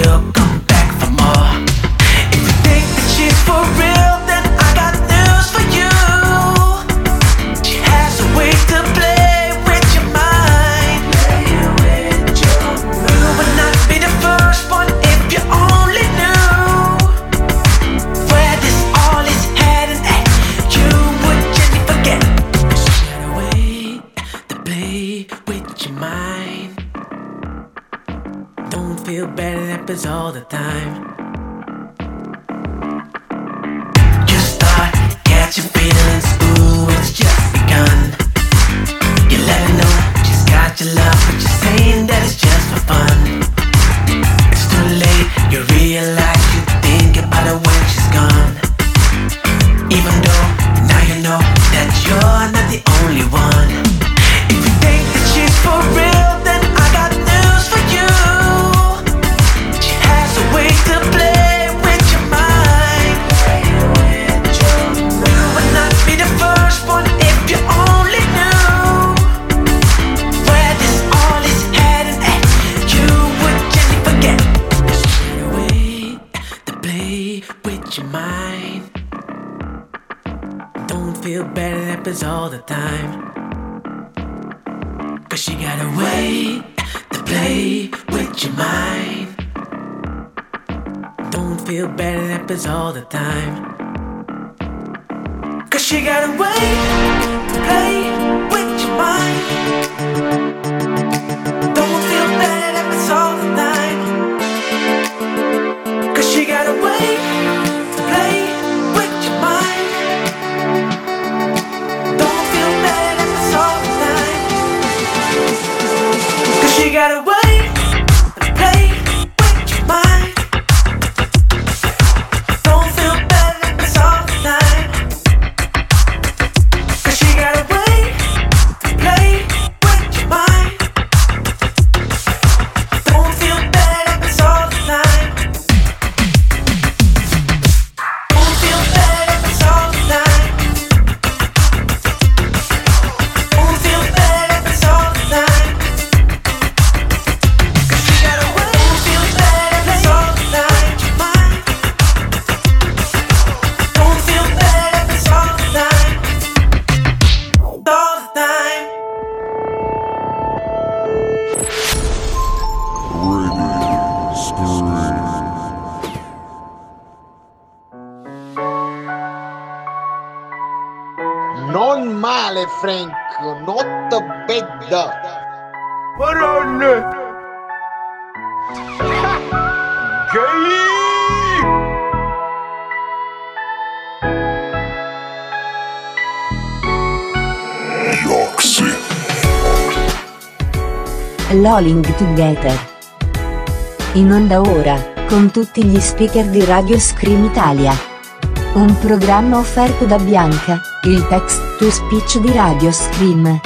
she'll come back for more. If you think that she's for real, then I got news for you. She has a way to play with your mind. You would not be the first one if you only knew where this all is heading at. You would gently forget. She had a way to play with your mind. Don't feel bad, it happens all the time. You start catching feelings, ooh, it's just begun. You let her know she's got your love, but you're saying that it's just for fun. It's too late, you realize you think about her when she's gone. Even though now you know that you're not the only one. If you think that she's for real, then I got news for you. She has a way to play with your mind. You would not be the first one if you only knew where this all is heading at. You would gently forget. She had a way to play with your mind. Don't feel bad, it happens all the time. Cause she got a way to play with your mind. Don't feel bad, it happens all the time. Cause she got a way to play with your mind. Don't feel bad, it happens all the time. Cause she got a way to play with your mind. Don't feel bad, it happens all the time. Cause she got a way to play with your mind. Don't feel bad, it happens all the time. Cause she got a way to play with your mind. Don't feel bad, it happens all the time. Don't feel bad, it happens all the time. Don't feel bad, it happens all the time. Cause she got a way. Don't feel bad, it happens all the time. Don't feel bad, it happens all the time. All the time. Non male, Frank, not bad. Marone! Gay! Lolling Together. In onda ora, con tutti gli speaker di Radio Scream Italia. Un programma offerto da Bianca, il text to speech di Radio Scream.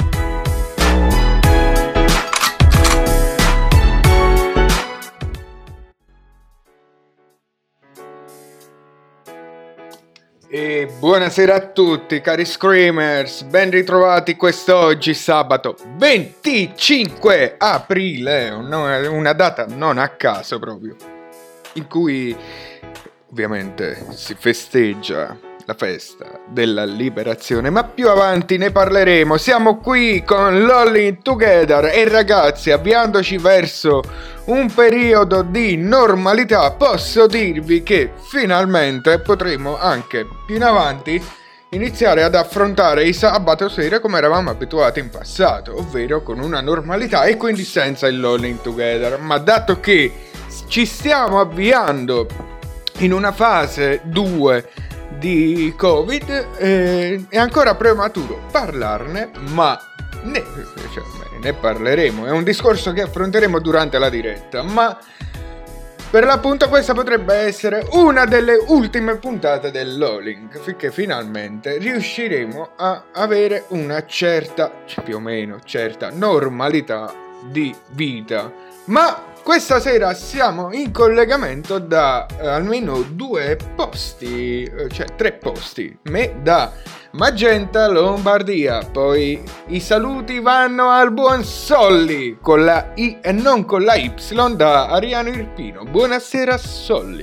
E buonasera a tutti cari Screamers, ben ritrovati quest'oggi sabato 25 aprile, una data non a caso proprio, in cui ovviamente si festeggia la festa della liberazione, ma più avanti ne parleremo. Siamo qui con Lolling Together e ragazzi, avviandoci verso un periodo di normalità, posso dirvi che finalmente potremo anche più in avanti iniziare ad affrontare i sabato sera come eravamo abituati in passato, ovvero con una normalità e quindi senza il Lolling Together. Ma dato che ci stiamo avviando in una fase 2 di Covid, è ancora prematuro parlarne, ma ne parleremo. È un discorso che affronteremo durante la diretta, ma per l'appunto questa potrebbe essere una delle ultime puntate del Lolling, finché finalmente riusciremo a avere una certa, più o meno certa normalità di vita. Ma Questa sera siamo in collegamento da almeno 2 posti, cioè 3 posti. Me da Magenta, Lombardia. Poi i saluti vanno al buon Solly con la I e non con la Y da Ariano Irpino. Buonasera Solly.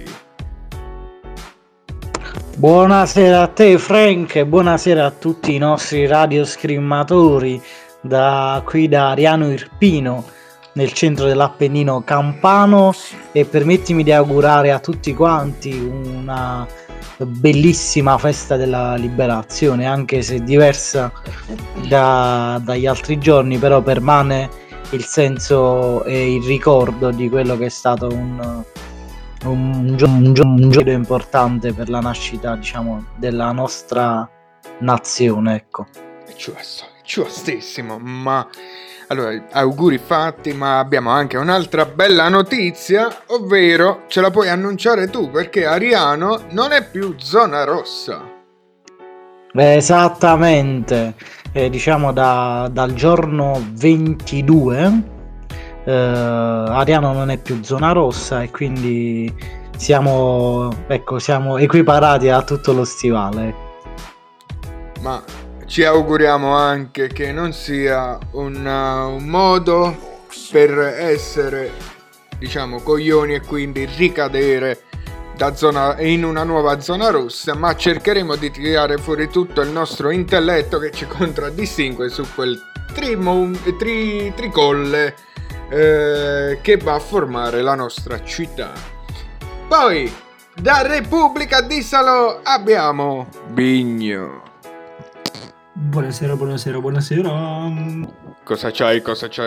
Buonasera a te Frank e buonasera a tutti i nostri radioscrimmatori da qui da Ariano Irpino nel centro dell'Appennino campano, e permettimi di augurare a tutti quanti una bellissima festa della liberazione, anche se diversa dagli altri giorni, però permane il senso e il ricordo di quello che è stato un giorno importante per la nascita, diciamo, della nostra nazione, ecco. Giustissimo, ma allora, auguri fatti, ma abbiamo anche un'altra bella notizia, ovvero ce la puoi annunciare tu, perché Ariano non è più zona rossa. Esattamente, diciamo dal giorno 22 Ariano non è più zona rossa e quindi siamo equiparati a tutto lo stivale. Ma ci auguriamo anche che non sia un modo per essere, diciamo, coglioni e quindi ricadere in una nuova zona rossa, ma cercheremo di tirare fuori tutto il nostro intelletto che ci contraddistingue su quel tricolle che va a formare la nostra città. Poi da Repubblica di Salò abbiamo Bigno. Buonasera. Cosa c'hai?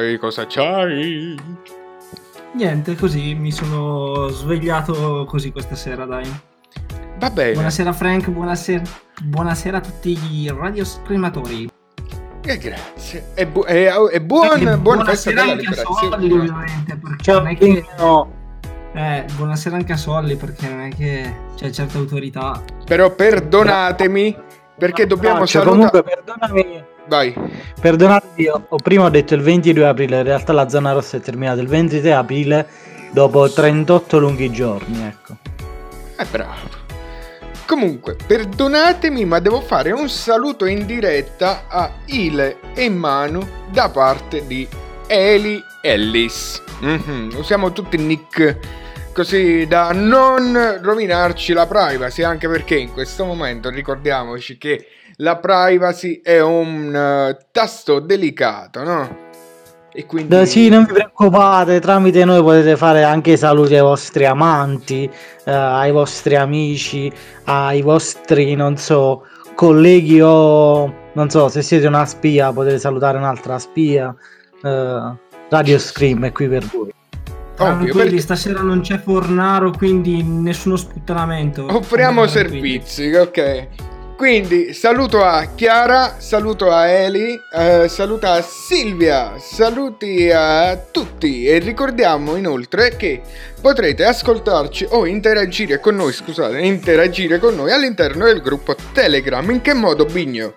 Niente, così mi sono svegliato così questa sera, dai. Va bene. Buonasera Frank, buonasera a tutti i radioscrimatori. Grazie. Buona festa della liberazione. Solli, ovviamente, perché non è che... buonasera anche a Solli, perché non è che c'è certa autorità. Però perdonatemi, perché dobbiamo salutare. Comunque perdonami. Vai. Perdonatemi, prima ho detto il 22 aprile, in realtà la zona rossa è terminata il 23 aprile dopo 38 lunghi giorni, ecco. Bravo. Comunque, perdonatemi, ma devo fare un saluto in diretta a Ile e Manu da parte di Eli Ellis. Usiamo tutti nick così da non rovinarci la privacy, anche perché in questo momento ricordiamoci che la privacy è un tasto delicato, no? E quindi... Sì, non vi preoccupate, tramite noi potete fare anche i saluti ai vostri amanti, ai vostri amici, ai vostri, non so, colleghi, o non so, se siete una spia potete salutare un'altra spia. Radio Scream è qui per voi. Ovvio, perché stasera non c'è Fornaro, quindi nessuno sputtanamento. Offriamo servizi, ok. Quindi saluto a Chiara, saluto a Eli, saluto a Silvia, saluti a tutti, e ricordiamo inoltre che potrete ascoltarci o interagire con noi all'interno del gruppo Telegram. In che modo, Bigno?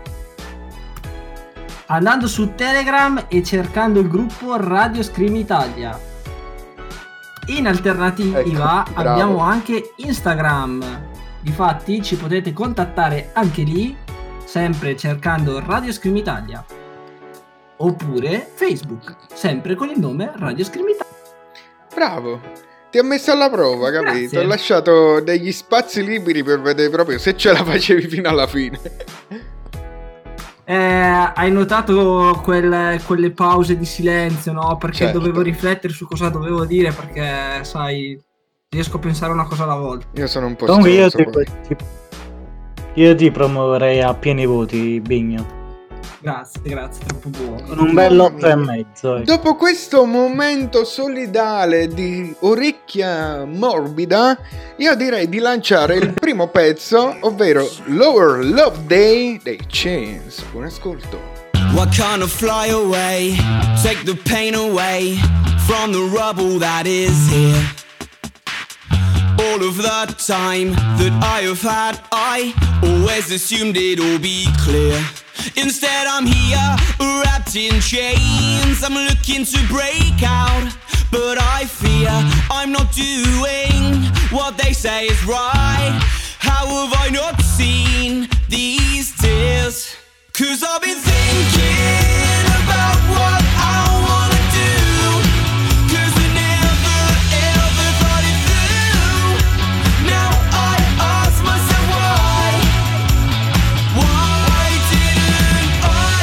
Andando su Telegram e cercando il gruppo Radio Scream Italia. In alternativa, ecco, abbiamo anche Instagram. Difatti ci potete contattare anche lì, sempre cercando Radio Scream Italia, oppure Facebook, sempre con il nome Radio Scream Italia. Bravo, ti ho messo alla prova, capito? Grazie. Ho lasciato degli spazi liberi per vedere proprio se ce la facevi fino alla fine. Hai notato quelle pause di silenzio, no? Perché certo, dovevo riflettere su cosa dovevo dire, perché sai, riesco a pensare una cosa alla volta. Io sono un po' Comunque stronzo, io ti promuoverei a pieni voti, Bigno. Grazie, troppo buono. Con un bello 8,5. Dopo questo momento solidale di orecchia morbida, io direi di lanciare il primo pezzo, ovvero Lower Love Day dei Chains. Buon ascolto. Why can't I fly away, take the pain away from the rubble that is here? All of the time that I have had, I always assumed it'd all be clear. Instead I'm here, wrapped in chains. I'm looking to break out, but I fear I'm not doing what they say is right. How have I not seen these tears? 'Cause I've been thinking about what I wanna do, 'cause I never ever thought it through. Now I ask myself why didn't I?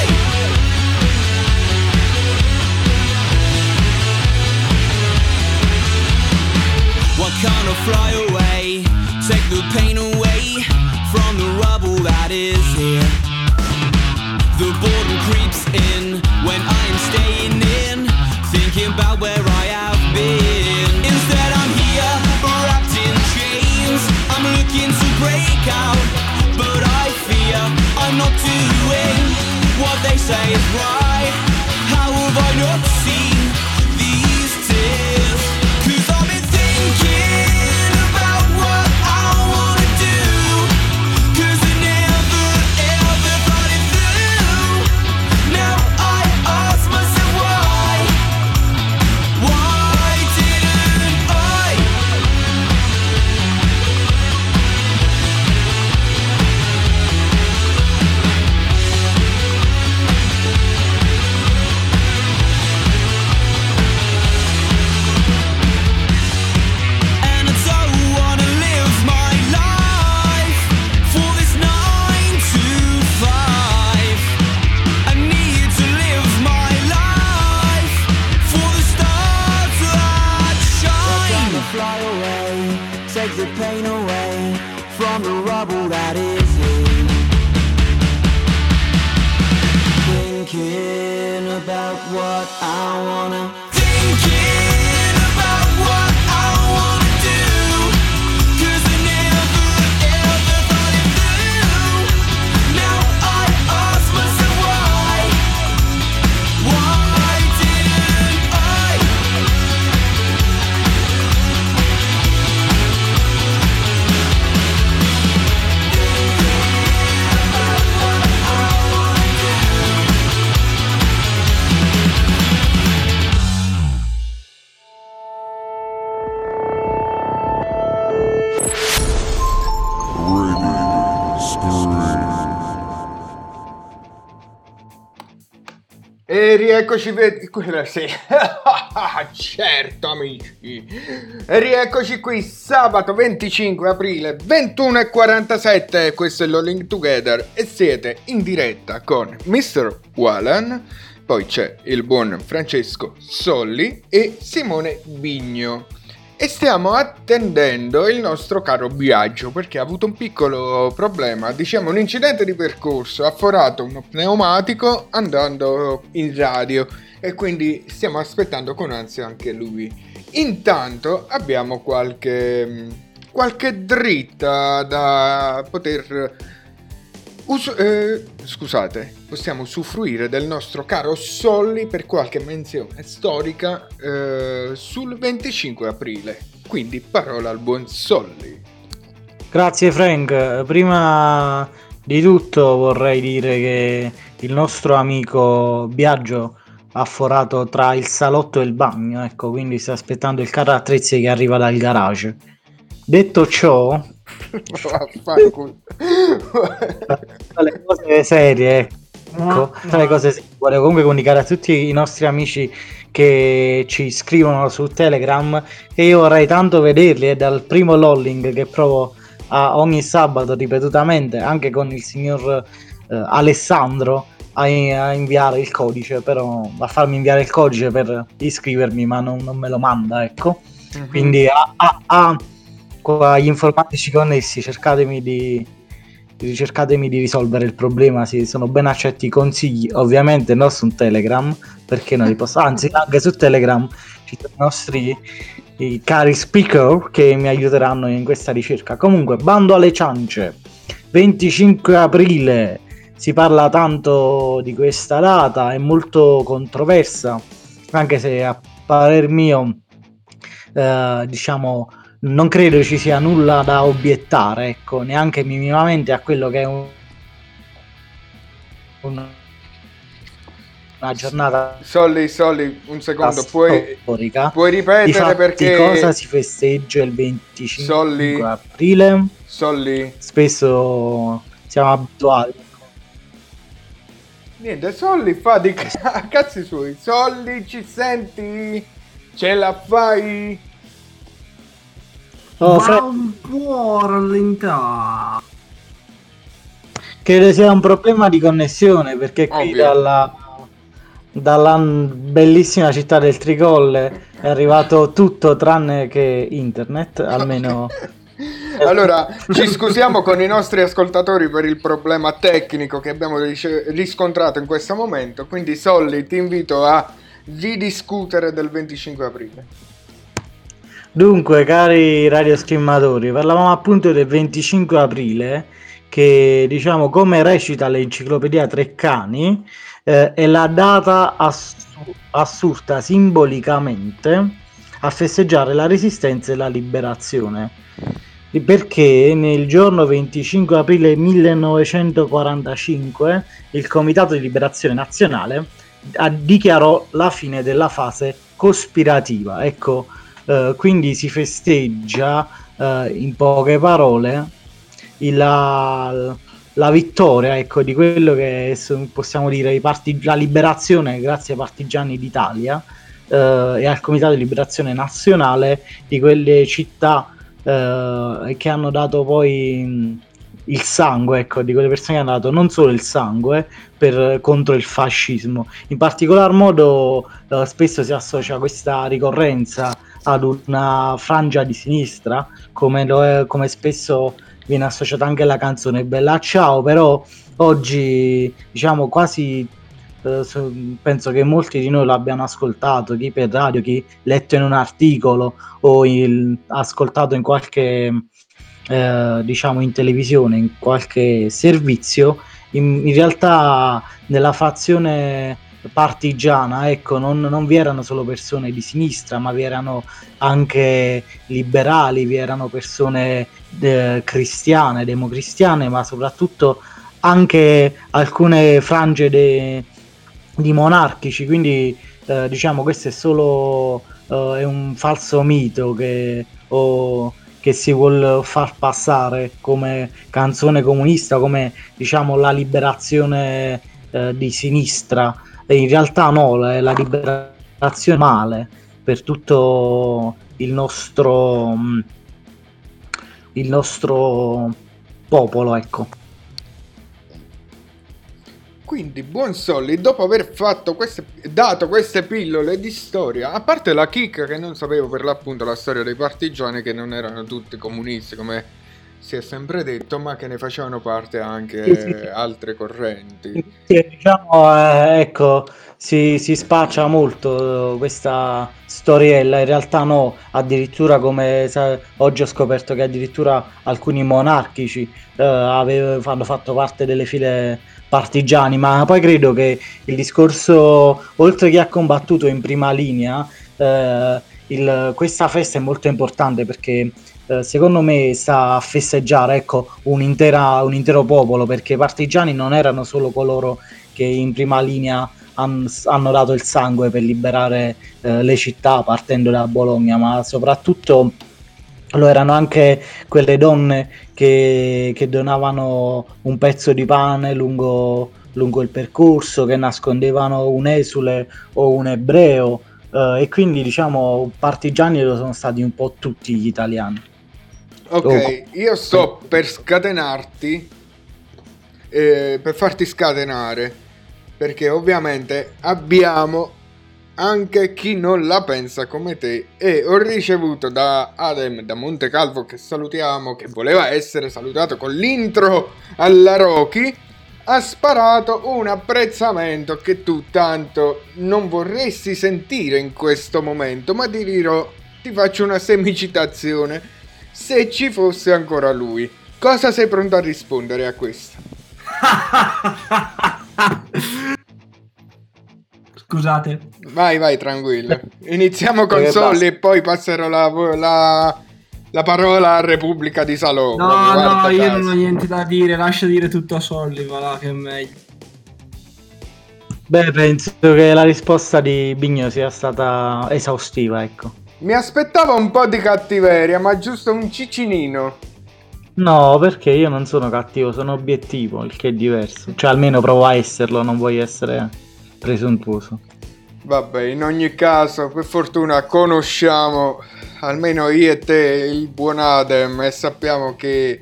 Why can't I fly away, take the pain away from the rubble that is here? The boredom creeps in when I am staying in, thinking about where I have been. Instead I'm here, wrapped in chains, I'm looking to break out, but I fear I'm not doing what they say is right. How have I not seen these tears? 'Cause I've been thinking about what I wanna do, 'cause I never ever thought it through. Now I ask myself why didn't I? And I don't wanna live my life for this 9 to 5. I need to live my life for the stars that shine. To fly away, take the pain away from the rubble that is here. Thinking about what I wanna. Thinking about what I wanna do, 'cause I never ever thought it through. Now I ask myself why didn't I? E rieccoci, quella sì. Certo amici, e rieccoci qui sabato 25 aprile 21:47. Questo è l'Alling Together e siete in diretta con Mr. Wallen, poi c'è il buon Francesco Solli e Simone Bigno. E stiamo attendendo il nostro caro Biagio perché ha avuto un piccolo problema, diciamo un incidente di percorso, ha forato uno pneumatico andando in radio e quindi stiamo aspettando con ansia anche lui. Intanto abbiamo qualche dritta da poter possiamo usufruire del nostro caro Solli per qualche menzione storica sul 25 aprile. Quindi parola al buon Solli. Grazie Frank, prima di tutto vorrei dire che il nostro amico Biagio ha forato tra il salotto e il bagno, ecco, quindi sta aspettando il carro attrezzi che arriva dal garage. Detto ciò, le cose serie, ecco, le cose serie. Volevo comunque comunicare a tutti i nostri amici che ci scrivono su Telegram che io vorrei tanto vederli, e dal primo lolling che provo a ogni sabato ripetutamente anche con il signor Alessandro a inviare il codice, però a farmi inviare il codice per iscrivermi, ma non me lo manda, ecco. Mm-hmm. Quindi agli informatici connessi, cercatemi di risolvere il problema. Sì, sono ben accetti i consigli, ovviamente non su Telegram, perché non li posso, anzi anche su Telegram ci sono i nostri cari speaker che mi aiuteranno in questa ricerca. Comunque, bando alle ciance, 25 aprile, si parla tanto di questa data, è molto controversa, anche se a parer mio diciamo non credo ci sia nulla da obiettare, ecco, neanche minimamente a quello che è una giornata Solli, un secondo, puoi storica. ripetere Difatti, perché cosa si festeggia il 25 Solli. aprile? Solli, Spesso siamo abituati. niente, Solli fa di cazzi suoi. Solli, ci senti? Ce la fai? Oh, Va un po' rallentato. credo sia un problema di connessione, perché qui Ovvio. dalla bellissima città del Tricolle è arrivato tutto tranne che internet, almeno. Allora, ci scusiamo con i nostri ascoltatori per il problema tecnico che abbiamo riscontrato in questo momento. Quindi, Solli, ti invito a ridiscutere del 25 aprile. Dunque, cari radioscrimmatori, parlavamo appunto del 25 aprile, che, diciamo, come recita l'enciclopedia Treccani, è la data assurta simbolicamente a festeggiare la resistenza e la liberazione. Perché nel giorno 25 aprile 1945 il Comitato di Liberazione Nazionale dichiarò la fine della fase cospirativa. Ecco, quindi si festeggia, in poche parole, la vittoria, ecco, di quello che possiamo dire la liberazione grazie ai partigiani d'Italia, e al Comitato di Liberazione Nazionale di quelle città che hanno dato poi il sangue, ecco, di quelle persone che hanno dato non solo il sangue contro il fascismo. In particolar modo spesso si associa questa ricorrenza ad una frangia di sinistra, come spesso viene associata anche la canzone Bella Ciao, però oggi, diciamo, quasi penso che molti di noi l'abbiano ascoltato, chi per radio, chi letto in un articolo o ascoltato in qualche diciamo in televisione, in qualche servizio. In realtà nella fazione partigiana, ecco, non vi erano solo persone di sinistra, ma vi erano anche liberali, vi erano persone cristiane, democristiane, ma soprattutto anche alcune frange di monarchici. Quindi diciamo, questo è solo è un falso mito che si vuol far passare come canzone comunista, come, diciamo, la liberazione di sinistra. E in realtà no, la liberazione male per tutto il nostro popolo, ecco. Quindi, buon Solli, dopo aver dato queste pillole di storia, a parte la chicca che non sapevo per l'appunto la storia dei partigiani, che non erano tutti comunisti come si è sempre detto, ma che ne facevano parte anche altre correnti. Sì, diciamo, ecco, si spaccia molto questa storiella, in realtà no, addirittura oggi ho scoperto che addirittura alcuni monarchici hanno fatto parte delle file partigiani, ma poi credo che il discorso, oltre che ha combattuto in prima linea, questa festa è molto importante perché secondo me sta a festeggiare, ecco, un intero popolo, perché i partigiani non erano solo coloro che in prima linea hanno dato il sangue per liberare le città partendo da Bologna, ma soprattutto lo erano anche quelle donne che donavano un pezzo di pane lungo il percorso, che nascondevano un esule o un ebreo, e quindi, diciamo, partigiani lo sono stati un po' tutti gli italiani. Ok, io sto per scatenarti, per farti scatenare, perché ovviamente abbiamo anche chi non la pensa come te, e ho ricevuto da Adem da Montecalvo, che salutiamo, che voleva essere salutato con l'intro alla Rocky, ha sparato un apprezzamento che tu tanto non vorresti sentire in questo momento, ma ti dirò, ti faccio una semicitazione: se ci fosse ancora lui. Cosa sei pronto a rispondere a questo? Scusate. Vai, tranquillo. Iniziamo con Solli e poi passerò la parola a Repubblica di Salò. No, io non ho niente da dire, lascia dire tutto a Solli, va là, che è meglio. Beh, penso che la risposta di Bigno sia stata esaustiva, ecco. Mi aspettavo un po' di cattiveria, ma giusto un ciccinino. No, perché io non sono cattivo, sono obiettivo, il che è diverso. Cioè, almeno provo a esserlo, non voglio essere presuntuoso. Vabbè, in ogni caso, per fortuna conosciamo, almeno io e te, il buon Adem, e sappiamo che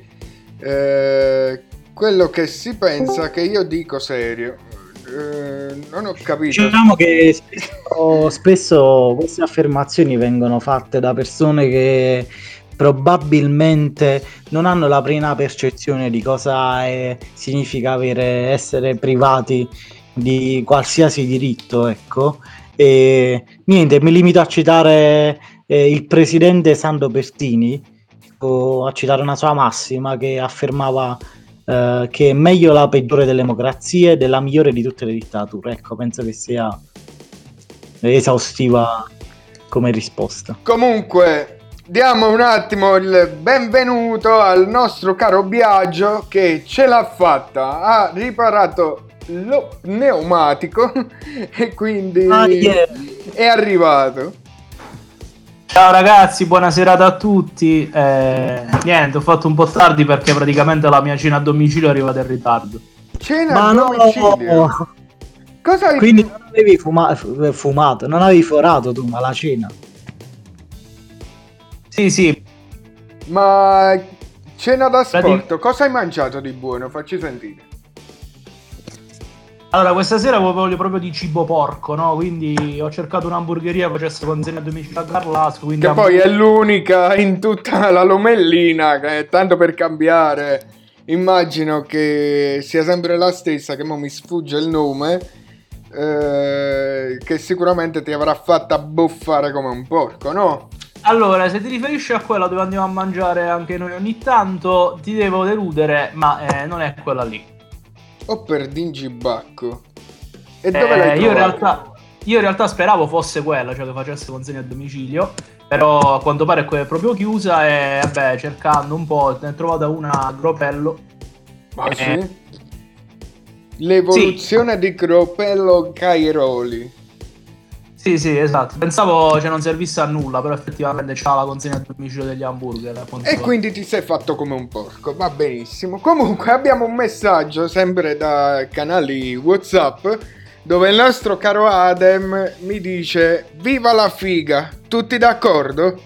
quello che si pensa che io dico serio. Non ho capito. Diciamo che spesso queste affermazioni vengono fatte da persone che probabilmente non hanno la piena percezione di cosa significa essere privati di qualsiasi diritto, ecco. E niente, mi limito a citare il presidente Sandro Pertini, o a citare una sua massima che affermava che è meglio la peggiore delle democrazie della migliore di tutte le dittature. Ecco, penso che sia esaustiva come risposta. Comunque, diamo un attimo il benvenuto al nostro caro Biagio che ce l'ha fatta, ha riparato lo pneumatico e quindi è arrivato. Ciao ragazzi, buona serata a tutti. Niente, ho fatto un po' tardi perché praticamente la mia cena a domicilio è arrivata in ritardo. Cena a domicilio? No. Cosa hai... Quindi non avevi fumato, non avevi forato tu, ma la cena? Sì. Ma cena d'asporto, cosa hai mangiato di buono? Facci sentire. Allora, questa sera voglio proprio di cibo porco, no? Quindi ho cercato un'hamburgeria che facesse consegna a domicilio a Carlasco. Che poi è l'unica in tutta la Lomellina, che tanto per cambiare, immagino che sia sempre la stessa, che mo mi sfugge il nome, che sicuramente ti avrà fatta buffare come un porco, no? Allora, se ti riferisci a quella dove andiamo a mangiare anche noi ogni tanto, ti devo deludere, ma non è quella lì. O per Dingibacco. E dove l'hai io trovata? in realtà speravo fosse quella, cioè che facesse consegna a domicilio, però a quanto pare è proprio chiusa e vabbè, cercando un po' ne ho trovata una a Gropello. Ma sì? L'evoluzione di Gropello Cairoli. Sì, esatto. Pensavo non servisse a nulla, però effettivamente c'ha la consegna a domicilio degli hamburger. E quindi ti sei fatto come un porco, va benissimo. Comunque abbiamo un messaggio sempre da canali WhatsApp dove il nostro caro Adem mi dice: viva la figa, tutti d'accordo?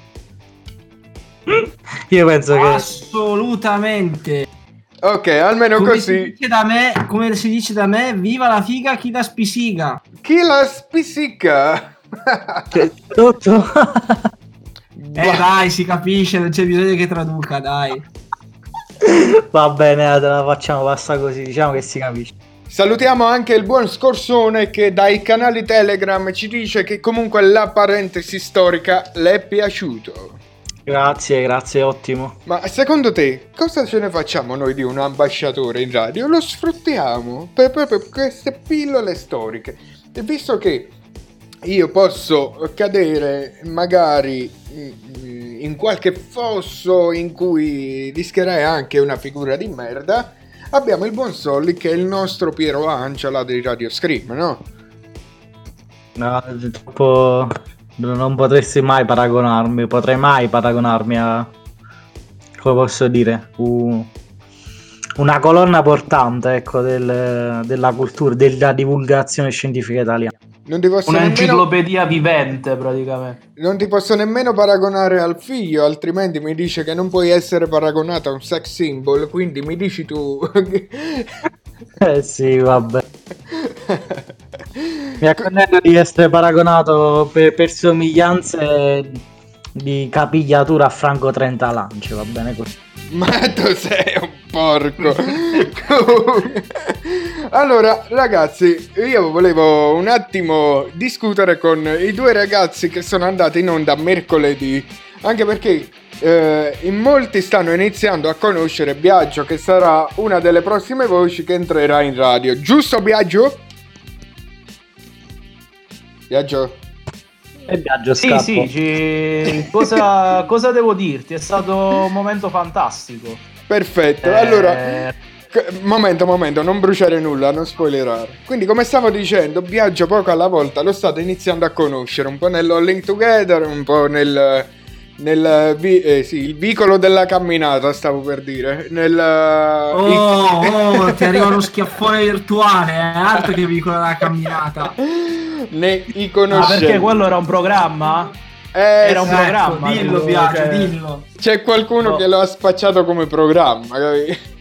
Io penso che assolutamente. Ok, almeno come così. Come si dice da me, viva la figa chi la spisiga. Chi la spisica? tutto. Dai, si capisce, non c'è bisogno che traduca, dai. Va bene, te la facciamo passare così, diciamo che si capisce. Salutiamo anche il buon Scorsone che dai canali Telegram ci dice che comunque la parentesi storica le è piaciuto. Grazie, ottimo. Ma secondo te cosa ce ne facciamo noi di un ambasciatore in radio? Lo sfruttiamo per queste pillole storiche. E visto che io posso cadere magari in qualche fosso in cui rischierei anche una figura di merda, abbiamo il buon Solly che è il nostro Piero Angela di Radio Scream, no? No, troppo... Non potrei mai paragonarmi a, come posso dire, una colonna portante, ecco, della cultura, della divulgazione scientifica italiana. Non ti posso un'enciclopedia vivente, praticamente. Non ti posso nemmeno paragonare al figlio, altrimenti mi dice che non puoi essere paragonato a un sex symbol, quindi mi dici tu. Sì, vabbè. Mi accontento di essere paragonato per somiglianze di capigliatura a Franco Trentalance, va bene così. Ma tu sei un porco. Allora ragazzi, io volevo un attimo discutere con i due ragazzi che sono andati in onda mercoledì, anche perché in molti stanno iniziando a conoscere Biagio, che sarà una delle prossime voci che entrerà in radio, giusto Biagio? Biagio? E Biagio scappo. Sì, cosa devo dirti? È stato un momento fantastico. Perfetto, allora Momento, non bruciare nulla, non spoilerare. Quindi, come stavo dicendo, Biagio poco alla volta lo state iniziando a conoscere, un po' nell'Alling Together, un po' il vicolo della camminata, stavo per dire. Ti arriva uno schiaffone virtuale, altro che vicolo della camminata. I conoscenti. Perché quello era un programma? Era un programma. Dillo, Biagio, dillo. C'è qualcuno che lo ha spacciato come programma, capito?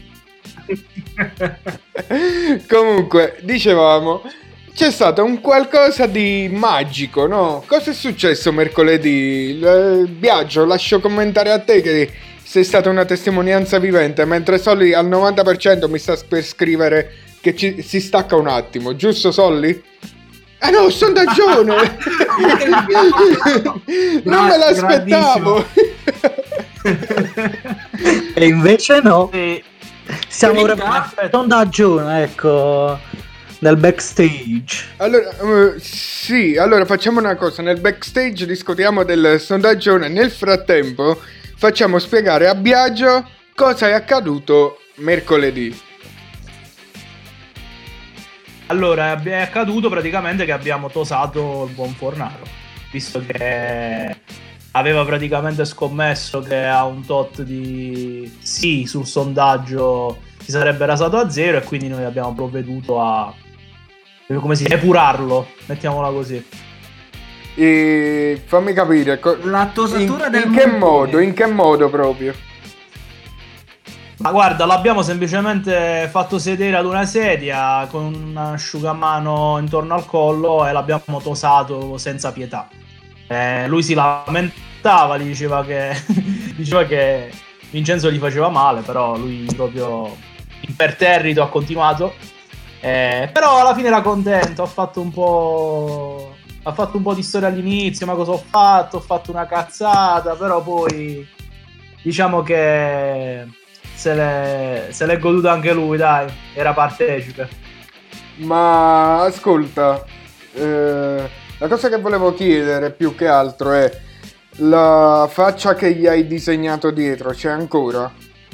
Comunque, dicevamo, c'è stato un qualcosa di magico, no? Cosa è successo mercoledì? Biagio, lascio commentare a te che sei stata una testimonianza vivente, mentre Solly al 90% mi sta per scrivere che si stacca un attimo, giusto Solly? Ah no, sondaggione! Non me l'aspettavo! E invece no. Sì. Siamo ora sondaggione, ecco, nel backstage. Allora facciamo una cosa, nel backstage discutiamo del sondaggione, nel frattempo facciamo spiegare a Biagio cosa è accaduto mercoledì. Allora, è accaduto praticamente che abbiamo tosato il buon Fornaro, visto che aveva praticamente scommesso che a un tot di sì sul sondaggio si sarebbe rasato a zero, e quindi noi abbiamo provveduto a, come si dice, epurarlo, mettiamola così. E fammi capire la tosatura del in che modo proprio? Ma guarda, l'abbiamo semplicemente fatto sedere ad una sedia con un asciugamano intorno al collo e l'abbiamo tosato senza pietà. Lui si lamentava, gli diceva che Vincenzo gli faceva male, però lui proprio imperterrito ha continuato. Però alla fine era contento, ha fatto un po' di storia all'inizio, ma cosa ho fatto? Ho fatto una cazzata, però poi diciamo che se l'è goduto anche lui, dai, era partecipe. Ma ascolta, la cosa che volevo chiedere più che altro è la faccia che gli hai disegnato dietro, c'è ancora?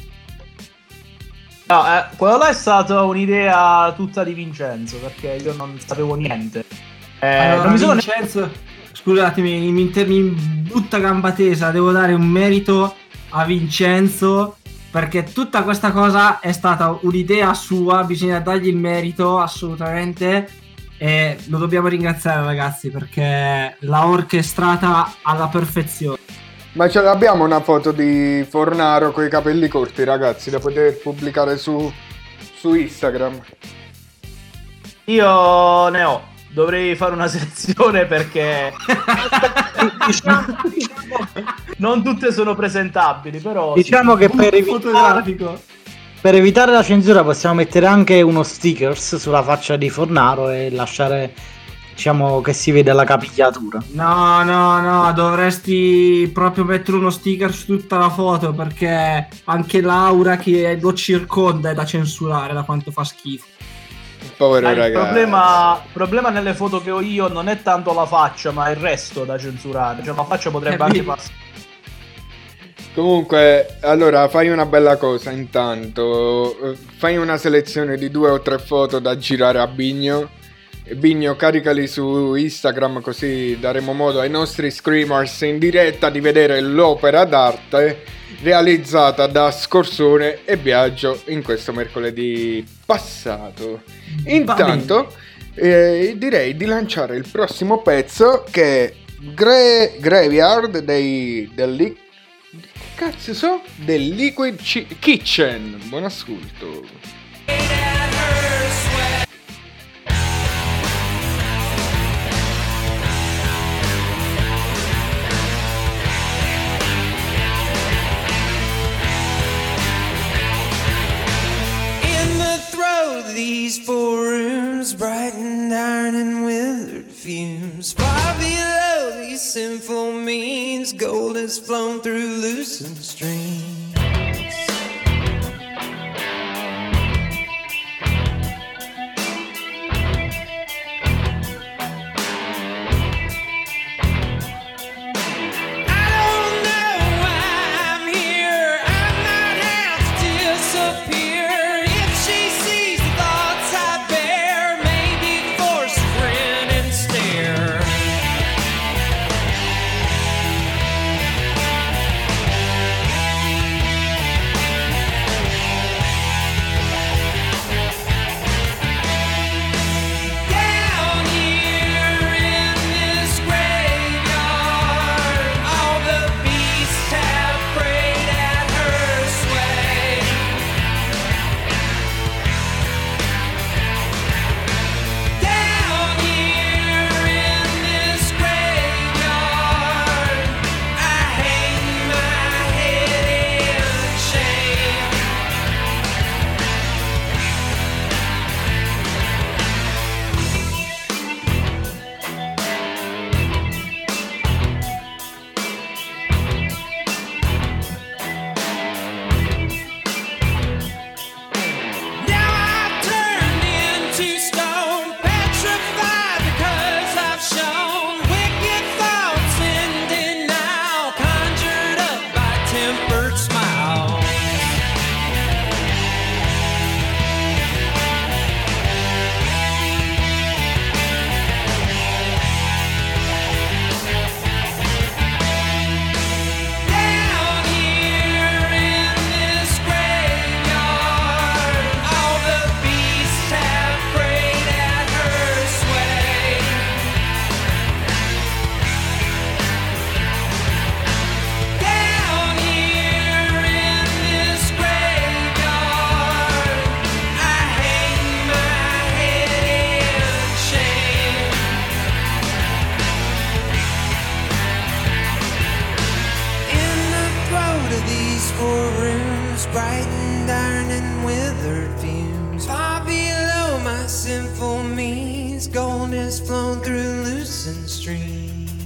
No, quello là è stata un'idea tutta di Vincenzo, perché io non sapevo niente. Allora, Vincenzo, scusatemi, mi butta gamba tesa, devo dare un merito a Vincenzo, perché tutta questa cosa è stata un'idea sua, bisogna dargli il merito assolutamente, e lo dobbiamo ringraziare, ragazzi, perché l'ha orchestrata alla perfezione. Ma ce l'abbiamo una foto di Fornaro con i capelli corti, ragazzi, da poter pubblicare su Instagram? Io ne ho. Dovrei fare una selezione perché non tutte sono presentabili, però diciamo che per evitare la censura possiamo mettere anche uno stickers sulla faccia di Fornaro e lasciare, diciamo, che si veda la capigliatura. No, dovresti proprio mettere uno sticker su tutta la foto, perché anche l'aura che lo circonda è da censurare, da quanto fa schifo. Povero il ragazzo. problema nelle foto che ho io non è tanto la faccia, ma il resto da censurare. Cioè la faccia potrebbe anche passare. Comunque, allora fai una bella cosa intanto. Fai una selezione di 2 o 3 foto da girare a Bigno. Bigno, caricali su Instagram, così daremo modo ai nostri screamers in diretta di vedere l'opera d'arte realizzata da Scorsone e Biagio in questo mercoledì passato. Intanto direi di lanciare il prossimo pezzo, che è Graveyard del Liquid Kitchen. Buon ascolto. These 4 rooms, bright and iron and withered fumes. Far below these sinful means, gold has flown through loosened streams. She It's bright and iron and withered fumes. Far below my sinful means, gold has flown through loosened streams.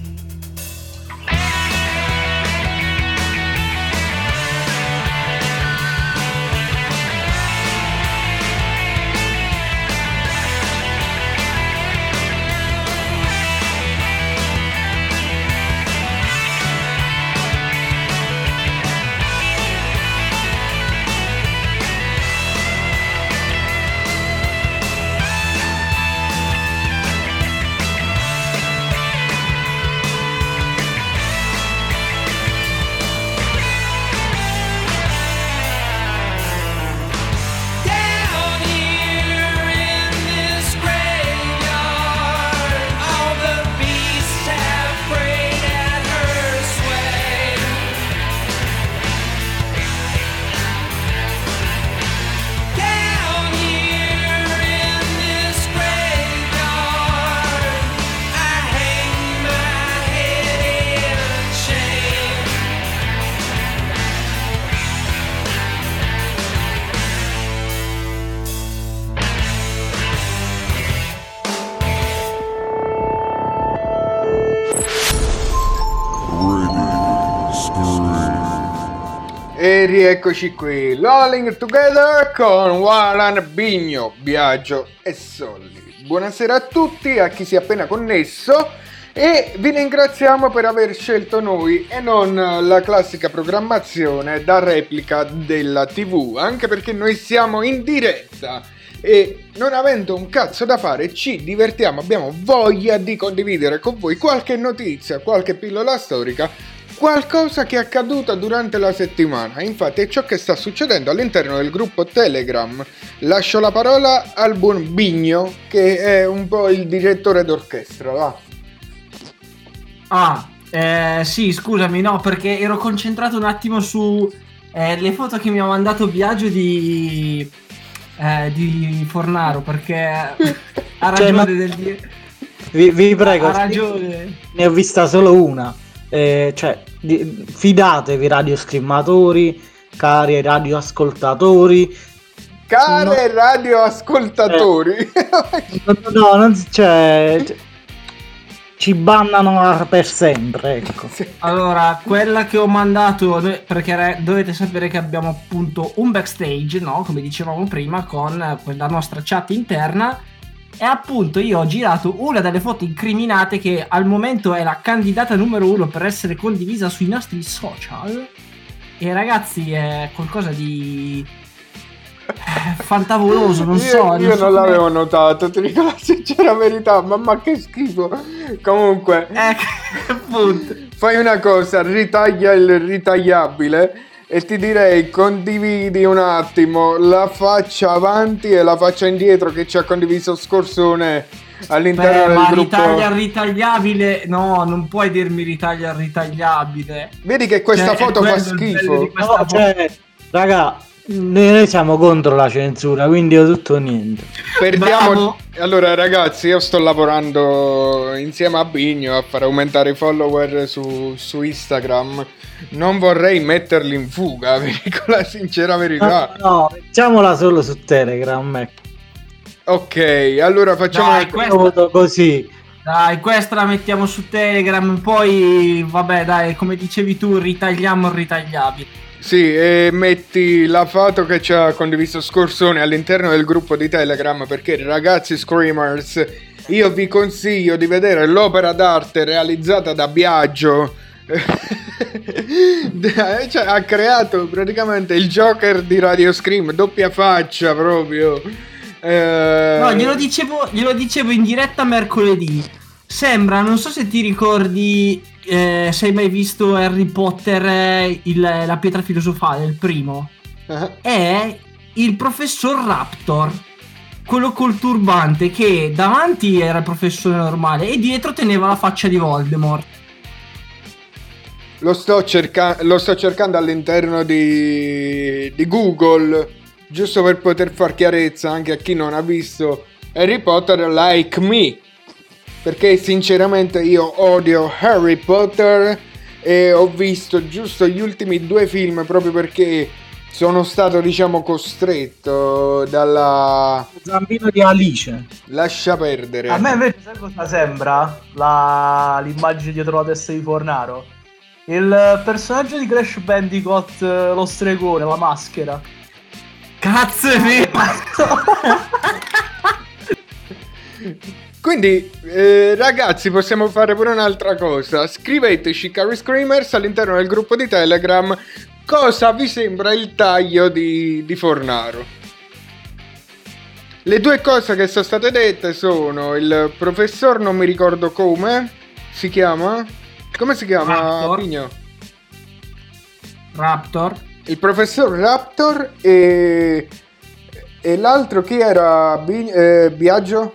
E rieccoci qui, Lolling Together con Walan, Bigno, Biagio e Solli. Buonasera a tutti, a chi si è appena connesso, e vi ringraziamo per aver scelto noi e non la classica programmazione da replica della TV, anche perché noi siamo in diretta e non avendo un cazzo da fare ci divertiamo, abbiamo voglia di condividere con voi qualche notizia, qualche pillola storica, qualcosa che è accaduto durante la settimana. Infatti è ciò che sta succedendo all'interno del gruppo Telegram. Lascio la parola al buon Bigno, che è un po' il direttore d'orchestra, va? Sì, scusami, no, perché ero concentrato un attimo su le foto che mi ha mandato Biagio di Fornaro, perché ha ragione vi prego, ha ragione. Ne ho vista solo una. Fidatevi, radioscrimmatori, cari radioascoltatori. Care radioascoltatori. No, non ci bannano per sempre, ecco. Allora, quella che ho mandato, perché dovete sapere che abbiamo appunto un backstage, no? Come dicevamo prima, con la nostra chat interna. E appunto io ho girato una delle foto incriminate che al momento è la candidata numero 1 per essere condivisa sui nostri social. E ragazzi, è qualcosa di fantavoloso, non so. Io non l'avevo notato, ti dico la sincera verità, mamma che schifo. Comunque, appunto, fai una cosa, ritaglia il ritagliabile. E ti direi, condividi un attimo la faccia avanti e la faccia indietro che ci ha condiviso Scorsone all'interno del gruppo. Ma ritaglia il ritagliabile, no, non puoi dirmi ritaglia il ritagliabile. Vedi che questa foto fa schifo. No, raga, noi siamo contro la censura, quindi io tutto o niente. Perdiamo. Bravo. Allora ragazzi, io sto lavorando insieme a Bigno a far aumentare i follower su Instagram. Non vorrei metterli in fuga, vi dico la sincera verità. No, mettiamola solo su Telegram. Ok, allora facciamo così. Dai, questa la mettiamo su Telegram, poi vabbè, dai, come dicevi tu, ritagliamo il ritagliabile. Sì, e metti la foto che ci ha condiviso Scorsone all'interno del gruppo di Telegram, perché ragazzi Screamers, io vi consiglio di vedere l'opera d'arte realizzata da Biagio. Cioè, ha creato praticamente il Joker di Radio Scream, doppia faccia proprio. No, glielo dicevo in diretta mercoledì. Sembra, non so se ti ricordi, se hai mai visto Harry Potter, la pietra filosofale, il primo. È il professor Raptor, quello col turbante, che davanti era il professore normale e dietro teneva la faccia di Voldemort. Lo sto cercando all'interno di Google, giusto per poter far chiarezza anche a chi non ha visto Harry Potter like me, perché sinceramente io odio Harry Potter e ho visto giusto gli ultimi 2 film proprio perché sono stato, diciamo, costretto dalla... Zampino di Alice. Lascia perdere. A me invece sai cosa sembra l'immagine dietro la testa di Fornaro? Il personaggio di Crash Bandicoot, lo stregone, la maschera. Cazzo è vero! Quindi, ragazzi, possiamo fare pure un'altra cosa. Scriveteci, cari Screamers, all'interno del gruppo di Telegram cosa vi sembra il taglio di Fornaro. Le due cose che sono state dette sono il professor, non mi ricordo come si chiama. Come si chiama, Raptor. Pigno? Raptor. Il professor Raptor e l'altro chi era? Biagio?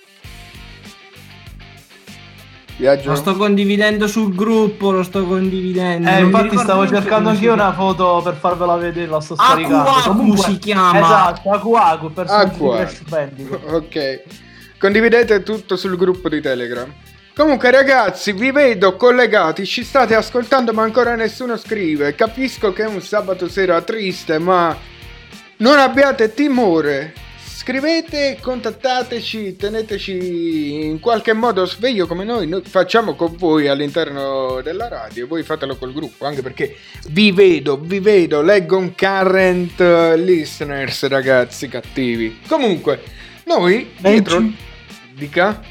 Lo sto condividendo sul gruppo, lo sto condividendo. Non mi Infatti ricordo stavo neanche cercando come anch'io si una foto per farvela vedere, la sto scaricando. Aku Comunque, si chiama. Esatto, Aku, il personaggio Aku. di Crash Bandicoot. Ok. Condividete tutto sul gruppo di Telegram. Comunque ragazzi, vi vedo collegati, ci state ascoltando ma ancora nessuno scrive. Capisco che è un sabato sera triste, ma non abbiate timore. Scrivete, contattateci, teneteci in qualche modo sveglio come noi facciamo con voi all'interno della radio. Voi fatelo col gruppo, anche perché vi vedo, leggo un current listeners, ragazzi cattivi. Comunque, noi dietro... Dica?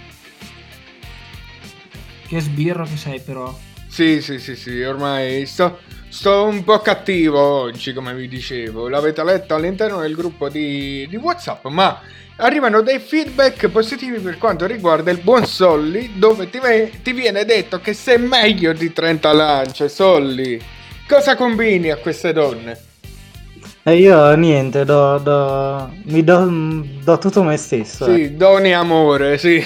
Che sbirro che sei però. Sì, ormai sto un po' cattivo oggi, come vi dicevo. L'avete letto all'interno del gruppo di WhatsApp, ma arrivano dei feedback positivi per quanto riguarda il buon Solly, dove ti viene detto che sei meglio di 30 lance. Solly, cosa combini a queste donne? E io niente, mi do tutto me stesso. Sì, doni amore, sì.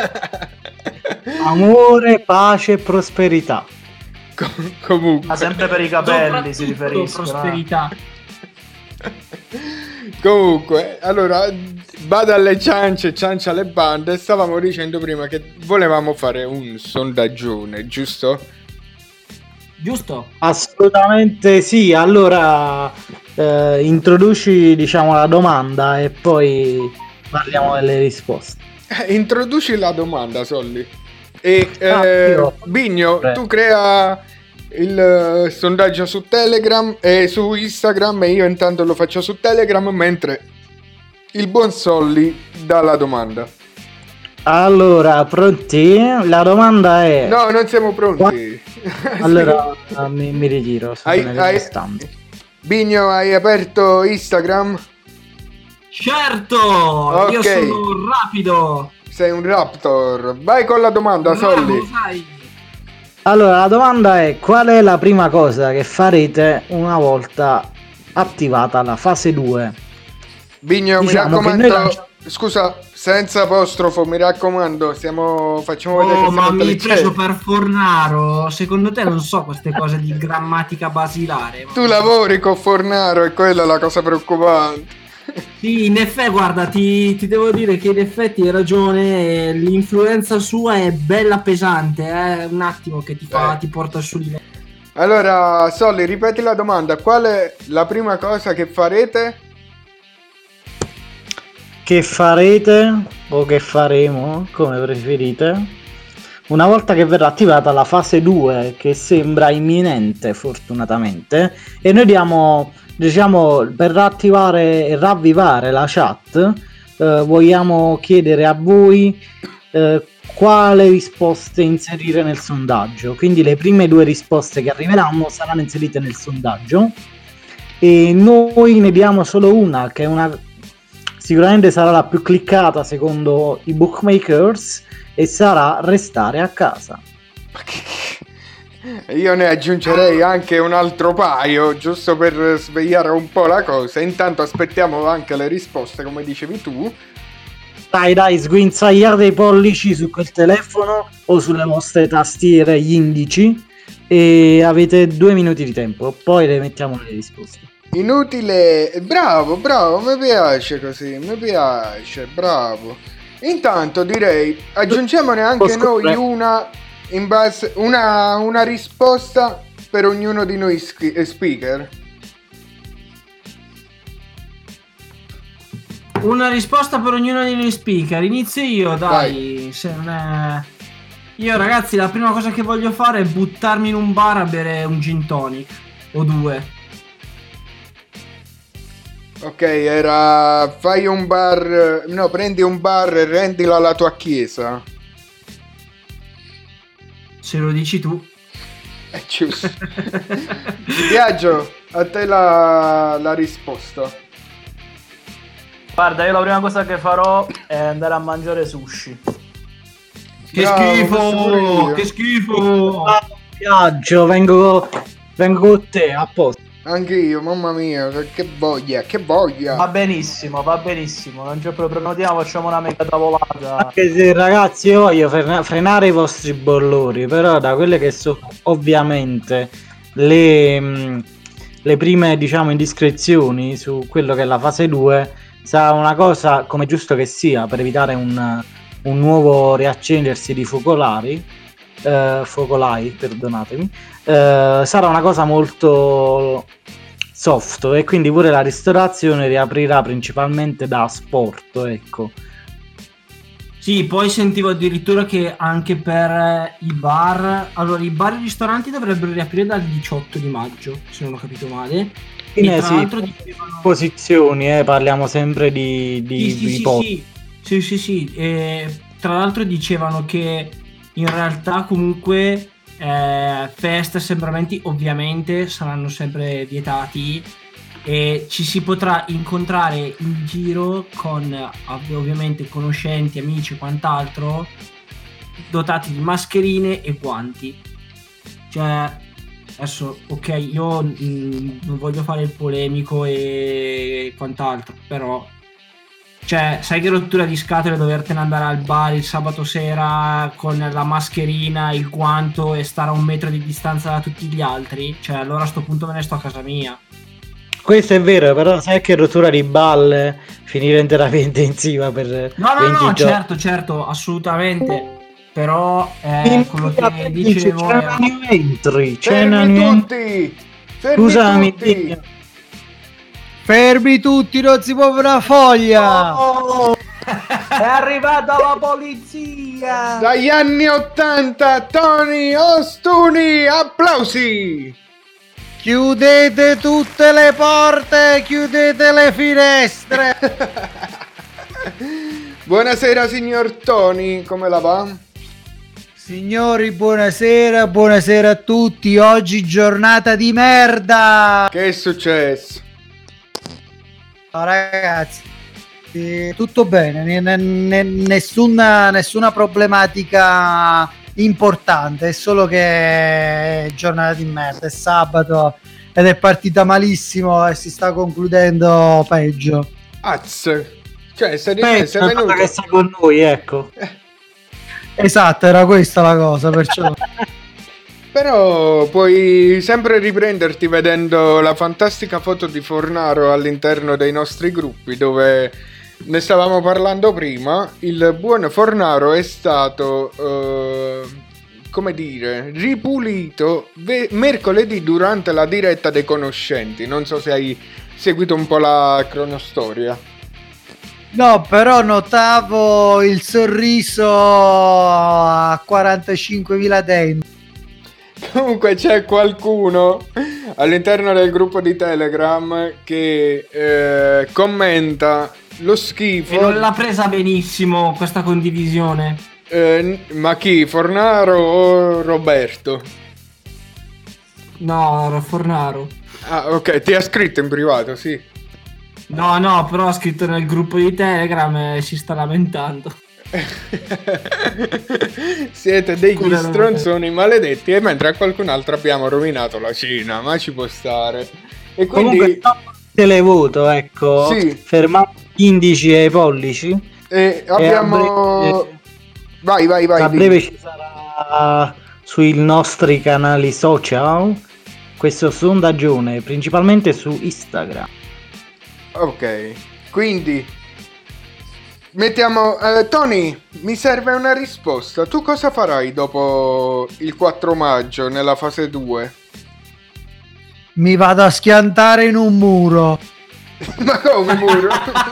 Amore, pace e prosperità. Comunque. Ma sempre per i capelli si riferiscono. Prosperità. Comunque, allora, bada alle ciance alle bande. Stavamo dicendo prima che volevamo fare un sondaggione, giusto? Giusto? Assolutamente sì. Allora, introduci, diciamo, la domanda e poi parliamo delle risposte. Introduci la domanda, Solly. E io. Bigno, tu crea il sondaggio su Telegram e su Instagram e io intanto lo faccio su Telegram mentre il buon Solly dà la domanda. Allora, pronti? La domanda è... No, non siamo pronti. Allora, mi ritiro. Bigno, hai aperto Instagram? Certo! Ok. Io sono rapido! Sei un raptor. Vai con la domanda, Solly. Sai. Allora, la domanda è: qual è la prima cosa che farete una volta attivata la fase 2? Bigno, Diciamo mi che noi raccomando. Scusa, senza apostrofo, mi raccomando, facciamo vedere che Oh, ma siamo mi hai preso intelligenti. per Fornaro. Secondo te non so queste cose di grammatica basilare? Ma... Tu lavori con Fornaro e quella è la cosa preoccupante. Sì, in effetti, guarda, ti devo dire che in effetti hai ragione. L'influenza sua è bella pesante. Un attimo che ti porta su livello. Allora, Solly, ripeti la domanda. Qual è la prima cosa che farete? Che farete o che faremo, come preferite, una volta che verrà attivata la fase 2, che sembra imminente fortunatamente, e noi diamo, diciamo, per rattivare e ravvivare la chat, vogliamo chiedere a voi quale risposte inserire nel sondaggio. Quindi le prime 2 risposte che arriveranno saranno inserite nel sondaggio e noi ne diamo solo una, che è una... sicuramente sarà la più cliccata secondo i bookmakers e sarà restare a casa. Io ne aggiungerei anche un altro paio, giusto per svegliare un po' la cosa. Intanto aspettiamo anche le risposte, come dicevi tu. Dai, sguinzagliate i pollici su quel telefono o sulle vostre tastiere, gli indici, e avete 2 minuti di tempo, poi le mettiamo le risposte. Inutile, bravo, mi piace così, mi piace, bravo. Intanto direi, aggiungiamone anche noi una in base, una risposta per ognuno di noi speaker. Una risposta per ognuno dei miei speaker. Inizio io, dai. Se non è... Io, ragazzi, la prima cosa che voglio fare è buttarmi in un bar a bere un gin tonic o 2. Ok, era fai un bar, no, prendi un bar e rendilo alla tua chiesa. Se lo dici tu. È giusto. Viaggio, a te la risposta. Guarda, io la prima cosa che farò è andare a mangiare sushi. Che Bravo, questo pure schifo! io. Che schifo! Viaggio, vengo con te, a posto. Anche io, mamma mia, che voglia, che voglia. Va benissimo, non c'è problema. Prenotiamo, facciamo una mega tavolata. Anche se, ragazzi, io voglio frenare i vostri bollori, però da quelle che sono ovviamente le prime, diciamo, indiscrezioni su quello che è la fase 2, sarà una cosa, come giusto che sia, per evitare un nuovo riaccendersi di focolai, perdonatemi, sarà una cosa molto soft, e quindi pure la ristorazione riaprirà principalmente da sport, ecco. Sì, poi sentivo addirittura che anche per i bar, allora i bar e i ristoranti dovrebbero riaprire dal 18 di maggio, se non ho capito male. E tra l'altro dicevano... posizioni, parliamo sempre di Sì. E tra l'altro dicevano che in realtà comunque feste e assembramenti ovviamente saranno sempre vietati e ci si potrà incontrare in giro con ovviamente conoscenti, amici e quant'altro, dotati di mascherine e guanti. Cioè, adesso, ok, io non voglio fare il polemico e quant'altro, però, cioè, sai che rottura di scatole dovertene andare al bar il sabato sera con la mascherina, il guanto e stare a 1 metro di distanza da tutti gli altri? Cioè, allora a sto punto me ne sto a casa mia. Questo è vero, però sai che rottura di balle finire in terapia intensiva per No, 20 giorni. certo, assolutamente. Però quello che dicevo c'è una new entry, Fermi tutti! Scusami, tutti! Fermi tutti, non si muove una foglia! Oh, è arrivata la polizia! Dagli anni 80, Tony Ostuni, applausi! Chiudete tutte le porte, chiudete le finestre! Buonasera signor Tony, come la va? Signori, buonasera a tutti. Oggi giornata di merda! Che è successo? No, ragazzi, tutto bene, nessuna problematica importante, è solo che è giornata di merda, è sabato ed è partita malissimo e si sta concludendo peggio. Cioè, sei venuto che sta con noi, ecco. Esatto, era questa la cosa, perciò. Però puoi sempre riprenderti vedendo la fantastica foto di Fornaro all'interno dei nostri gruppi, dove ne stavamo parlando prima. Il buon Fornaro è stato, come dire, ripulito mercoledì durante la diretta dei conoscenti. Non so se hai seguito un po' la cronostoria. No, però notavo il sorriso a 45.000 denti. Comunque c'è qualcuno all'interno del gruppo di Telegram che commenta lo schifo. E non l'ha presa benissimo questa condivisione. Ma chi? Fornaro o Roberto? No, Fornaro. Ah, ok, ti ha scritto in privato, sì. No, però ha scritto nel gruppo di Telegram e si sta lamentando. Siete degli stronzoni maledetti, e mentre a qualcun altro abbiamo rovinato la Cina, ma ci può stare. E quindi comunque televoto, ecco, sì. Fermate gli indici e i pollici e abbiamo vai a breve ci sarà sui nostri canali social questo sondaggione, principalmente su Instagram. Ok, quindi mettiamo Tony, mi serve una risposta. Tu cosa farai dopo il 4 maggio nella fase 2? Mi vado a schiantare in un muro. Ma come muro?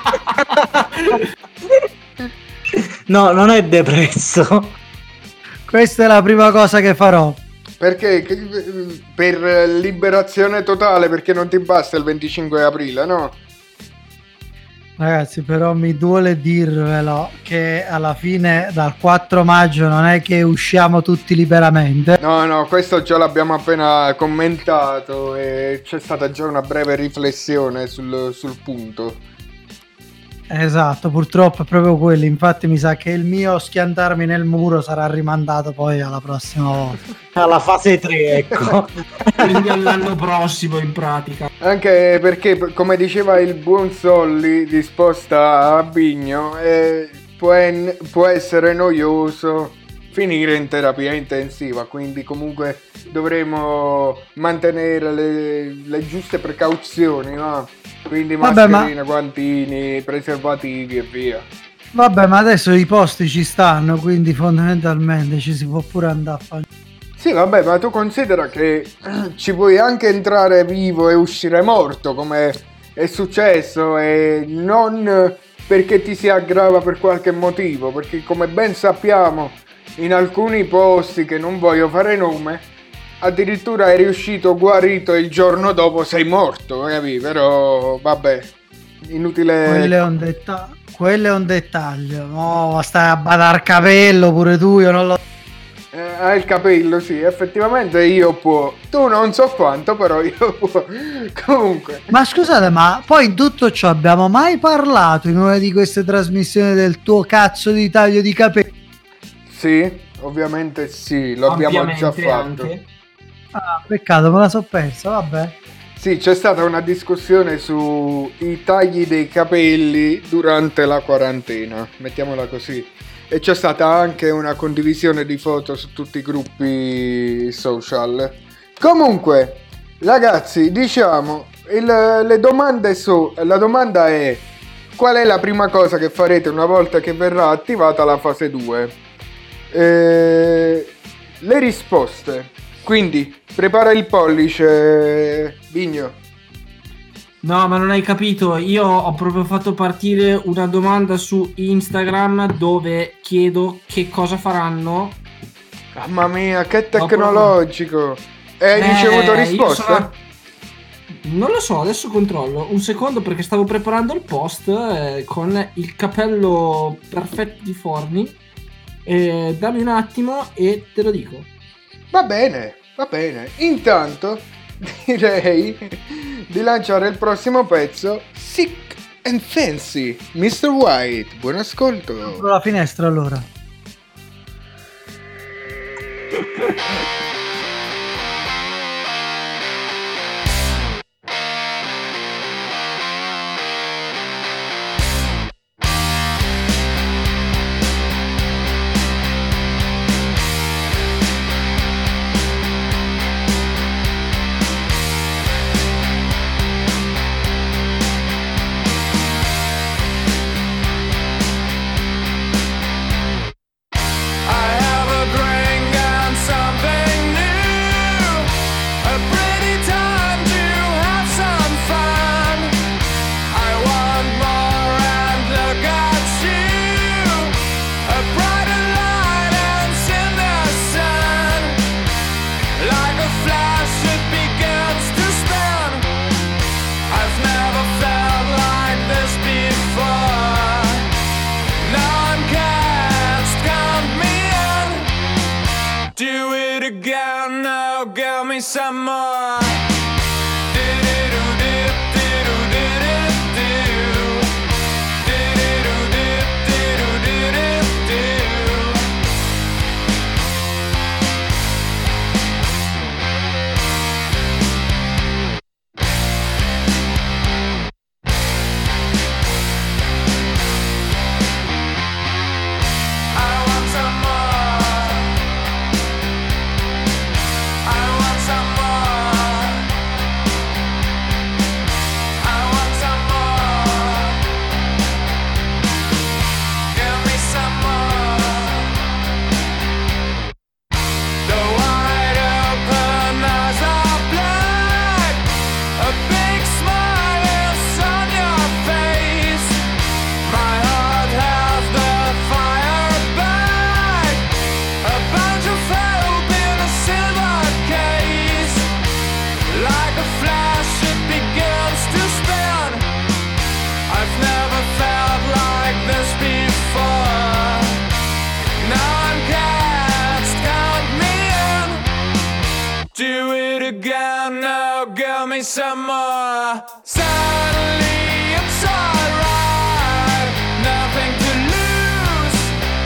No, non è depresso. Questa è la prima cosa che farò. Perché? Per liberazione totale, perché non ti basta il 25 aprile, no? Ragazzi, però mi duole dirvelo che alla fine dal 4 maggio non è che usciamo tutti liberamente. No, questo già l'abbiamo appena commentato e c'è stata già una breve riflessione sul punto. Esatto, purtroppo è proprio quello. Infatti mi sa che il mio schiantarmi nel muro sarà rimandato poi alla prossima volta. Alla fase 3, ecco. Quindi all'anno prossimo in pratica. Anche perché, come diceva il buon Solli, risposta a Bigno, può essere noioso finire in terapia intensiva, quindi comunque dovremo mantenere le giuste precauzioni, no? Quindi mascherine, guantini, preservativi e via. Vabbè, ma adesso i posti ci stanno, quindi fondamentalmente ci si può pure andare a fare. Sì, vabbè, ma tu considera che ci puoi anche entrare vivo e uscire morto, come è successo, e non perché ti si aggrava per qualche motivo, perché come ben sappiamo in alcuni posti, che non voglio fare nome, addirittura è riuscito guarito e il giorno dopo sei morto, capi? Però vabbè, inutile. Quello è un dettaglio. No, stai a badar capello pure tu, io non lo. Ha il capello, sì, effettivamente io tu non so quanto, però io può. Comunque. Ma scusate, ma poi in tutto ciò abbiamo mai parlato in una di queste trasmissioni del tuo cazzo di taglio di capelli? Sì, ovviamente sì, lo abbiamo già fatto. Anche. Ah, peccato, me la so persa, vabbè. Sì, c'è stata una discussione sui tagli dei capelli durante la quarantena, mettiamola così. E c'è stata anche una condivisione di foto su tutti i gruppi social. Comunque, ragazzi, diciamo, la domanda è: qual è la prima cosa che farete una volta che verrà attivata la fase 2? Le risposte. Quindi, prepara il pollice, Bigno. No, ma non hai capito, io ho proprio fatto partire una domanda su Instagram dove chiedo che cosa faranno. Mamma mia, che tecnologico! E hai ricevuto risposta? Non lo so, adesso controllo. Un secondo, perché stavo preparando il post con il capello perfetto di Forni. Dammi un attimo e te lo dico. Va bene. Intanto direi di lanciare il prossimo pezzo, Sick and Fancy, Mr. White. Buon ascolto. Apro la finestra allora. Some more. Some more. some more. Suddenly it's alright, nothing to lose.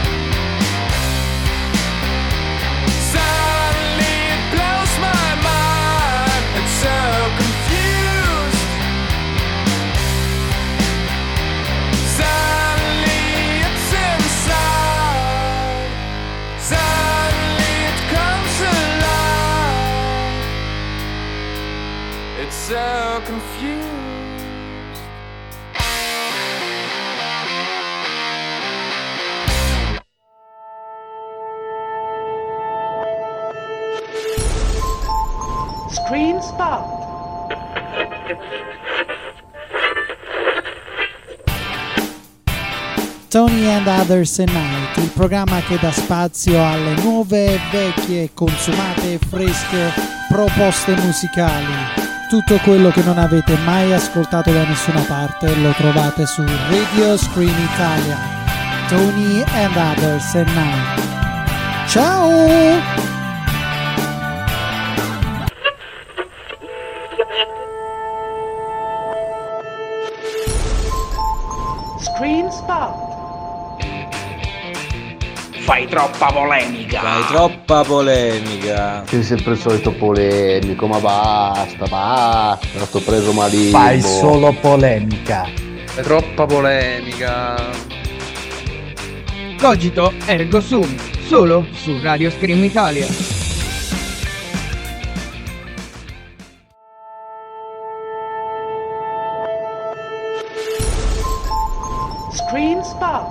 Suddenly it blows my mind, it's so confused. Suddenly it's inside, suddenly it comes alive. It's so confused. Screen Spot. Tony and Others at Night, il programma che dà spazio alle nuove, vecchie, consumate e fresche proposte musicali. Tutto quello che non avete mai ascoltato da nessuna parte lo trovate su Radio Screen Italia. Tony and Others at Night. Ciao! Screen Spot. Fai troppa polemica. Fai troppa polemica. Sei sempre il solito polemico, ma basta, sto preso malissimo. Fai solo polemica. È troppa polemica. Cogito ergo sum, solo su Radio Scream Italia. Screen Spot.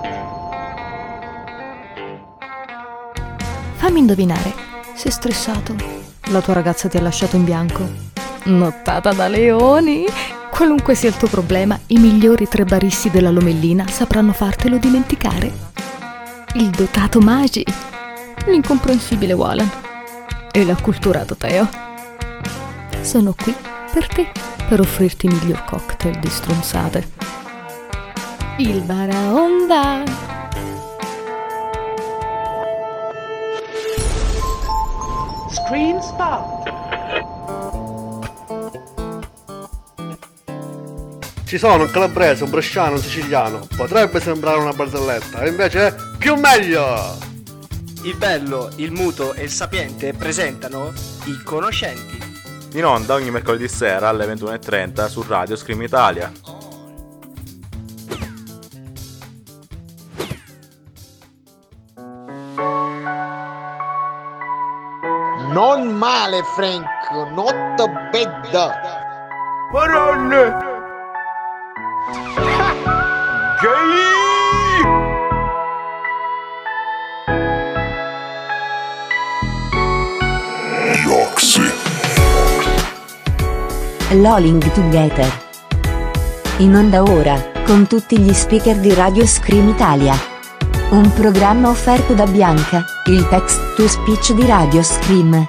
Fammi indovinare, sei stressato? La tua ragazza ti ha lasciato in bianco? Nottata da leoni? Qualunque sia il tuo problema, i migliori 3 baristi della Lomellina sapranno fartelo dimenticare. Il dotato Magi, l'incomprensibile Walan e l'acculturato Teo sono qui per te, per offrirti i miglior cocktail di stronzate. Il Baraonda. Screen Spot. Ci sono un calabrese, un bresciano, un siciliano. Potrebbe sembrare una barzelletta, e invece è più meglio! Il bello, il muto e il sapiente presentano I Conoscenti. In onda ogni mercoledì sera alle 21:30 su Radio Scream Italia. Non male, Frank, not bad. Marone! Lolling Together. In onda ora, con tutti gli speaker di Radio Scream Italia. Un programma offerto da Bianca, il text to speech di Radio Scream.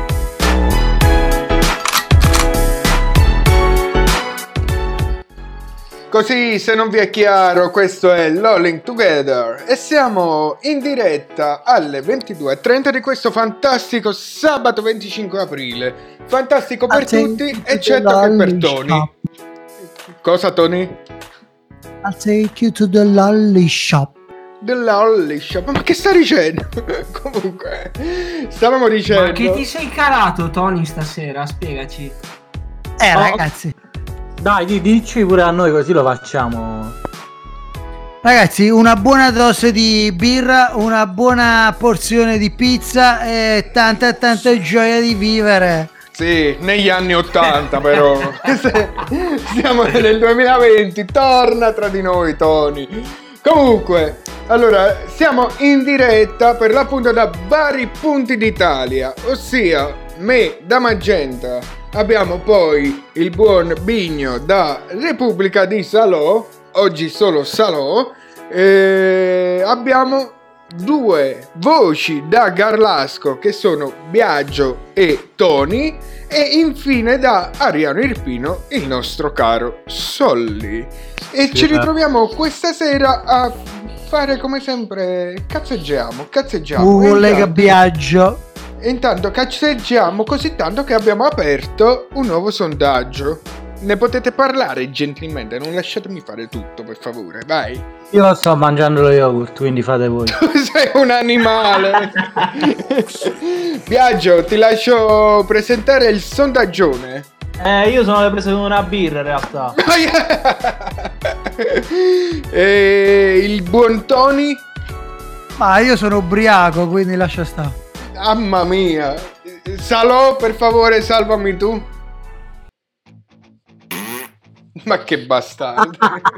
Così, se non vi è chiaro, questo è Lolling Together e siamo in diretta alle 22:30 di questo fantastico sabato 25 aprile. Fantastico per tutti, eccetto che per Tony. Cosa, Tony? I'll take you to the lolly shop. The lolly shop? Ma che sta dicendo? Comunque, stavamo dicendo... Ma che ti sei calato, Tony, stasera? Spiegaci. Ragazzi, dai, dici pure a noi così lo facciamo. Ragazzi, una buona dose di birra, una buona porzione di pizza e tanta gioia di vivere. Sì, negli anni 80 però. Siamo nel 2020, torna tra di noi, Tony. Comunque, allora, siamo in diretta per l'appunto da vari punti d'Italia, ossia me da Magenta, abbiamo poi il buon Bigno da Repubblica di Salò, oggi solo Salò, abbiamo 2 voci da Garlasco che sono Biagio e Tony, e infine da Ariano Irpino il nostro caro Solli. E ci ritroviamo questa sera a fare come sempre cazzeggiamo. Lega Biagio. E intanto cazzeggiamo così tanto che abbiamo aperto un nuovo sondaggio. Ne potete parlare gentilmente, non lasciatemi fare tutto, per favore, vai. Io sto mangiando lo yogurt, quindi fate voi. Tu sei un animale. Biagio, ti lascio presentare il sondaggione. Io sono preso con una birra in realtà. E il buon Tony? Ma io sono ubriaco, quindi lascia stare. Mamma mia. Salò, per favore, salvami tu. Ma che bastardo.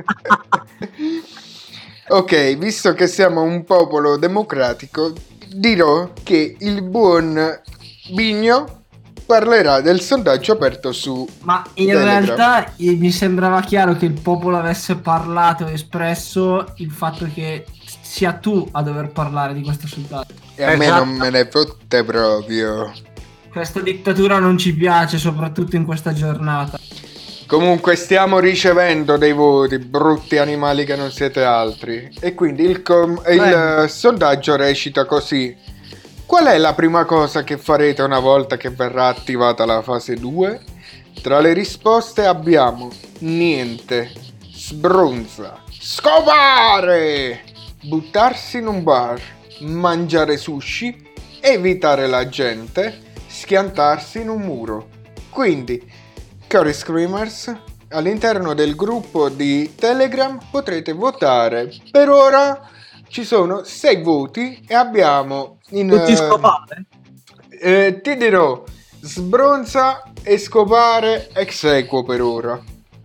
Ok, visto che siamo un popolo democratico, dirò che il buon Bigno parlerà del sondaggio aperto su Ma in Telegram. realtà mi sembrava chiaro che il popolo avesse parlato e espresso il fatto che sia tu a dover parlare di questo sondaggio. E a me non me ne fotte proprio. Questa dittatura non ci piace, soprattutto in questa giornata. Comunque stiamo ricevendo dei voti, brutti animali che non siete altri. E quindi il sondaggio recita così: qual è la prima cosa che farete una volta che verrà attivata la fase 2? Tra le risposte abbiamo niente, sbronza, scopare, buttarsi in un bar, mangiare sushi, evitare la gente, schiantarsi in un muro. Quindi, cari Screamers, all'interno del gruppo di Telegram potrete votare. Per ora ci sono 6 voti e abbiamo Tutti scopare? Ti dirò sbronza e scopare ex equo per ora.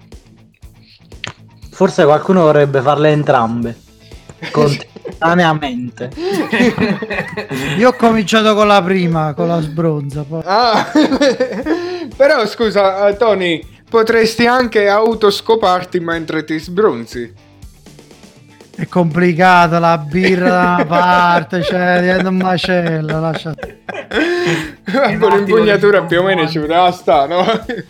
Forse qualcuno vorrebbe farle entrambe contemporaneamente. Io ho cominciato con la prima, con la sbronza. Poi. Però scusa Tony, potresti anche autoscoparti mentre ti sbronzi. È complicata la birra da una parte, cioè diventa un macello, lasciate. Con l'impugnatura più o meno ci poteva stare, no?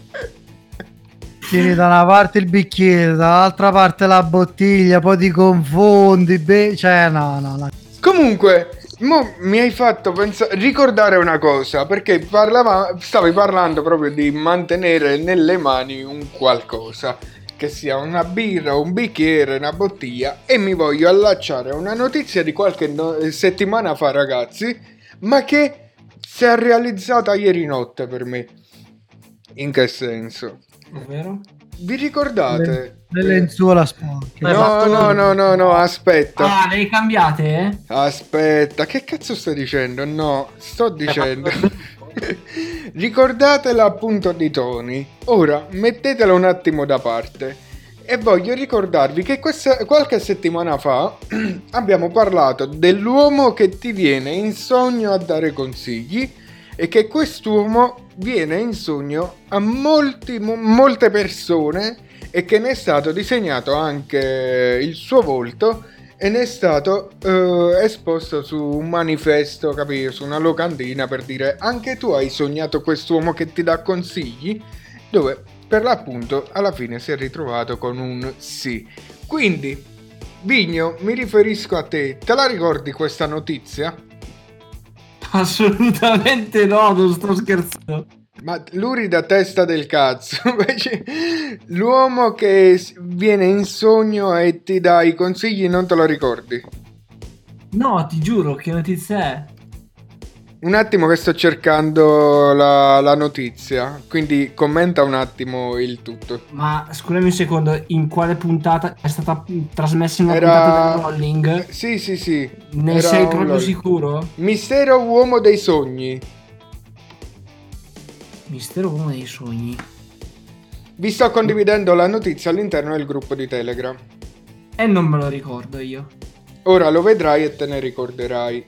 Tieni da una parte il bicchiere, dall'altra parte la bottiglia, poi ti confondi, cioè no. Comunque, mi hai fatto ricordare una cosa, perché stavi parlando proprio di mantenere nelle mani un qualcosa, che sia una birra, un bicchiere, una bottiglia, e mi voglio allacciare a una notizia di qualche settimana fa, ragazzi, ma che si è realizzata ieri notte per me. In che senso? Ovvero? Vi ricordate? Le lenzuola sporche. No, aspetta. Ah, le hai cambiate? Aspetta, che cazzo stai dicendo? No, sto dicendo. Ricordate l'appunto di Tony. Ora mettetelo un attimo da parte. E voglio ricordarvi che qualche settimana fa abbiamo parlato dell'uomo che ti viene in sogno a dare consigli, e che quest'uomo viene in sogno a molte persone, e che ne è stato disegnato anche il suo volto e ne è stato esposto su un manifesto, capito? Su una locandina, per dire: anche tu hai sognato quest'uomo che ti dà consigli, dove per l'appunto alla fine si è ritrovato con un sì. Quindi Vigno, mi riferisco a te, te la ricordi questa notizia? Assolutamente no, non sto scherzando. Ma lurida testa del cazzo. L'uomo che viene in sogno e ti dà i consigli, non te lo ricordi? No, ti giuro, che notizia è? Un attimo che sto cercando la notizia, quindi commenta un attimo il tutto. Ma scusami un secondo, in quale puntata è stata trasmessa? In una puntata del Rolling? Sì. Ne sei proprio sicuro? Mistero uomo dei sogni. Mistero uomo dei sogni. Vi sto condividendo la notizia all'interno del gruppo di Telegram. E non me lo ricordo io. Ora lo vedrai e te ne ricorderai.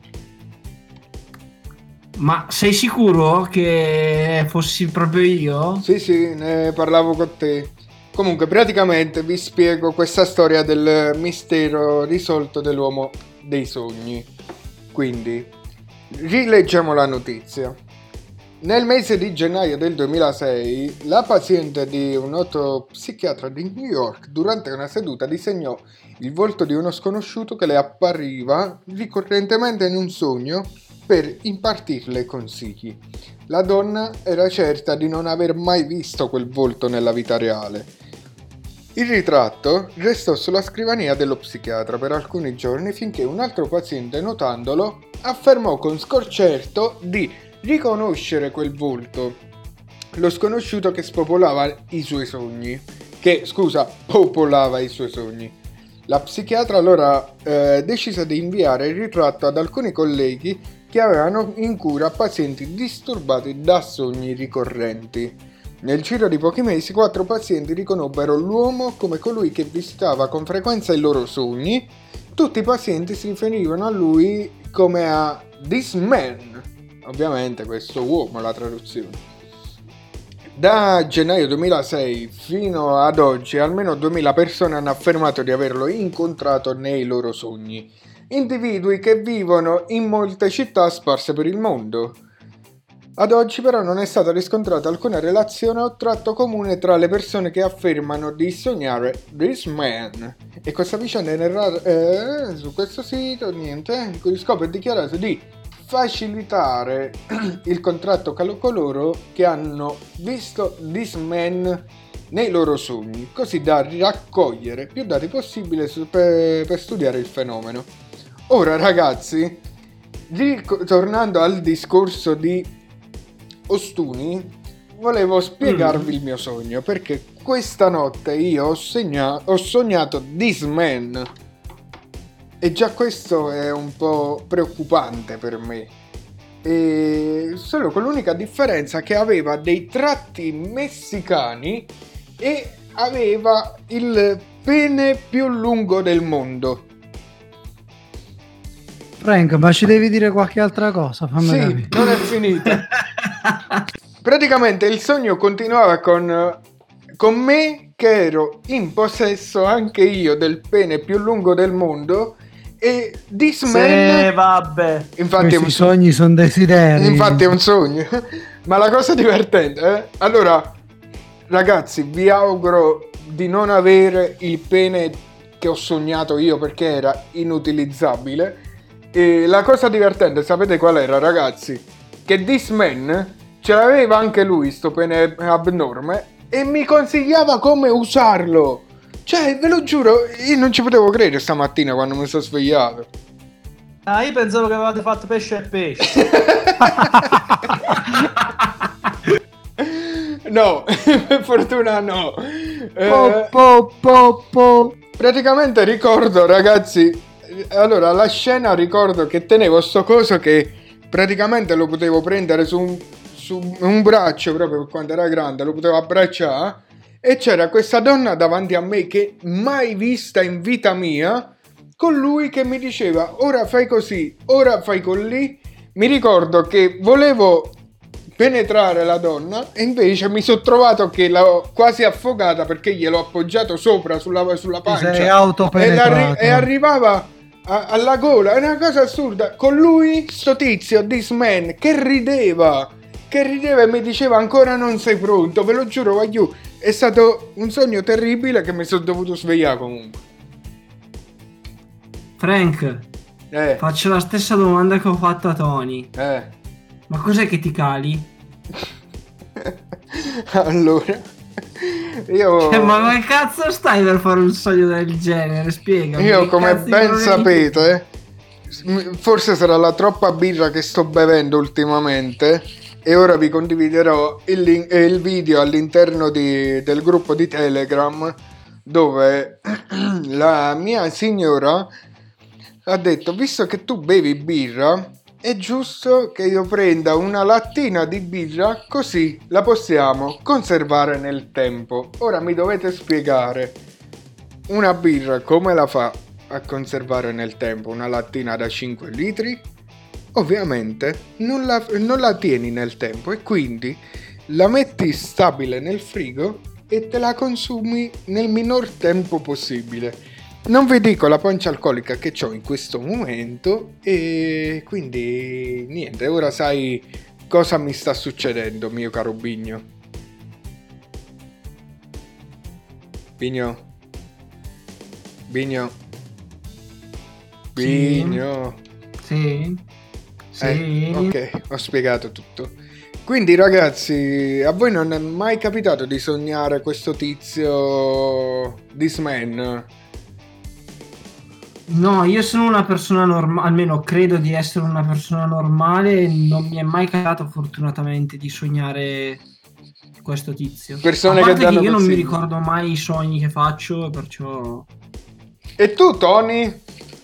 Ma sei sicuro che fossi proprio io? Sì, ne parlavo con te. Comunque, praticamente vi spiego questa storia del mistero risolto dell'uomo dei sogni. Quindi, rileggiamo la notizia. Nel mese di gennaio del 2006, la paziente di un noto psichiatra di New York, durante una seduta, disegnò il volto di uno sconosciuto che le appariva ricorrentemente in un sogno per impartirle consigli. La donna era certa di non aver mai visto quel volto nella vita reale. Il ritratto restò sulla scrivania dello psichiatra per alcuni giorni finché un altro paziente, notandolo, affermò con sconcerto di riconoscere quel volto, lo sconosciuto che popolava i suoi sogni. La psichiatra allora decise di inviare il ritratto ad alcuni colleghi che avevano in cura pazienti disturbati da sogni ricorrenti. Nel giro di pochi mesi 4 pazienti riconobbero l'uomo come colui che visitava con frequenza i loro sogni. Tutti i pazienti si riferivano a lui come a "this man", ovviamente questo uomo, la traduzione. Da gennaio 2006 fino ad oggi almeno 2000 persone hanno affermato di averlo incontrato nei loro sogni, individui che vivono in molte città sparse per il mondo. Ad oggi però non è stata riscontrata alcuna relazione o tratto comune tra le persone che affermano di sognare "this man" e questa vicenda è narrata su questo sito, il cui scopo è dichiarato di facilitare il contratto con coloro che hanno visto "this man" nei loro sogni, così da raccogliere più dati possibile per studiare il fenomeno. Ora ragazzi, tornando al discorso di Ostuni, volevo spiegarvi il mio sogno, perché questa notte io ho sognato "this man", e già questo è un po' preoccupante per me, e solo con l'unica differenza che aveva dei tratti messicani e aveva il pene più lungo del mondo. Frank, ma ci devi dire qualche altra cosa? Fammi capire. Non è finita. Praticamente il sogno continuava con me che ero in possesso anche io del pene più lungo del mondo e "this man". Vabbè. Infatti questi sogni sono desideri. Infatti è un sogno. Ma la cosa divertente, allora ragazzi, vi auguro di non avere il pene che ho sognato io, perché era inutilizzabile. E la cosa divertente, sapete qual era, ragazzi? Che "this man" ce l'aveva anche lui, sto pene abnorme, e mi consigliava come usarlo. Cioè, ve lo giuro, io non ci potevo credere stamattina quando mi sono svegliato. Ah, io pensavo che avevate fatto pesce e pesce. No, per fortuna no. Praticamente ricordo, ragazzi, allora la scena, ricordo che tenevo sto coso che praticamente lo potevo prendere su un braccio, proprio quando era grande, lo potevo abbracciare, e c'era questa donna davanti a me che mai vista in vita mia, con lui che mi diceva "ora fai così, ora fai così". Mi ricordo che volevo penetrare la donna e invece mi sono trovato che l'ho quasi affogata, perché gliel'ho appoggiato sopra sulla pancia, sei autopenetrato. e arrivava alla gola. È una cosa assurda. Con lui, sto tizio, "this man", che rideva e mi diceva "ancora non sei pronto". Ve lo giuro, voglio. È stato un sogno terribile che mi sono dovuto svegliare comunque. Frank, faccio la stessa domanda che ho fatto a Tony. Ma cos'è che ti cali? Allora, io... ma che cazzo stai per fare un sogno del genere? Spiegami. Io, come ben sapete, forse sarà la troppa birra che sto bevendo ultimamente, e ora vi condividerò il video all'interno del gruppo di Telegram, dove la mia signora ha detto: visto che tu bevi birra, è giusto che io prenda una lattina di birra, così la possiamo conservare nel tempo. Ora mi dovete spiegare, una birra come la fa a conservare nel tempo una lattina da 5 litri? Ovviamente non la tieni nel tempo, e quindi la metti stabile nel frigo e te la consumi nel minor tempo possibile. Non vi dico la pancia alcolica che ho in questo momento, e quindi niente, ora sai cosa mi sta succedendo, mio caro Bigno. Bigno. Sì. Sì. Ok, ho spiegato tutto. Quindi ragazzi, a voi non è mai capitato di sognare questo tizio This Man? No, io sono una persona normale, almeno credo di essere una persona normale, non mi è mai capitato fortunatamente di sognare questo tizio. Persone A parte che danno io non mi consigli. ricordo mai i sogni che faccio, perciò... E tu, Tony?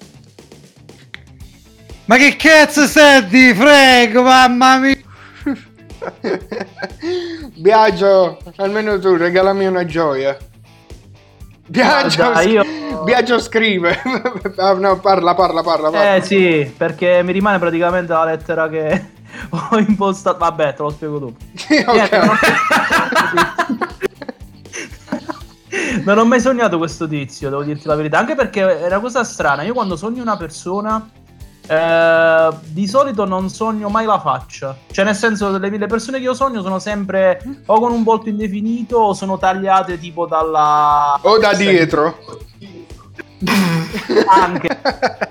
Ma che cazzo senti, Frank? Mamma mia! Biagio, almeno tu, regalami una gioia. Biagio, Guarda, io- Biagio scrive. Ah, no, parla. Sì, perché mi rimane praticamente la lettera che ho impostato. Vabbè, te lo spiego dopo. Niente, non ho mai sognato questo tizio, devo dirti la verità. Anche perché è una cosa strana. Io quando sogno una persona, di solito non sogno mai la faccia. Cioè, nel senso, le persone che io sogno sono sempre o con un volto indefinito o sono tagliate tipo dalla... O da dietro. Anche.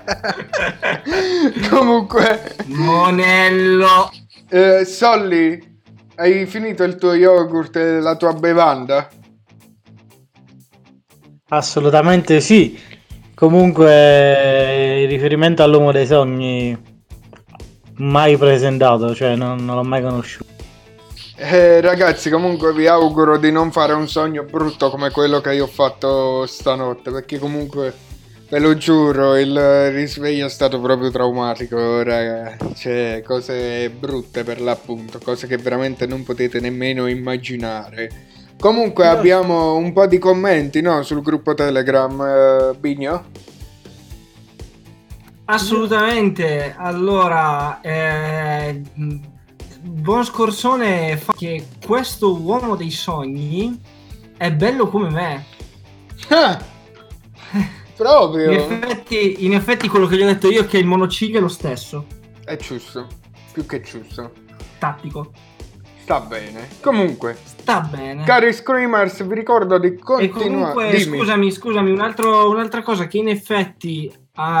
Comunque, Monello. Solly, hai finito il tuo yogurt e la tua bevanda? Assolutamente sì. Comunque, in riferimento all'uomo dei sogni, mai presentato, cioè non l'ho mai conosciuto. Ragazzi, comunque vi auguro di non fare un sogno brutto come quello che io ho fatto stanotte, perché comunque, ve lo giuro, il risveglio è stato proprio traumatico, raga. Cioè, cose brutte per l'appunto, cose che veramente non potete nemmeno immaginare. Comunque abbiamo un po' di commenti, no? Sul gruppo Telegram, Bigno? Assolutamente. Allora, Buon Scorsone fa che questo uomo dei sogni è bello come me. Proprio. In effetti quello che gli ho detto io è che il monociglio è lo stesso. È giusto, più che giusto. Tattico. Sta bene. Comunque, sta bene. Cari Screamers, vi ricordo di E continuare. comunque, scusami, un'altra cosa che in effetti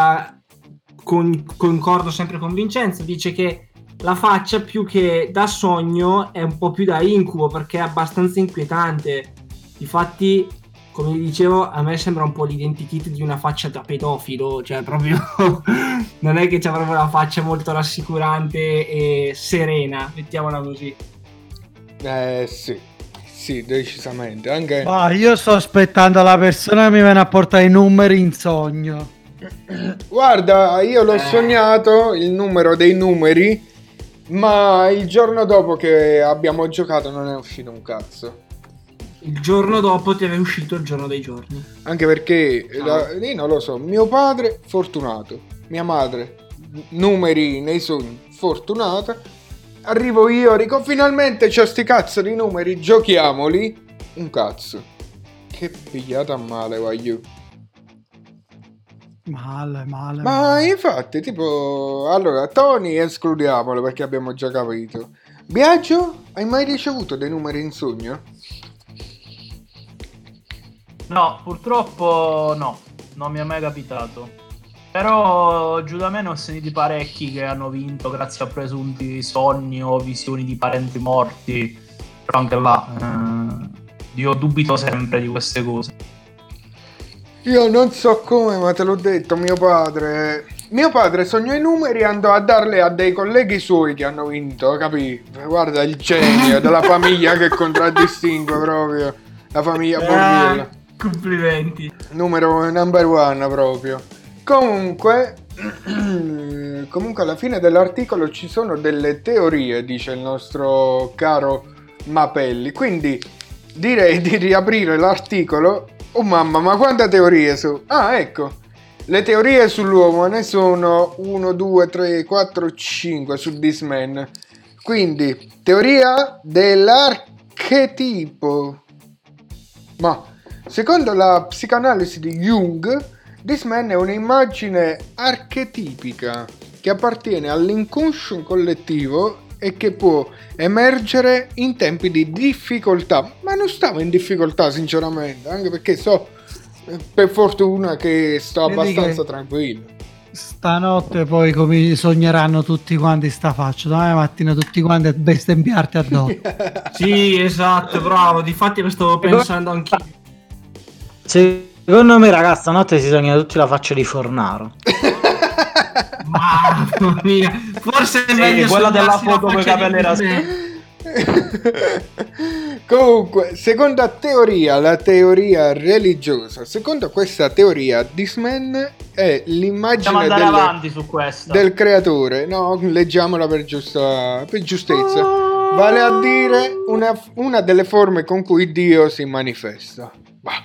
concordo sempre con Vincenzo, dice che la faccia più che da sogno è un po' più da incubo, perché è abbastanza inquietante. Difatti, come vi dicevo, a me sembra un po' l'identikit di una faccia da pedofilo, cioè proprio non è che c'è proprio una faccia molto rassicurante e serena, mettiamola così. Sì, decisamente. Anche Io sto aspettando la persona che mi viene a portare i numeri in sogno. Guarda, io l'ho sognato, il numero dei numeri, ma il giorno dopo che abbiamo giocato non è uscito un cazzo. Il giorno dopo ti è uscito il giorno dei giorni. Anche perché, io non lo so, mio padre fortunato, mia madre numeri nei sogni fortunata, arrivo io, dico finalmente c'ho sti cazzo di numeri, giochiamoli, un cazzo. Che pigliata male, voglio. Male. Ma infatti, tipo, allora, Tony escludiamolo perché abbiamo già capito. Biagio, hai mai ricevuto dei numeri in sogno? No, purtroppo no, non mi è mai capitato. Però giù da me ne ho sentiti parecchi che hanno vinto grazie a presunti sogni o visioni di parenti morti. Però anche là, io dubito sempre di queste cose. Io non so come, ma te l'ho detto, mio padre sognò i numeri e andò a darli a dei colleghi suoi che hanno vinto, capì? Guarda il genio della famiglia che contraddistingue proprio, la famiglia Borriello. Complimenti. Numero number one proprio. Comunque alla fine dell'articolo ci sono delle teorie, dice il nostro caro Mapelli, quindi direi di riaprire l'articolo. Oh mamma, ma quante teorie su? Ah, ecco. Le teorie sull'uomo ne sono 1, 2, 3, 4, 5 su This Man. Quindi, teoria dell'archetipo. Ma, secondo la psicanalisi di Jung, This Man è un'immagine archetipica che appartiene all'inconscio collettivo e che può emergere in tempi di difficoltà. Ma non stavo in difficoltà sinceramente, anche perché so per fortuna che sto abbastanza tranquillo. Stanotte poi sogneranno tutti quanti sta faccia. Domani mattina tutti quanti a bestemmiarti addosso. Sì, esatto, bravo. Difatti lo stavo pensando anch'io. Secondo me, ragazzi, stanotte si sogna tutti la faccia di Fornaro. Mamma mia, forse è meglio quella della sognarsi foto con i faccia capelli di rasati. Comunque, seconda teoria, la teoria religiosa. Secondo questa teoria, Discman è Possiamo l'immagine andare avanti su questa. del creatore. No, leggiamola per giustezza. Vale a dire una delle forme con cui Dio si manifesta. Bah.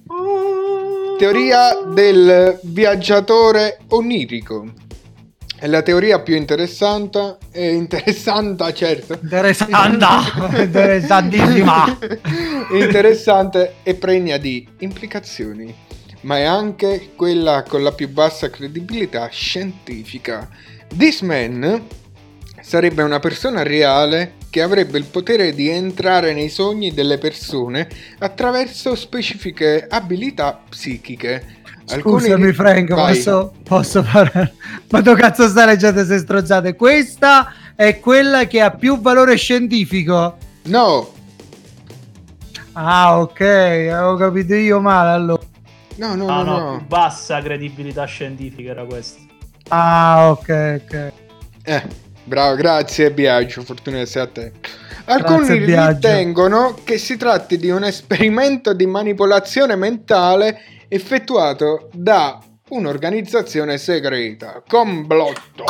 Teoria del viaggiatore onirico. È la teoria più interessante, certo. Interessantissima. Interessante e pregna di implicazioni, ma è anche quella con la più bassa credibilità scientifica. Discman sarebbe una persona reale che avrebbe il potere di entrare nei sogni delle persone attraverso specifiche abilità psichiche. Scusami Frank, posso fare... Ma tu cazzo stai leggendo queste strozzate? Questa è quella che ha più valore scientifico? No. Ah, ok, avevo capito io male allora. No. Più bassa credibilità scientifica era questa. Ah, ok. Bravo, grazie Biagio, fortuna sia a te. Alcuni ritengono che si tratti di un esperimento di manipolazione mentale effettuato da un'organizzazione segreta. Complotto!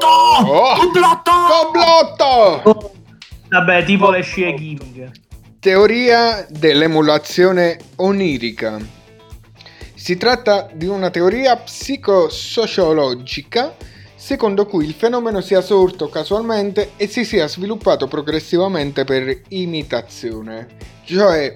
Vabbè, tipo le scie chimiche. Teoria dell'emulazione onirica. Si tratta di una teoria psicosociologica secondo cui il fenomeno sia sorto casualmente e si sia sviluppato progressivamente per imitazione. Cioè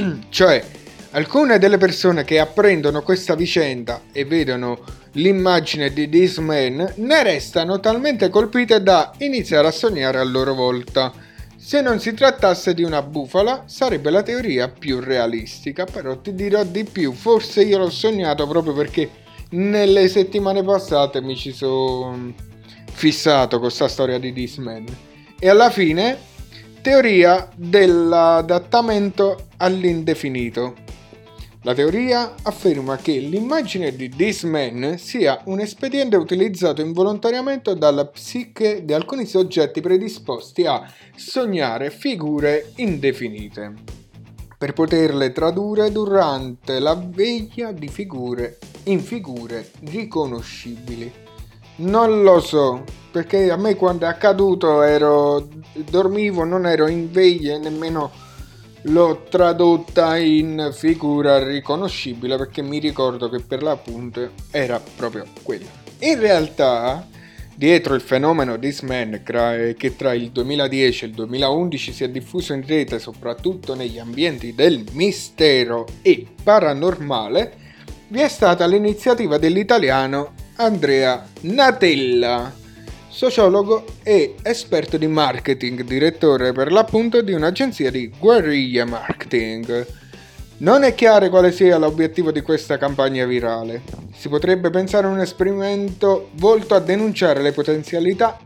alcune delle persone che apprendono questa vicenda e vedono l'immagine di Discman ne restano talmente colpite da iniziare a sognare a loro volta. Se non si trattasse di una bufala, sarebbe la teoria più realistica, però ti dirò di più, forse io l'ho sognato proprio perché nelle settimane passate mi ci sono fissato con questa storia di Discman. E alla fine, teoria dell'adattamento all'indefinito. La teoria afferma che l'immagine di Discman sia un espediente utilizzato involontariamente dalla psiche di alcuni soggetti predisposti a sognare figure indefinite, per poterle tradurre durante la veglia in figure riconoscibili. Non lo so, perché a me quando è accaduto dormivo, non ero in veglia e nemmeno l'ho tradotta in figura riconoscibile, perché mi ricordo che per l'appunto era proprio quella. In realtà, dietro il fenomeno Discman, che tra il 2010 e il 2011 si è diffuso in rete soprattutto negli ambienti del mistero e paranormale, vi è stata l'iniziativa dell'italiano Andrea Natella, sociologo e esperto di marketing, direttore per l'appunto di un'agenzia di guerriglia marketing. Non è chiaro quale sia l'obiettivo di questa campagna virale. Si potrebbe pensare a un esperimento volto a denunciare le potenzialità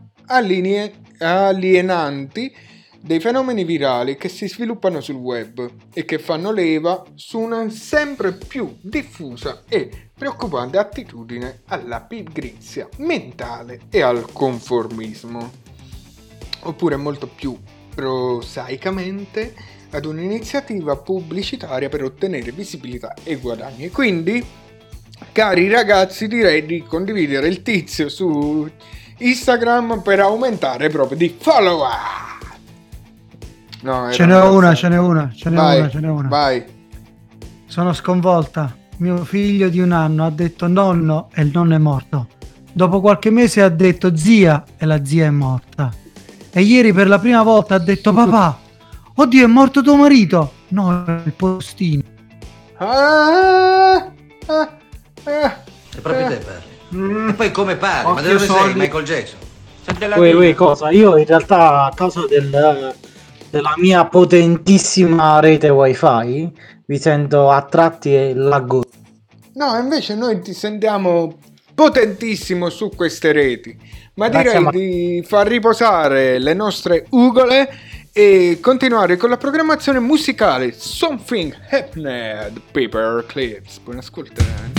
alienanti dei fenomeni virali che si sviluppano sul web e che fanno leva su una sempre più diffusa e preoccupante attitudine alla pigrizia mentale e al conformismo. Oppure molto più prosaicamente ad un'iniziativa pubblicitaria per ottenere visibilità e guadagni. E quindi, cari ragazzi, direi di condividere il tizio su Instagram per aumentare proprio di follower. No, ce n'è una. Vai. Sono sconvolta. Mio figlio di 1 anno ha detto nonno e il nonno è morto. Dopo qualche mese ha detto zia e la zia è morta. E ieri per la prima volta ha detto papà, oddio è morto tuo marito. No, il postino. E proprio te parli. E poi come parli? Ma dove sei? Michael Jackson? Cosa? Io in realtà a causa della mia potentissima rete wifi vi sento a tratti e laggo. No, invece noi ti sentiamo potentissimo su queste reti. Ma Grazie direi a di far riposare le nostre ugole e continuare con la programmazione musicale. Something Happened, Paper Clips. Buon ascolto.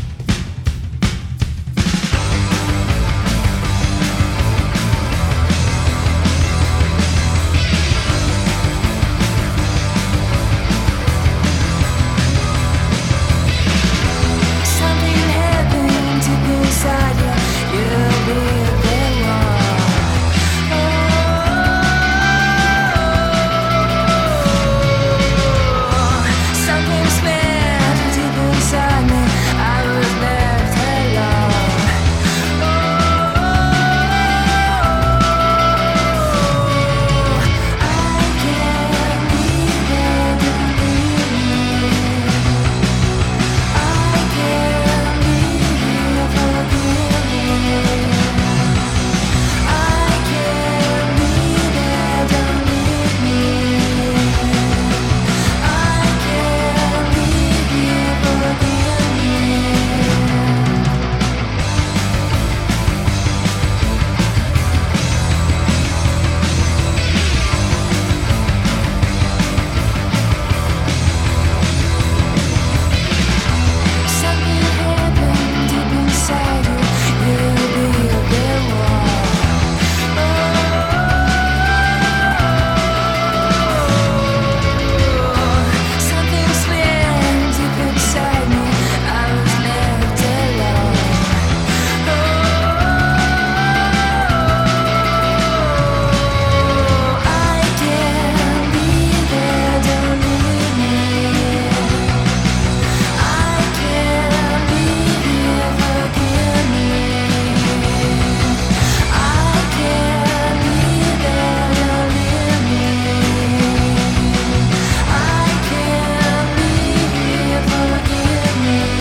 Something's bad deep inside me. I was left alone. I can't leave it, don't leave me. I can't leave you, forgive me. I can't leave it, don't leave me. I can't leave you, forgive me. Something happened deep inside you. You'll be a bit Something slammed deep inside me. I was left alone. I can't leave it, don't leave me. I can't leave you, forgive me. I can't leave it, don't leave me. I can't leave you, forgive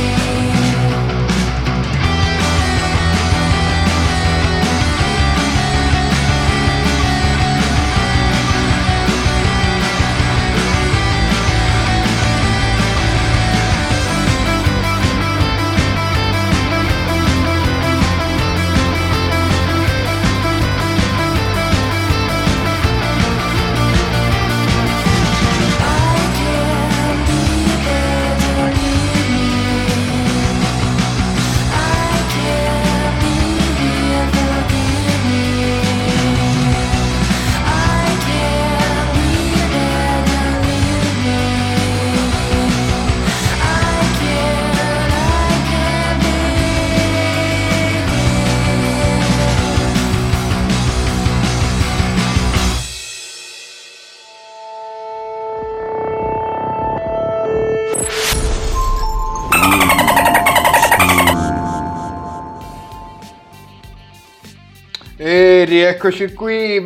E rieccoci qui,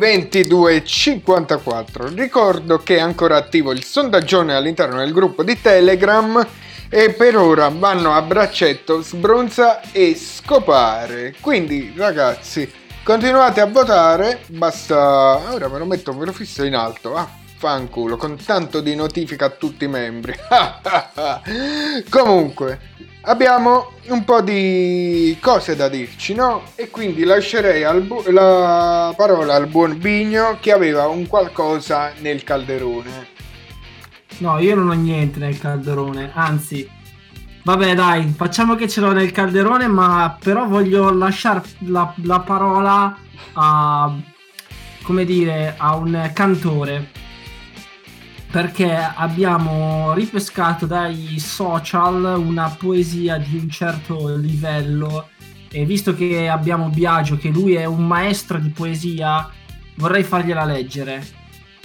22:54. Ricordo che è ancora attivo il sondaggione all'interno del gruppo di Telegram e per ora vanno a braccetto Sbronza e Scopare. Quindi ragazzi, continuate a votare, basta... Ora me lo fisso in alto, fanculo, con tanto di notifica a tutti i membri. Comunque, abbiamo un po' di cose da dirci, no? E quindi lascerei la parola al buon Bigno che aveva un qualcosa nel calderone. No, io non ho niente nel calderone, anzi, vabbè dai, facciamo che ce l'ho nel calderone, ma però voglio lasciare la parola a, come dire, a un cantore, perché abbiamo ripescato dai social una poesia di un certo livello e visto che abbiamo Biagio, che lui è un maestro di poesia, vorrei fargliela leggere.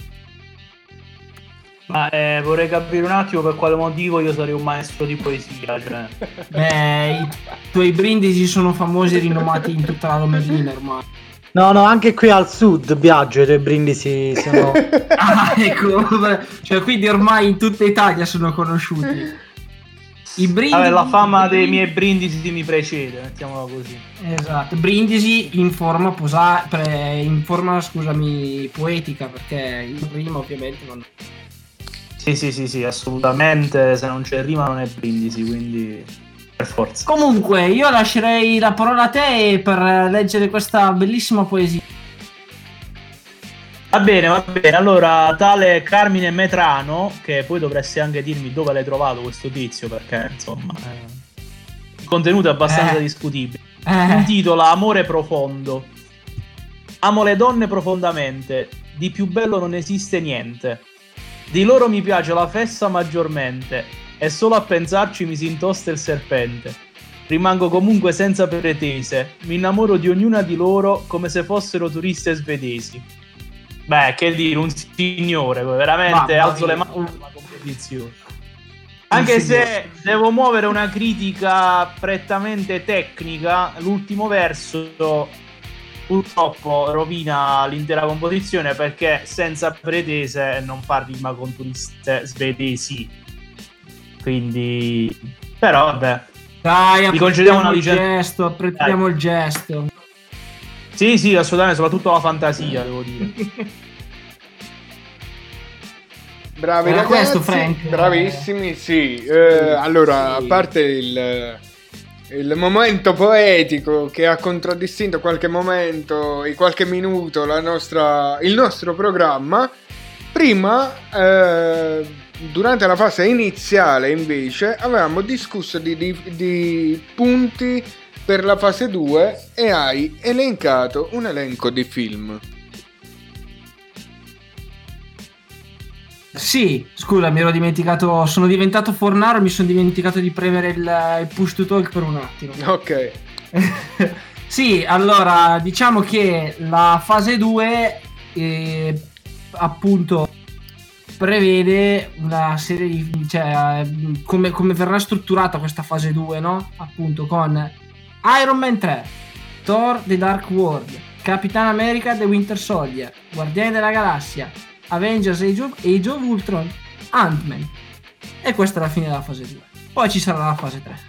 Ma vorrei capire un attimo per quale motivo io sarei un maestro di poesia. Cioè. I tuoi brindisi sono famosi e rinomati in tutta la Lomellina ormai. No, anche qui al sud, Biagio, i tuoi brindisi sono... ecco, cioè quindi ormai in tutta Italia sono conosciuti. I brindisi... Vabbè, la fama dei miei brindisi mi precede, mettiamola così. Esatto, brindisi in forma scusami, poetica, perché il rima ovviamente non... Sì, assolutamente, se non c'è rima non è brindisi, quindi per forza. Comunque, io lascerei la parola a te per leggere questa bellissima poesia. Va bene. Allora, tale Carmine Metrano, che poi dovresti anche dirmi dove l'hai trovato questo tizio, perché insomma il contenuto è abbastanza discutibile. Intitola Amore profondo. Amo le donne profondamente, di più bello non esiste niente. Di loro mi piace la fessa maggiormente, e solo a pensarci mi si intosta il serpente. Rimango comunque senza pretese, mi innamoro di ognuna di loro come se fossero turiste svedesi. Beh, che dire, un signore, veramente alzo le mani alla competizione. Anche se devo muovere una critica prettamente tecnica, l'ultimo verso purtroppo rovina l'intera composizione, perché senza pretese non fa rima con turiste svedesi. Quindi, però vabbè, dai, vi concediamo una licenza. Apprezziamo il gesto. Sì, assolutamente, soprattutto la fantasia, devo dire. Bravi Era ragazzi, questo, Frank? bravissimi, sì. Allora, a parte il momento poetico che ha contraddistinto qualche momento e qualche minuto il nostro programma, prima, durante la fase iniziale, invece, avevamo discusso di punti per la fase 2 e hai elencato un elenco di film. Sì, scusa, mi ero dimenticato, sono diventato fornaro, mi sono dimenticato di premere il push to talk per un attimo. Ok. Sì, allora, diciamo che la fase 2 appunto prevede una serie di, cioè, come verrà strutturata questa fase 2, no? Appunto con Iron Man 3, Thor The Dark World, Capitan America The Winter Soldier, Guardiani della Galassia, Avengers Age of Ultron, Ant-Man. E questa è la fine della fase 2. Poi ci sarà la fase 3.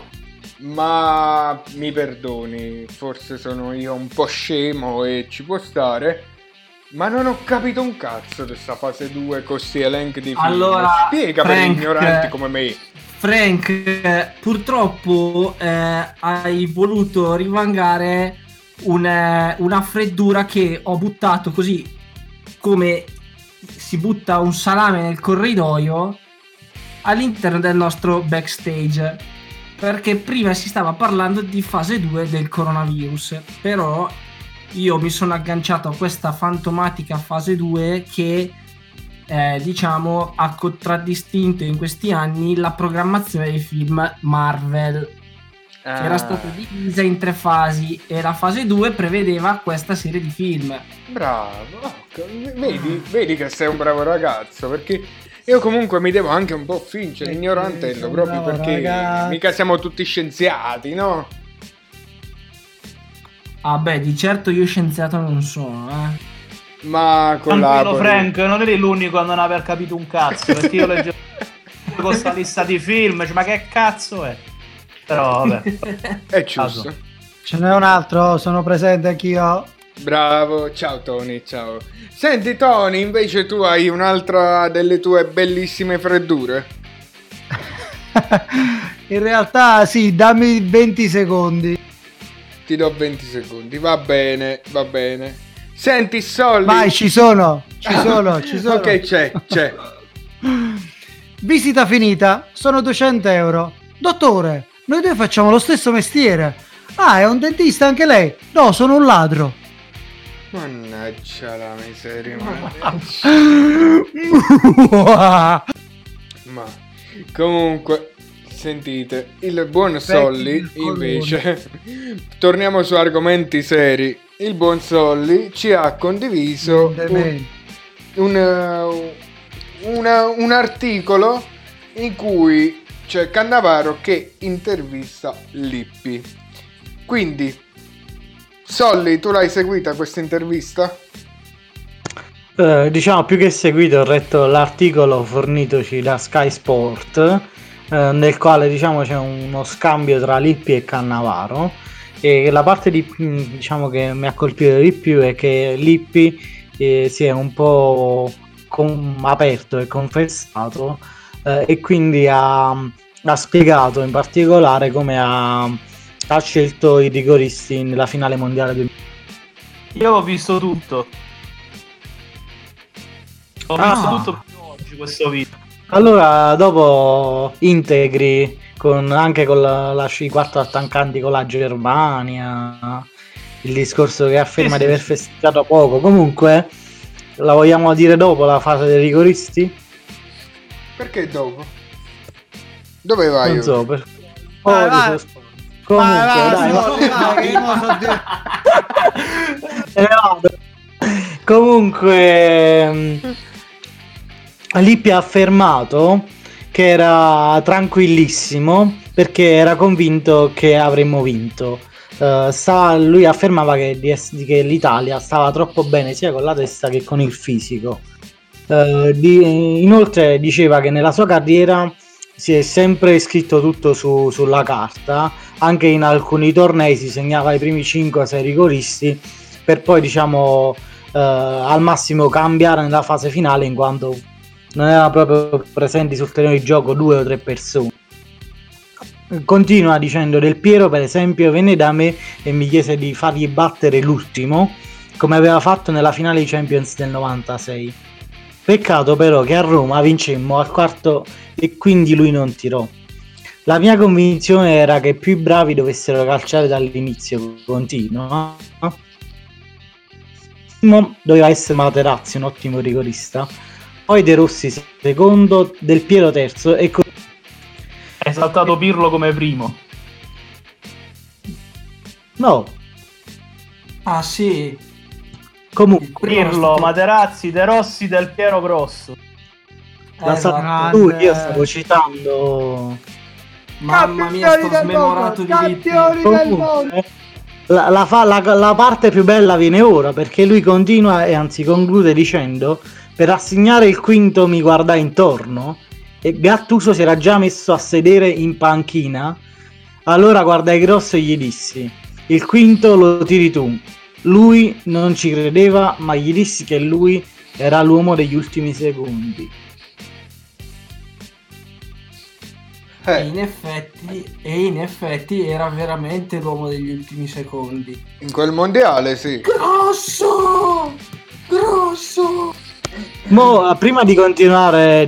Ma mi perdoni, forse sono io un po' scemo e ci può stare, ma non ho capito un cazzo di questa fase 2 con questi elenchi di film. Allora, spiega per ignoranti come me. Frank, purtroppo hai voluto rivangare una freddura che ho buttato così come si butta un salame nel corridoio all'interno del nostro backstage, perché prima si stava parlando di fase 2 del coronavirus, però io mi sono agganciato a questa fantomatica fase 2 che diciamo ha contraddistinto in questi anni la programmazione dei film Marvel, che era stata divisa in 3 fasi e la fase 2 prevedeva questa serie di film. Bravo, vedi che sei un bravo ragazzo, perché io comunque mi devo anche un po' fingere ignorantello, proprio perché mica siamo tutti scienziati, no? Ah beh, di certo io scienziato non sono, Ma tranquillo Frank, non eri l'unico a non aver capito un cazzo, perché io leggevo questa lista di film, ma che cazzo è? Però vabbè, è giusto. Ce n'è un altro, sono presente anch'io. Bravo, ciao Tony, ciao. Senti Tony, invece tu hai un'altra delle tue bellissime freddure? In realtà sì, dammi 20 secondi. Ti do 20 secondi, va bene. Senti Solly. Vai, ci sono. Ok, c'è. Visita finita, sono 200 euro. Dottore, noi due facciamo lo stesso mestiere. Ah, è un dentista anche lei? No, sono un ladro. Mannaggia la miseria. Ma comunque, sentite, il buon Solly invece, torniamo su argomenti seri. Il buon Solly ci ha condiviso un articolo in cui c'è Cannavaro che intervista Lippi. Quindi Solly, tu l'hai seguita questa intervista? Diciamo più che seguito, ho letto l'articolo fornitoci da Sky Sport, nel quale diciamo c'è uno scambio tra Lippi e Cannavaro, e la parte diciamo che mi ha colpito di più è che Lippi si è un po' aperto e confessato, e quindi ha ha spiegato in particolare come ha scelto i rigoristi nella finale mondiale del... Io ho visto tutto. Ho visto tutto oggi questo video. Allora, dopo integri anche con i 4 attaccanti con la Germania, il discorso che afferma di aver festeggiato poco. Comunque, la vogliamo dire dopo la fase dei rigoristi? Perché dopo? Dove vai? Non so, per... Vai. Comunque Lippi ha affermato che era tranquillissimo perché era convinto che avremmo vinto. Lui affermava che l'Italia stava troppo bene sia con la testa che con il fisico. Inoltre diceva che nella sua carriera si è sempre scritto tutto sulla carta, anche in alcuni tornei si segnava i primi 5-6 rigoristi per poi al massimo cambiare nella fase finale, in quanto non erano proprio presenti sul terreno di gioco 2 o 3 persone. Continua dicendo: Del Piero per esempio venne da me e mi chiese di fargli battere l'ultimo come aveva fatto nella finale di Champions del 96. Peccato però che a Roma vincemmo al quarto e quindi lui non tirò. La mia convinzione era che più i bravi dovessero calciare dall'inizio. Continua. Doveva essere Materazzi, un ottimo rigorista, poi De Rossi secondo, Del Piero terzo e è saltato Pirlo come primo. No. Ah sì. Comunque Pirlo, Materazzi, De Rossi, Del Piero Grosso. Esatto. Io stavo citando. Mamma mia, sto smemorato di Lippi. Comunque, la parte più bella viene ora, perché lui continua e anzi conclude dicendo: per assegnare il quinto mi guardai intorno e Gattuso si era già messo a sedere in panchina. Allora guardai Grosso e gli dissi: il quinto lo tiri tu. Lui non ci credeva, ma gli dissi che lui era l'uomo degli ultimi secondi. E in effetti era veramente l'uomo degli ultimi secondi. In quel mondiale, sì. Grosso! Prima di continuare,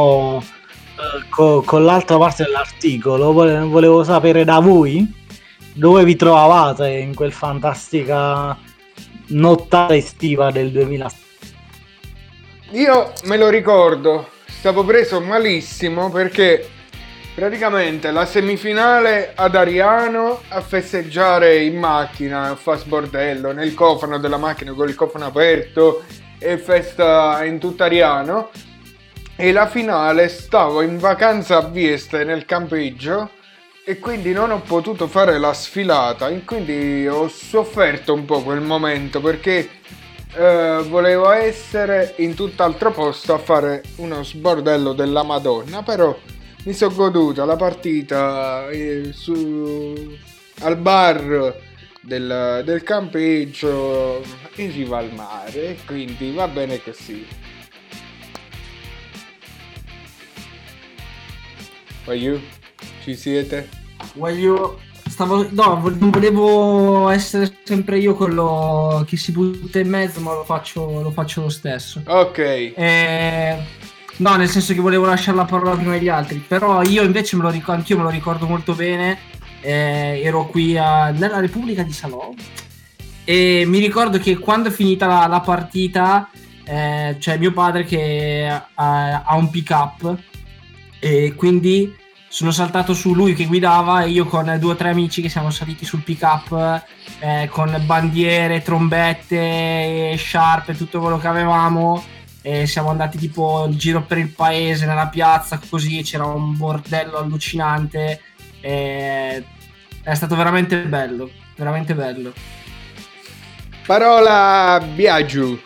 con l'altra parte dell'articolo, volevo sapere da voi dove vi trovavate in quel fantastica nottata estiva del 2000. Io me lo ricordo, stavo preso malissimo perché praticamente la semifinale ad Ariano a festeggiare in macchina, a fare sbordello nel cofano della macchina con il cofano aperto e festa in tutta Ariano, e la finale stavo in vacanza a Vieste nel campeggio e quindi non ho potuto fare la sfilata, e quindi ho sofferto un po' quel momento perché volevo essere in tutt'altro posto a fare uno sbordello della Madonna, però mi sono goduta la partita al bar del campeggio in riva al mare, quindi va bene così. Voglio? Ci siete? Non volevo essere sempre io quello che si butta in mezzo, ma lo faccio lo stesso. Ok. No, nel senso che volevo lasciare la parola prima degli altri, però io invece anch'io me lo ricordo molto bene. Ero qui nella Repubblica di Salò e mi ricordo che quando è finita la partita c'è mio padre che ha un pick up e quindi sono saltato su lui che guidava e io con 2 o 3 amici che siamo saliti sul pick up con bandiere, trombette, sciarpe, tutto quello che avevamo, e siamo andati tipo in giro per il paese, nella piazza, così c'era un bordello allucinante. È stato veramente bello, veramente bello. Parola Biaggiu.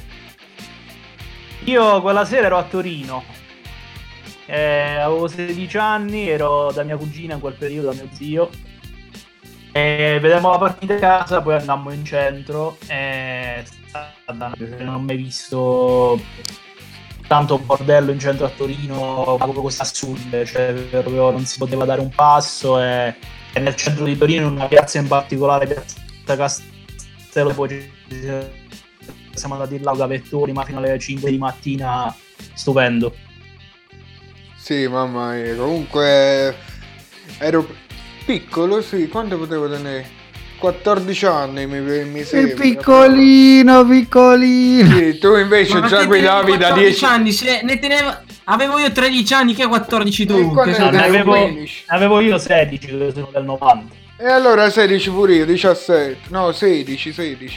Io quella sera ero a Torino, avevo 16 anni, ero da mia cugina in quel periodo, da mio zio, vedevamo la partita a casa, poi andammo in centro, non ho mai visto tanto bordello in centro a Torino, proprio cose assurde, cioè proprio non si poteva dare un passo e nel centro di Torino, in una piazza in particolare, piazza Castello, poi siamo andati là da vettori ma fino alle 5 di mattina, stupendo. Sì, mamma mia, comunque ero piccolo, sì, quanto potevo tenere? 14 anni mi sembra. Il piccolino. Sì, tu invece già guidavi da 10 anni. Se ne tenevo, avevo io 13 anni, che 14 tu? Avevo io 16, che sono del 90. E allora 16 pure io, 17. No, 16.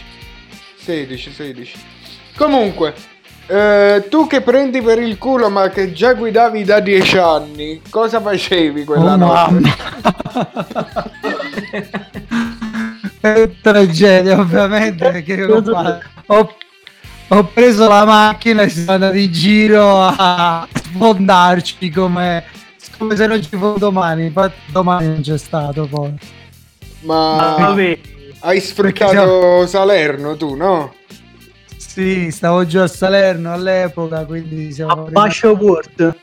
Comunque, tu che prendi per il culo ma che già guidavi da 10 anni, cosa facevi quella notte? È tragedia, ovviamente, perché ho preso la macchina e siamo andati in giro a sfondarci come se non ci fosse domani. Infatti domani non c'è stato poi. Ma hai sfruttato Salerno tu, no? Sì, stavo giù a Salerno all'epoca, quindi siamo a Bascio Port,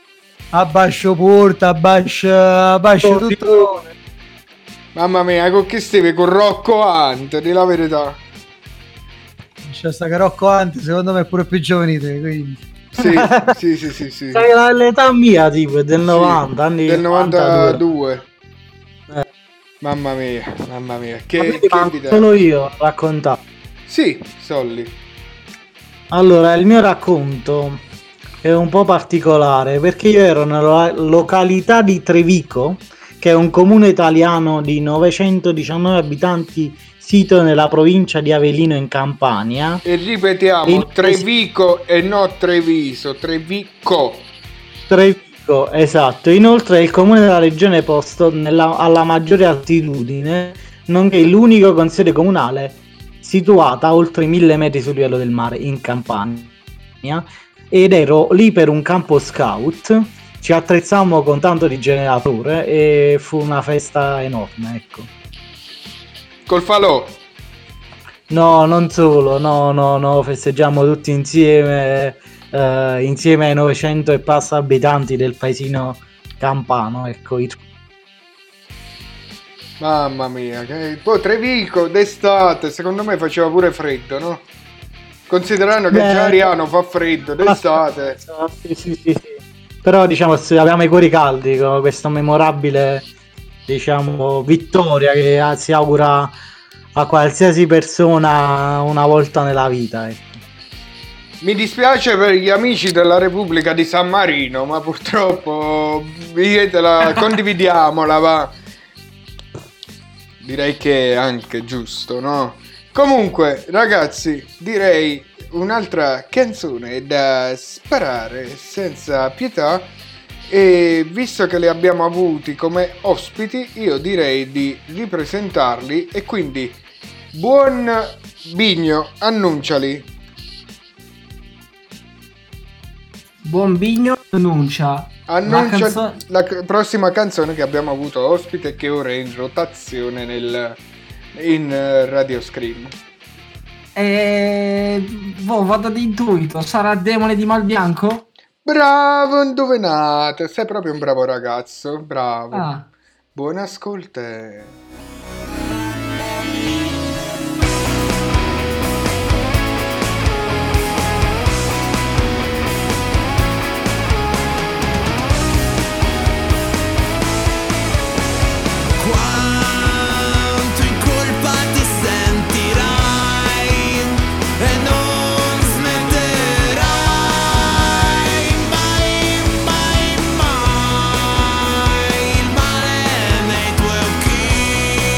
tutto. Mamma mia, con chi stavi? Con Rocco Hunt, di la verità. C'è sta che Rocco Hunt secondo me è pure più giovane di te, quindi. Sì. Sai l'età mia, tipo, è del 90, anni del 92. Mamma mia. Che vita. Sono io a raccontare. Sì, Solli. Allora, il mio racconto è un po' particolare perché io ero nella località di Trevico, che è un comune italiano di 919 abitanti, sito nella provincia di Avellino in Campania. E ripetiamo, Trevico e no Treviso, Trevico, esatto. Inoltre è il comune della regione posto alla maggiore altitudine, nonché l'unico consiglio comunale situata a oltre 1000 metri sul livello del mare in Campania, ed ero lì per un campo scout. Ci attrezzammo con tanto di generatore e fu una festa enorme, ecco. Col falò? No, non solo, no, festeggiamo tutti insieme, insieme ai 900 e passa abitanti del paesino campano, ecco. Mamma mia, poi Trevico d'estate, secondo me faceva pure freddo, no? Considerando che già Ariano fa freddo d'estate. Sì. Però diciamo abbiamo i cuori caldi con questa memorabile, diciamo, vittoria che si augura a qualsiasi persona una volta nella vita, ecco. Mi dispiace per gli amici della Repubblica di San Marino, ma purtroppo condividiamola, va. Direi che è anche giusto, no? Comunque, ragazzi, direi un'altra canzone da sparare senza pietà, e visto che li abbiamo avuti come ospiti io direi di ripresentarli, e quindi buon Bigno, annunciali. Buon Bigno annuncia la prossima canzone che abbiamo avuto ospite, che ora è in rotazione in Radio Scream. Vado ad intuito, sarà Demone di Malbianco? Bravo, indovinato, sei proprio un bravo ragazzo, bravo. Buon ascolto. Quanto in colpa ti sentirai e non smetterai mai, il male nei tuoi occhi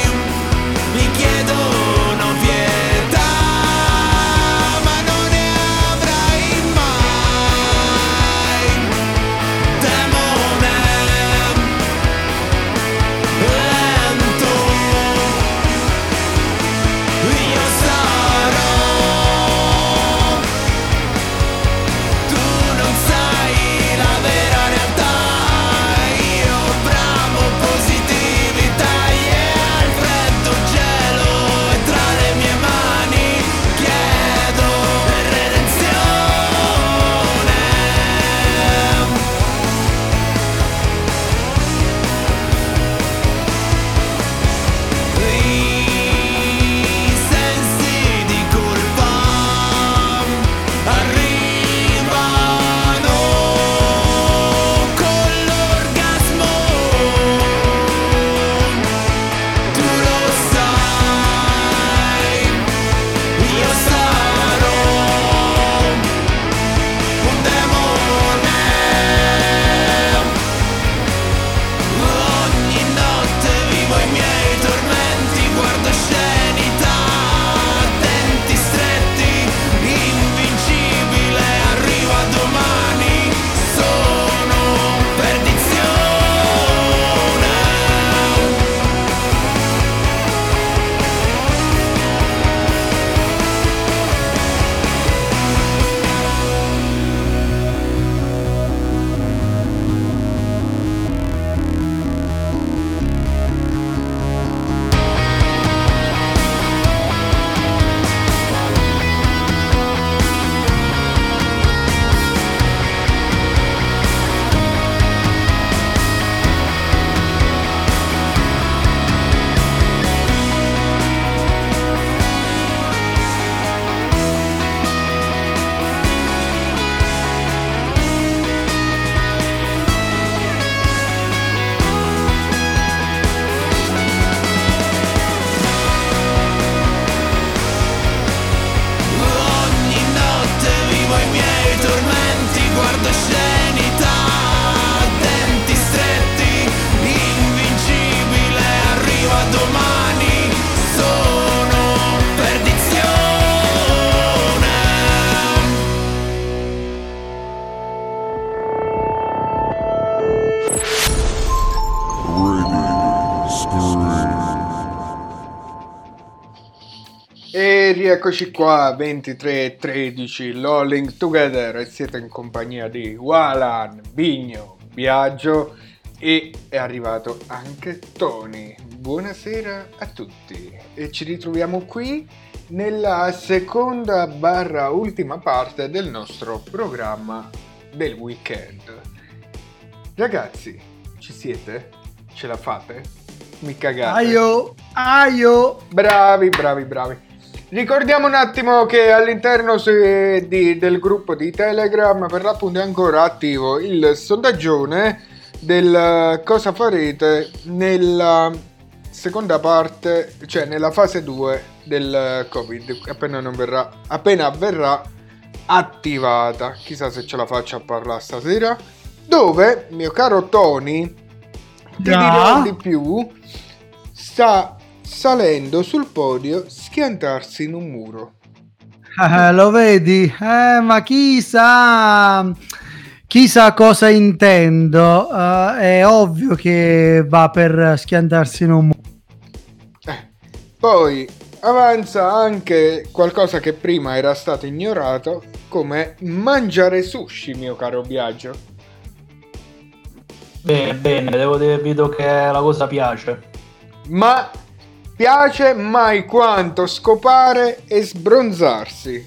mani sono perdizione. E rieccoci qua, 23:13, Lolling Together, e siete in compagnia di Walan, Bigno, Biagio, e è arrivato anche Tony. Buonasera a tutti e ci ritroviamo qui nella seconda / ultima parte del nostro programma del weekend. Ragazzi, ci siete? Ce la fate? Mi cagate? Aio! Bravi. Ricordiamo un attimo che all'interno del gruppo di Telegram per l'appunto è ancora attivo il sondaggione del cosa farete nella seconda parte, cioè nella fase 2 del Covid, appena verrà attivata. Chissà se ce la faccio a parlare stasera. Dove, mio caro Tony, ti dirò di più, sta salendo sul podio schiantarsi in un muro. Lo vedi? Ma chissà cosa intendo. È ovvio che va per schiantarsi in un muro. Poi avanza anche qualcosa che prima era stato ignorato, come mangiare sushi, mio caro Biagio. Bene, devo dirvi che la cosa piace. Ma piace mai quanto scopare e sbronzarsi.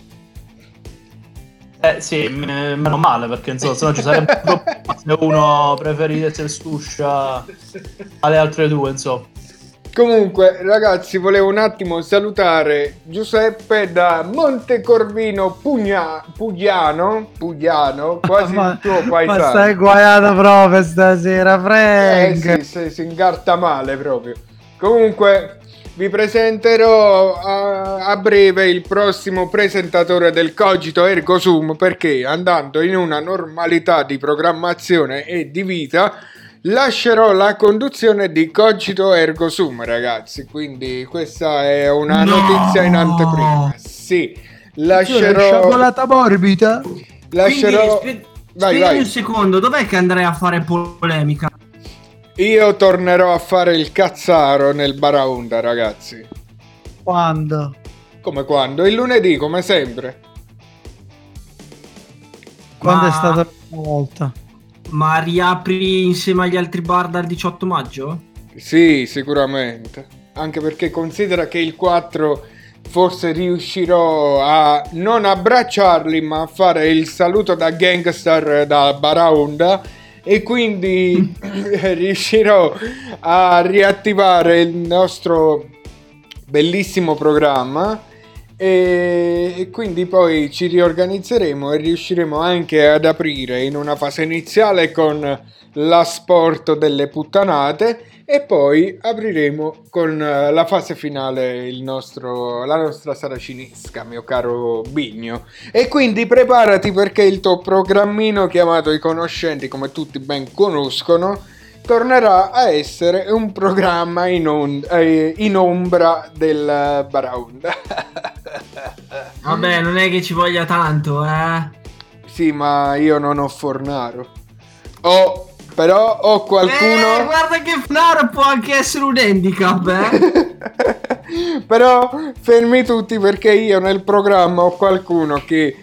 Sì, meno male, perché insomma sennò ci sarebbe un problema se uno preferisse il sushi alle altre due, insomma. Comunque, ragazzi, volevo un attimo salutare Giuseppe da Montecorvino Pugliano, quasi il tuo paesano. Ma stai guaiato proprio stasera, Frank. Sì, si ingarta male proprio. Comunque, vi presenterò a breve il prossimo presentatore del Cogito Ergo Sum, perché andando in una normalità di programmazione e di vita lascerò la conduzione di Cogito Ergo Sum, ragazzi, quindi questa è una notizia in anteprima. Sì, lascerò sciabolata morbida. Lascerò Spiegami un secondo, dov'è che andrei a fare polemica? Io tornerò a fare il cazzaro nel Baraonda, ragazzi. Quando? Come quando? Il lunedì, come sempre. Quando è stata la prima volta? Ma riapri insieme agli altri bar dal 18 maggio? Sì, sicuramente. Anche perché considera che il 4 forse riuscirò a non abbracciarli, ma a fare il saluto da gangster da Baraonda, e quindi riuscirò a riattivare il nostro bellissimo programma, e quindi poi ci riorganizzeremo e riusciremo anche ad aprire in una fase iniziale con l'asporto delle puttanate, e poi apriremo con la fase finale la nostra saracinesca, mio caro Bigno. E quindi preparati, perché il tuo programmino chiamato I Conoscenti, come tutti ben conoscono, tornerà a essere un programma in ombra del Baraonda. Vabbè, non è che ci voglia tanto, Sì, ma io non ho Fornaro. Però ho qualcuno. Guarda che Fornaro può anche essere un handicap, Però fermi tutti, perché io nel programma ho qualcuno che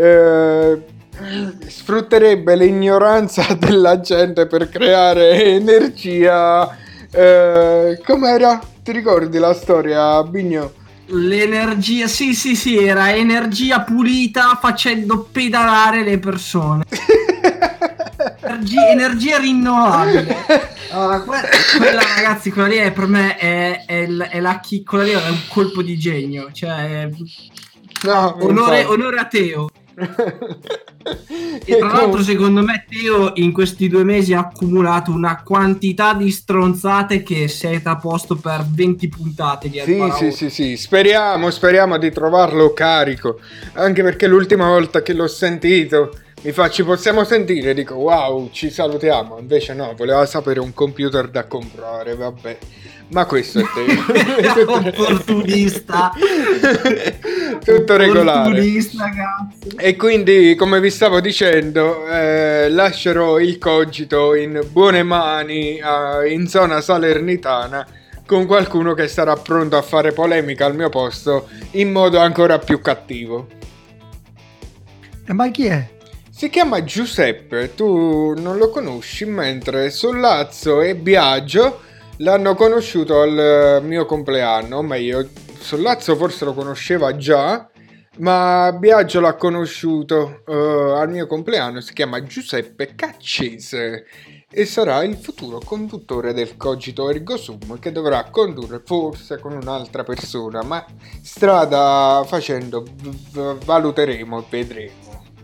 sfrutterebbe l'ignoranza della gente per creare energia. Com'era? Ti ricordi la storia, Bigno? L'energia, sì, era energia pulita facendo pedalare le persone. Energia rinnovabile. Allora, quella, ragazzi, quella lì è, per me è quella lì è un colpo di genio, cioè onore a Teo. E tra l'altro, secondo me, Teo in questi 2 mesi ha accumulato una quantità di stronzate che siete a posto per 20 puntate di Sì, speriamo di trovarlo carico, anche perché l'ultima volta che l'ho sentito Mi fa, ci possiamo sentire? Dico, wow, ci salutiamo. Invece no, voleva sapere un computer da comprare, vabbè. Ma questo è te. Opportunista. Tutto regolare. Opportunista, cazzo. E quindi, come vi stavo dicendo, lascerò il cogito in buone mani in zona salernitana con qualcuno che sarà pronto a fare polemica al mio posto in modo ancora più cattivo. Ma chi è? Si chiama Giuseppe, tu non lo conosci, mentre Sollazzo e Biagio l'hanno conosciuto al mio compleanno, o meglio, Sollazzo forse lo conosceva già, ma Biagio l'ha conosciuto al mio compleanno. Si chiama Giuseppe Caccese e sarà il futuro conduttore del Cogito Ergo Sum, che dovrà condurre forse con un'altra persona, ma strada facendo valuteremo e vedremo.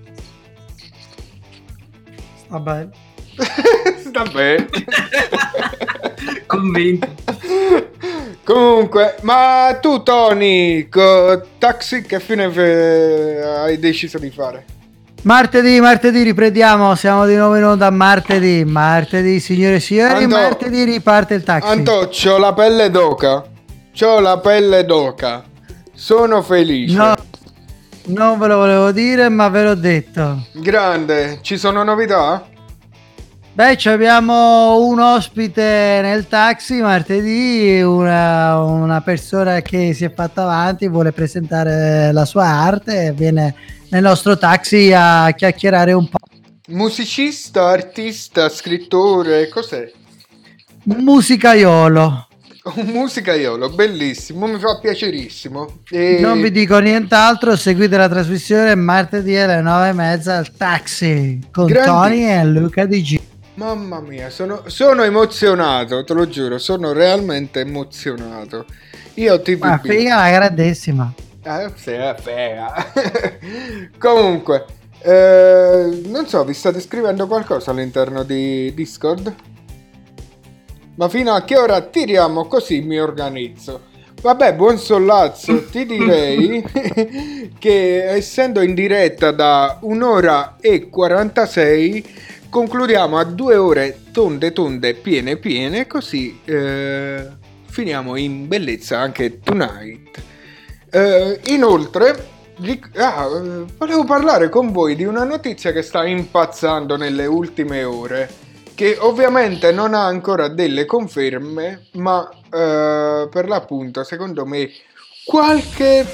Vabbè. Vabbè. Convinto. Comunque, ma tu Tony, Taxi, che fine hai deciso di fare? Martedì riprendiamo, siamo di nuovo in onda martedì, signore e signori, martedì riparte il Taxi. Antò, c'ho la pelle d'oca, sono felice. No, non ve lo volevo dire, ma ve l'ho detto. Grande, ci sono novità? Beh, abbiamo un ospite nel Taxi martedì, una persona che si è fatta avanti, vuole presentare la sua arte e viene nel nostro Taxi a chiacchierare un po'. Musicista, artista, scrittore, cos'è? Musicaiolo. Un musicaiolo, bellissimo, mi fa piacerissimo. Non vi dico nient'altro, seguite la trasmissione martedì alle 9:30 al Taxi con Tony e Luca DG. Mamma mia, sono emozionato, te lo giuro, sono realmente emozionato. Io tipo... Ma figa, la grandissima. Sì, è fea. Comunque, non so, vi state scrivendo qualcosa all'interno di Discord? Ma fino a che ora tiriamo così mi organizzo. Vabbè, buon Sollazzo, ti direi che essendo in diretta da 1 ora e 46 concludiamo a 2 ore tonde piene, così finiamo in bellezza anche tonight. Inoltre volevo parlare con voi di una notizia che sta impazzando nelle ultime ore, che ovviamente non ha ancora delle conferme, ma per l'appunto secondo me qualche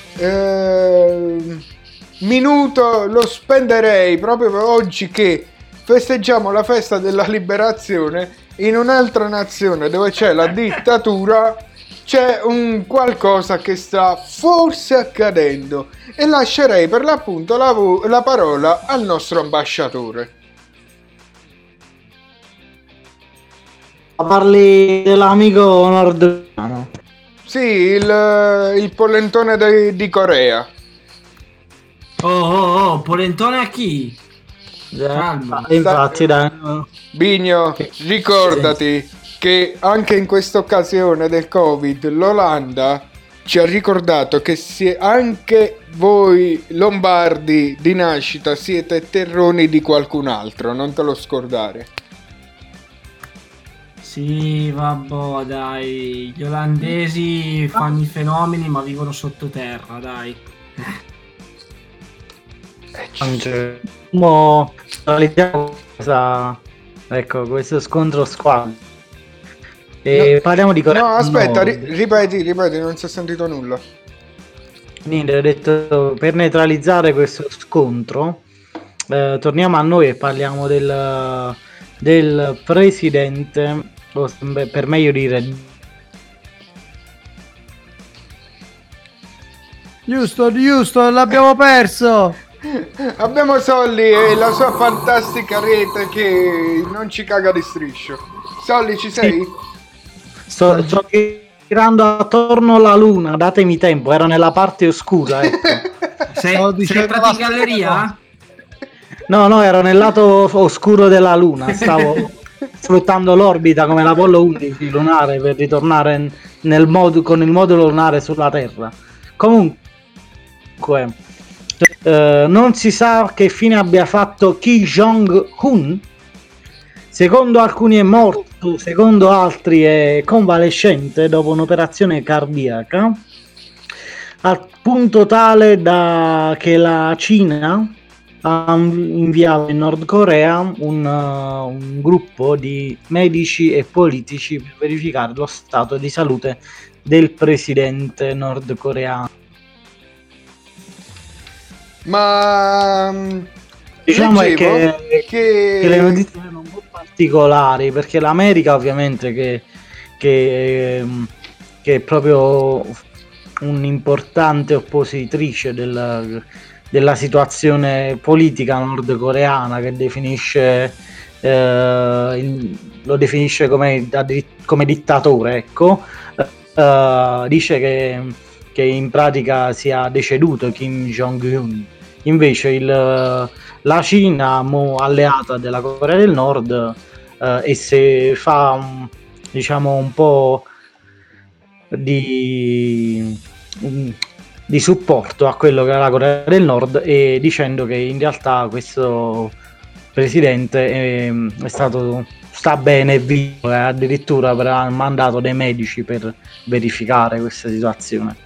minuto lo spenderei proprio oggi che festeggiamo la festa della liberazione in un'altra nazione dove c'è la dittatura. C'è un qualcosa che sta forse accadendo e lascerei per l'appunto la parola al nostro ambasciatore. Parli dell'amico nordano? Sì, il polentone di Corea. Oh, polentone a chi? Infatti, dai. Bigno, ricordati che anche in questa occasione del Covid l'Olanda ci ha ricordato che anche voi lombardi di nascita siete terroni di qualcun altro, non te lo scordare. Sì, vabbè, dai, gli olandesi fanno i fenomeni ma vivono sottoterra, dai. Ecco, questo scontro squadra. E parliamo di Corea. No, aspetta, ripeti, non si è sentito nulla. Niente, ho detto, per neutralizzare questo scontro, torniamo a noi e parliamo del presidente, o per meglio dire... Giusto, l'abbiamo perso! Abbiamo Solly e la sua fantastica rete che non ci caga di striscio. Solly, ci sei? Sto girando attorno alla luna, datemi tempo, ero nella parte oscura, ecco. Sei entrato in galleria? No, ero nel lato oscuro della luna, stavo sfruttando l'orbita come l'Apollo 11 lunare per ritornare con il modulo lunare sulla Terra. Comunque, Non si sa che fine abbia fatto Kim Jong-un. Secondo alcuni è morto, secondo altri è convalescente dopo un'operazione cardiaca, al punto tale che la Cina ha inviato in Nord Corea un gruppo di medici e politici per verificare lo stato di salute del presidente nordcoreano. Ma Diciamo è leggevo che le notizie erano un po' particolari, perché l'America ovviamente che è proprio un'importante oppositrice della situazione politica nordcoreana, che definisce lo definisce come dittatore, ecco. Dice che in pratica sia deceduto Kim Jong-un. Invece la Cina, alleata della Corea del Nord, e se fa diciamo un po' di supporto a quello che è la Corea del Nord, e dicendo che in realtà questo presidente sta bene, è vivo, e addirittura avrà mandato dei medici per verificare questa situazione.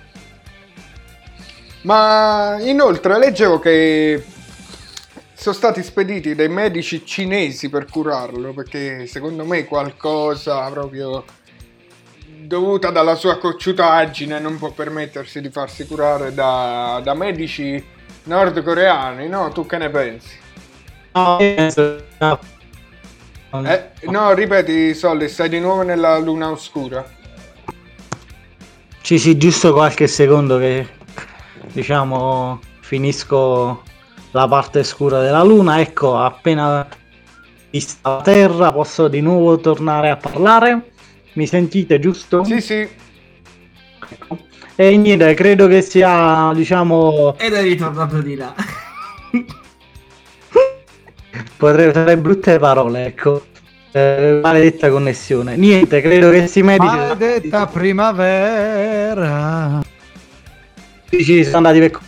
Ma inoltre leggevo che sono stati spediti dei medici cinesi per curarlo, perché secondo me qualcosa proprio dovuta dalla sua cocciutaggine non può permettersi di farsi curare da medici nordcoreani, no? Tu che ne pensi? No, ripeti Solly, stai di nuovo nella luna oscura. Sì, giusto qualche secondo che diciamo finisco la parte scura della luna. Ecco, appena vista la terra posso di nuovo tornare a parlare. Mi sentite, giusto? Sì. E niente, credo che sia, diciamo... Ed è ritornato di là. Potrei usare brutte parole, ecco. Maledetta connessione. Niente, credo che si medici... Maledetta primavera. Sì, sono andati per...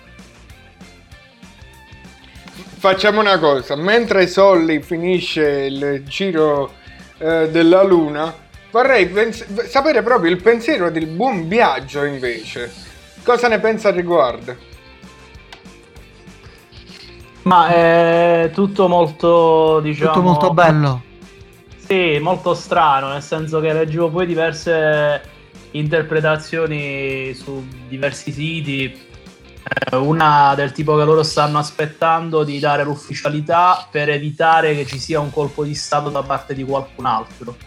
Facciamo una cosa, mentre Solly finisce il giro della luna, vorrei sapere proprio il pensiero del buon Biagio invece. Cosa ne pensa al riguardo? Ma è tutto molto, diciamo... Tutto molto bello. Sì, molto strano, nel senso che leggevo poi diverse interpretazioni su diversi siti. Una del tipo che loro stanno aspettando di dare l'ufficialità per evitare che ci sia un colpo di stato da parte di qualcun altro,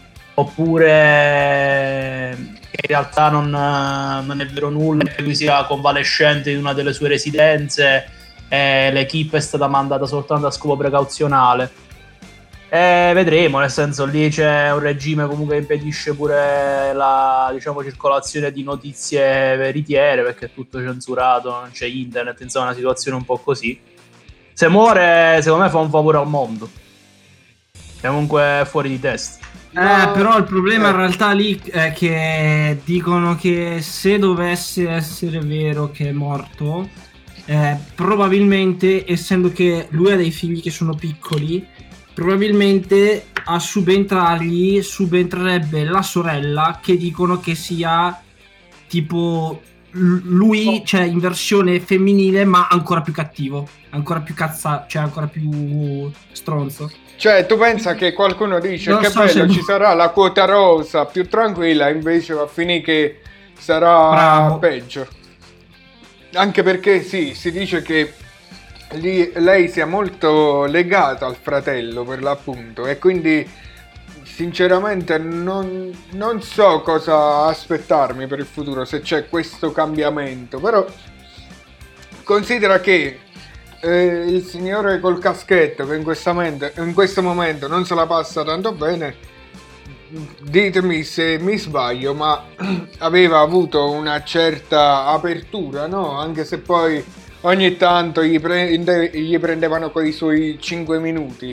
oppure che in realtà non è vero nulla, che lui sia convalescente in una delle sue residenze e l'equipe è stata mandata soltanto a scopo precauzionale. Vedremo, nel senso, lì c'è un regime comunque che impedisce pure la, diciamo, circolazione di notizie veritiere, perché è tutto censurato, non c'è internet, insomma una situazione un po' così. Se muore, secondo me fa un favore al mondo, è comunque fuori di testa. Però il problema in realtà lì è che dicono che se dovesse essere vero che è morto, probabilmente, essendo che lui ha dei figli che sono piccoli, probabilmente a subentrerebbe la sorella, che dicono che sia tipo lui, cioè in versione femminile, ma ancora più cattivo, ancora più cioè ancora più stronzo. Cioè, tu pensa che qualcuno dice Non che so bello, se- ci sarà la quota rosa più tranquilla, invece va a finire che sarà Bravo. peggio. Anche perché sì, si dice che lei sia molto legata al fratello, per l'appunto, e quindi sinceramente non so cosa aspettarmi per il futuro, se c'è questo cambiamento. Però considera che il signore col caschetto, che in questo momento non se la passa tanto bene, ditemi se mi sbaglio, ma aveva avuto una certa apertura, no? Anche se poi ogni tanto gli prendevano quei suoi 5 minuti.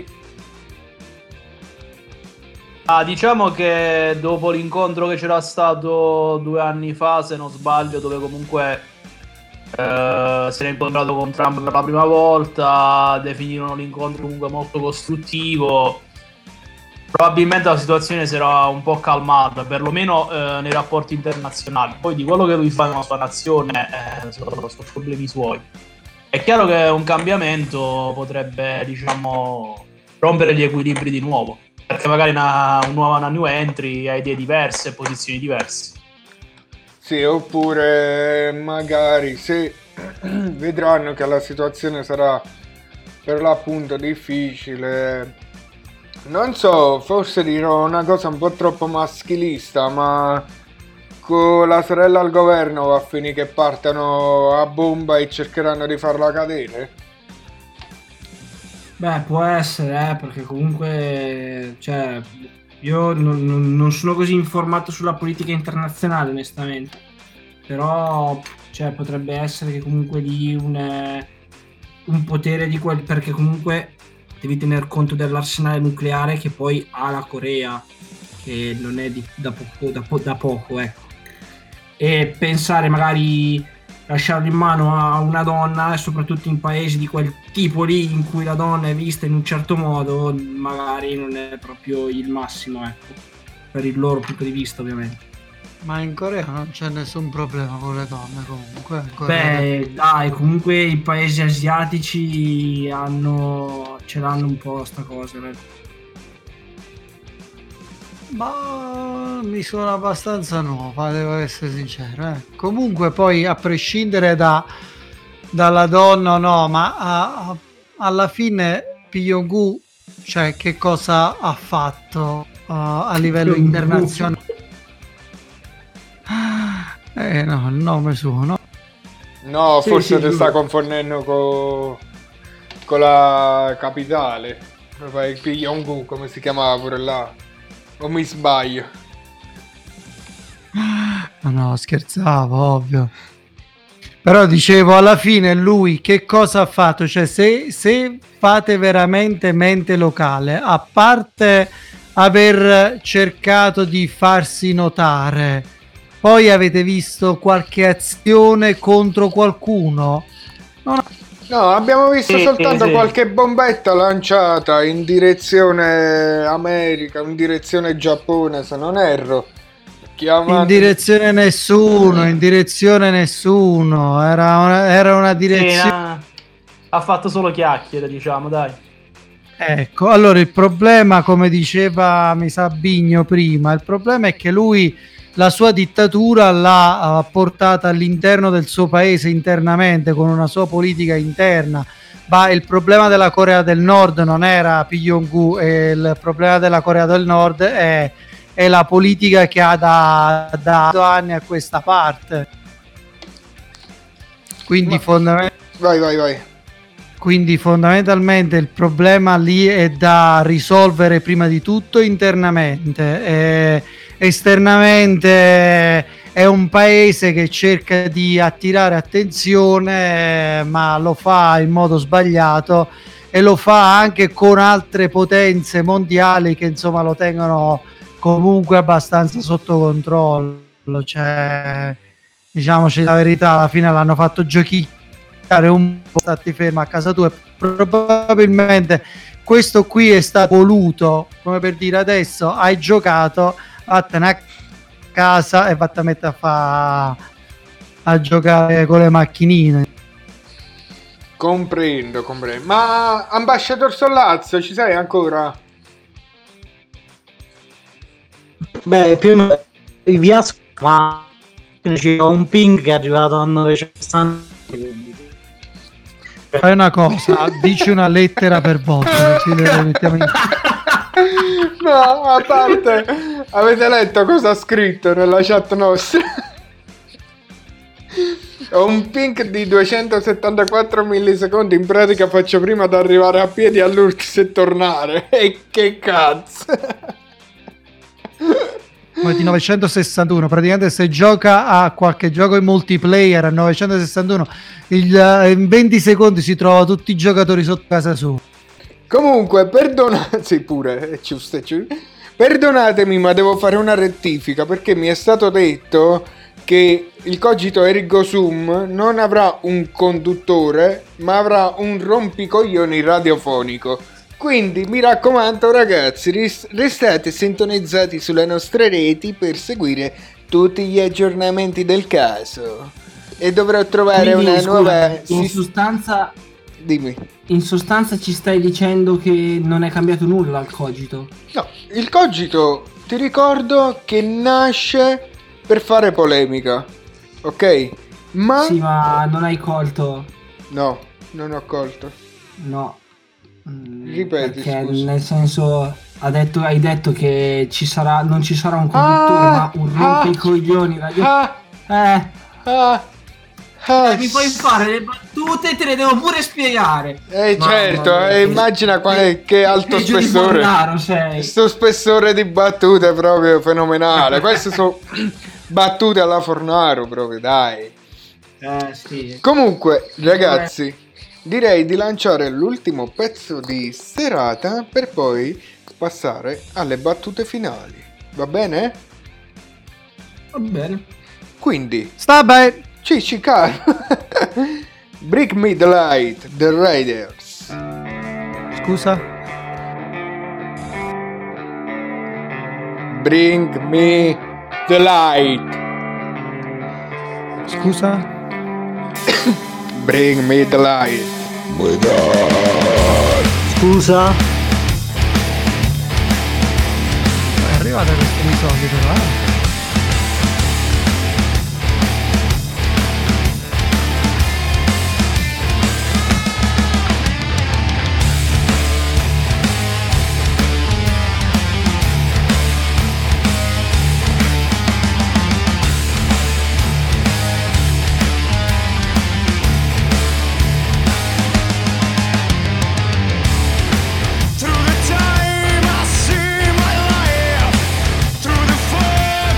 Diciamo che dopo l'incontro che c'era stato 2 anni fa, se non sbaglio, dove comunque Si era incontrato con Trump per la prima volta, definirono l'incontro comunque molto costruttivo. Probabilmente la situazione si era un po' calmata, perlomeno nei rapporti internazionali. Poi di quello che lui fa nella sua nazione sono problemi suoi. È chiaro che un cambiamento potrebbe, diciamo, rompere gli equilibri di nuovo, perché magari una new entry ha idee diverse, posizioni diverse. Sì, oppure magari se vedranno che la situazione sarà per l'appunto difficile, non so, forse dirò una cosa un po' troppo maschilista, ma con la sorella al governo va a finire che partano a bomba e cercheranno di farla cadere? Beh, può essere, perché comunque, cioè, io non sono così informato sulla politica internazionale, onestamente. Però, cioè, potrebbe essere che comunque lì un potere di quel, perché comunque devi tener conto dell'arsenale nucleare che poi ha la Corea, che non è da poco, ecco. E pensare magari lasciarlo in mano a una donna, e soprattutto in paesi di quel tipo lì in cui la donna è vista in un certo modo, magari non è proprio il massimo, ecco, per il loro punto di vista, ovviamente. Ma in Corea non c'è nessun problema con le donne, comunque. Beh, dai, comunque i paesi asiatici ce l'hanno un po' sta cosa, Ma mi suona abbastanza nuova, devo essere sincero. Comunque poi, a prescindere dalla donna o no, ma alla fine Pyongyang, cioè, che cosa ha fatto a livello internazionale? No, il nome suo, no? No, Sì, forse sì, ti sì. sta confondendo con la capitale. Il Pyongyang, come si chiamava pure là? O mi sbaglio? No, scherzavo, ovvio. Però dicevo, alla fine lui che cosa ha fatto? Cioè, se fate veramente mente locale, a parte aver cercato di farsi notare, poi avete visto qualche azione contro qualcuno? No, abbiamo visto Sì, soltanto sì. qualche bombetta lanciata in direzione America, in direzione Giappone, se non erro. In direzione nessuno, era una direzione. Ha fatto solo chiacchiere, diciamo, dai. Ecco, allora il problema, come diceva mi sa Bigno prima, il problema è che lui la sua dittatura l'ha portata all'interno del suo paese internamente, con una sua politica interna. Ma il problema della Corea del Nord non era Pyongyang, il problema della Corea del Nord è la politica che ha da anni a questa parte. Quindi vai. Quindi fondamentalmente il problema lì è da risolvere prima di tutto internamente. Esternamente è un paese che cerca di attirare attenzione, ma lo fa in modo sbagliato e lo fa anche con altre potenze mondiali che insomma lo tengono comunque abbastanza sotto controllo. Cioè, diciamoci la verità, alla fine l'hanno fatto giochicchiare un po', stati fermo a casa tua, e probabilmente questo qui è stato voluto, come per dire adesso hai giocato, vattene a casa e vattene a mettere a giocare con le macchinine. Comprendo. Ma Ambasciatore Sollazzo, ci sei ancora? Beh, più o meno vi ascolto, ma c'è un ping che è arrivato a 960. Fai una cosa, dici una lettera per volta, così le mettiamo in... No, a parte, avete letto cosa ha scritto nella chat nostra? Ho un ping di 274 millisecondi, in pratica faccio prima ad arrivare a piedi all'Urtis e tornare. E che cazzo! Come di 961, praticamente se gioca a qualche gioco in multiplayer a 961 in 20 secondi si trova tutti i giocatori sotto casa sua. Comunque, sì, pure, è giusto. Perdonatemi, ma devo fare una rettifica perché mi è stato detto che il cogito ergo sum non avrà un conduttore, ma avrà un rompicoglioni radiofonico. Quindi mi raccomando ragazzi, restate sintonizzati sulle nostre reti per seguire tutti gli aggiornamenti del caso. E dovrò trovare Quindi, una scusa, nuova... in sostanza, Dimmi. in sostanza ci stai dicendo che non è cambiato nulla al cogito? No, il cogito, ti ricordo che nasce per fare polemica, ok? Ma... Sì, ma non hai colto. No, non ho colto. No. Ripeti, Perché scusa. nel senso hai detto che non ci sarà un conduttore, ma un rompicoglioni mi puoi fare le battute e te le devo pure spiegare. Certo, immagina che alto peggio di spessore. Fornaro sei. Sto spessore di battute è proprio fenomenale. Queste sono battute alla Fornaro proprio, dai. Sì. Comunque, ragazzi, direi di lanciare l'ultimo pezzo di serata per poi passare alle battute finali. Va bene? Va bene. Quindi, sta bene. Cicci caro. Bring me the light, the Raiders. Scusa? Bring me the light. Scusa? Bring me the light. Scusa? È arrivato questo episodio però. Through the time I see my life, through the fog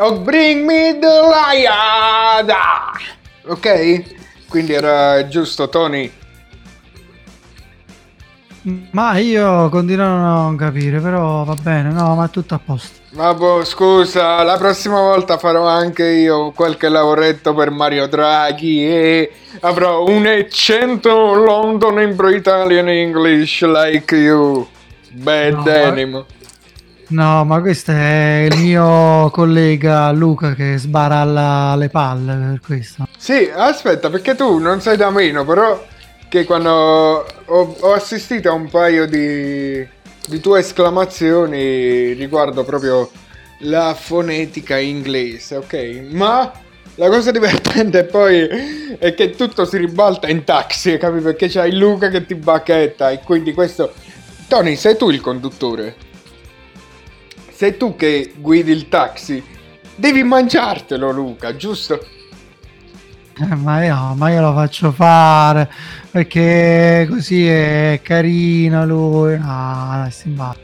Oh, bring me the lion! Ok? Quindi era giusto, Tony? Ma io continuo a non capire, però va bene, no, ma è tutto a posto. Ma boh, scusa, la prossima volta farò anche io qualche lavoretto per Mario Draghi e avrò un accento London in Italian English like you. Bad animo. No, ma questo è il mio collega Luca che sbaralla le palle per questo. Sì, aspetta, perché tu non sei da meno, però che quando ho assistito a un paio di tue esclamazioni riguardo proprio la fonetica inglese, ok? Ma la cosa divertente poi è che tutto si ribalta in taxi, capi? Perché c'hai Luca che ti bacchetta e quindi questo... Tony, sei tu il conduttore? Sei tu che guidi il taxi? Devi mangiartelo, Luca, giusto? Ma io lo faccio fare perché così è carino lui. Ah, dai, simpatico.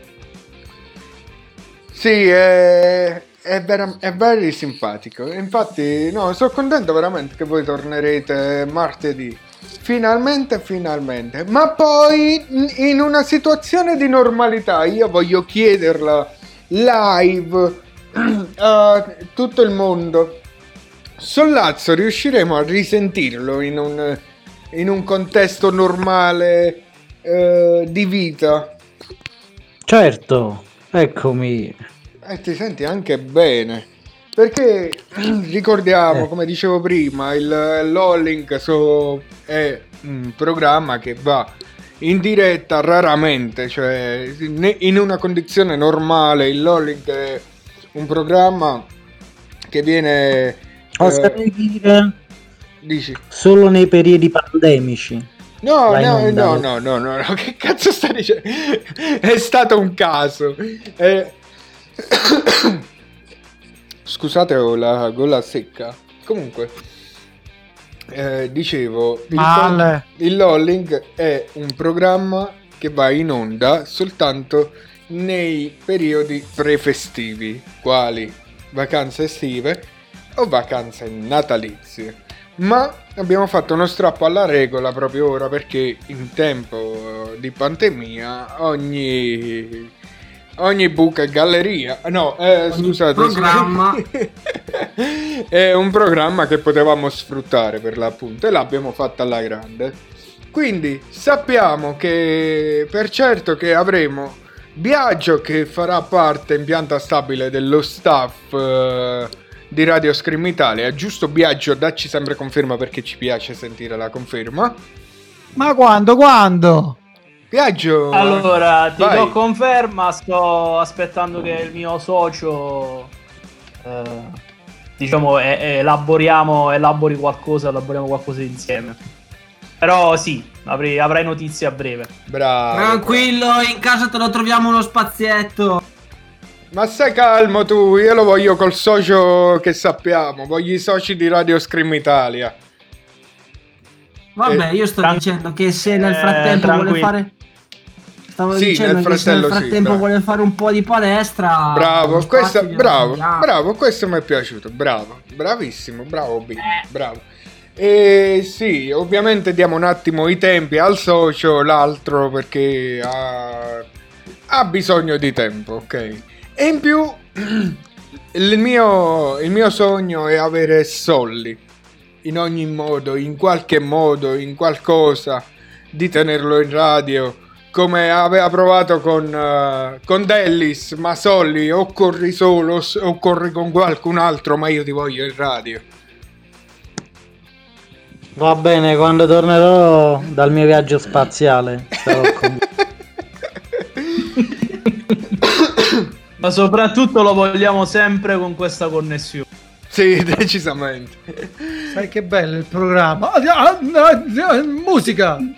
Sì, è very simpatico. Infatti, no, sono contento veramente che voi tornerete martedì. Finalmente. Ma poi, in una situazione di normalità, io voglio chiederla live a tutto il mondo. Sollazzo, riusciremo a risentirlo in un contesto normale di vita? Certo, eccomi. E ti senti anche bene, perché ricordiamo, come dicevo prima, il Lolling è un programma che va in diretta raramente, cioè in una condizione normale il Lolling è un programma che viene... Oserei dire dici? Solo nei periodi pandemici. No, che cazzo stai dicendo? È stato un caso. Scusate, ho la gola secca. Comunque, dicevo, il Lolling è un programma che va in onda soltanto nei periodi prefestivi, quali vacanze estive o vacanze natalizie. Ma abbiamo fatto uno strappo alla regola proprio ora perché in tempo di pandemia ogni buca e galleria, scusate, programma è un programma che potevamo sfruttare per l'appunto e l'abbiamo fatta alla grande. Quindi sappiamo che per certo che avremo Biagio che farà parte in pianta stabile dello staff di Radio Scream Italia. Giusto, Biagio? Dacci sempre conferma perché ci piace sentire la conferma. Ma quando? Biagio, allora ti vai. do conferma. Sto aspettando che il mio socio elabori qualcosa insieme. Però sì, avrai notizie a breve. Bravo. Tranquillo, in casa te lo troviamo uno spazietto. Ma stai calmo tu, io lo voglio col socio che sappiamo, voglio i soci di Radio Scream Italia. Vabbè, io sto dicendo che se nel frattempo vuole fare... Stavo dicendo che se nel frattempo vuole fare un po' di palestra... Bravo, questo mi è piaciuto, bravo, bravissimo, bravo Bini, bravo. E sì, ovviamente diamo un attimo i tempi al socio, l'altro perché ha bisogno di tempo, ok? E in più il mio sogno è avere soldi in ogni modo, in qualche modo, in qualcosa, di tenerlo in radio come aveva provato con Dellis. Ma Solly, o corri solo o corri con qualcun altro, ma io ti voglio in radio. Va bene, quando tornerò dal mio viaggio spaziale sarò con... Ma soprattutto lo vogliamo sempre con questa connessione. Sì, decisamente. Sai che bello il programma. Musica.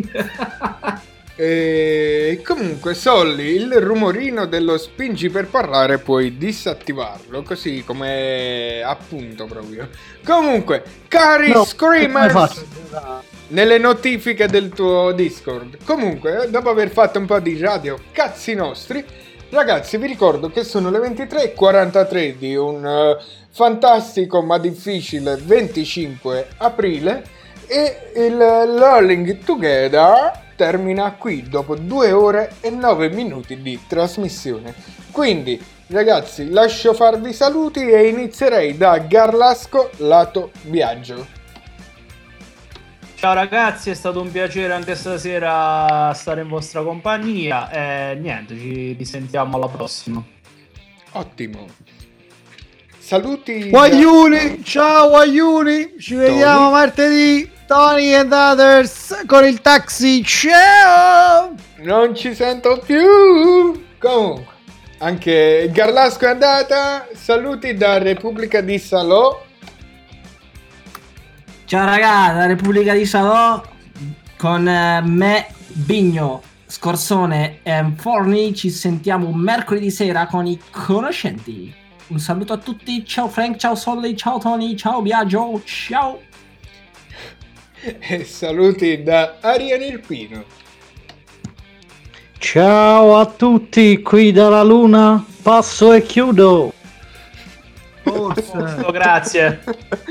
E comunque, Solly, il rumorino dello spingi per parlare puoi disattivarlo, così come appunto proprio. Comunque, cari Screamers, nelle notifiche del tuo Discord. Comunque, dopo aver fatto un po' di radio cazzi nostri, Ragazzi, vi ricordo che sono le 23:43 di un fantastico ma difficile 25 aprile e il Lolling Together termina qui dopo 2 ore e 9 minuti di trasmissione. Quindi, ragazzi, lascio farvi saluti e inizierei da Garlasco lato Biagio. Ciao ragazzi, è stato un piacere anche stasera stare in vostra compagnia e niente, ci risentiamo alla prossima. Ottimo. Saluti. Guagliuni, ciao Guagliuni, ci vediamo martedì. Tony and Others con il taxi. Ciao. Non ci sento più. Comunque, anche Garlasco è andata. Saluti da Repubblica di Salò. Ciao ragazzi, la Repubblica di Salò con me, Bigno, Scorsone e Forni. Ci sentiamo mercoledì sera con i conoscenti. Un saluto a tutti, ciao Frank, ciao Solly, ciao Tony, ciao Biagio, ciao. E saluti da Ariane Irpino. Ciao a tutti, qui dalla Luna, passo e chiudo. Grazie.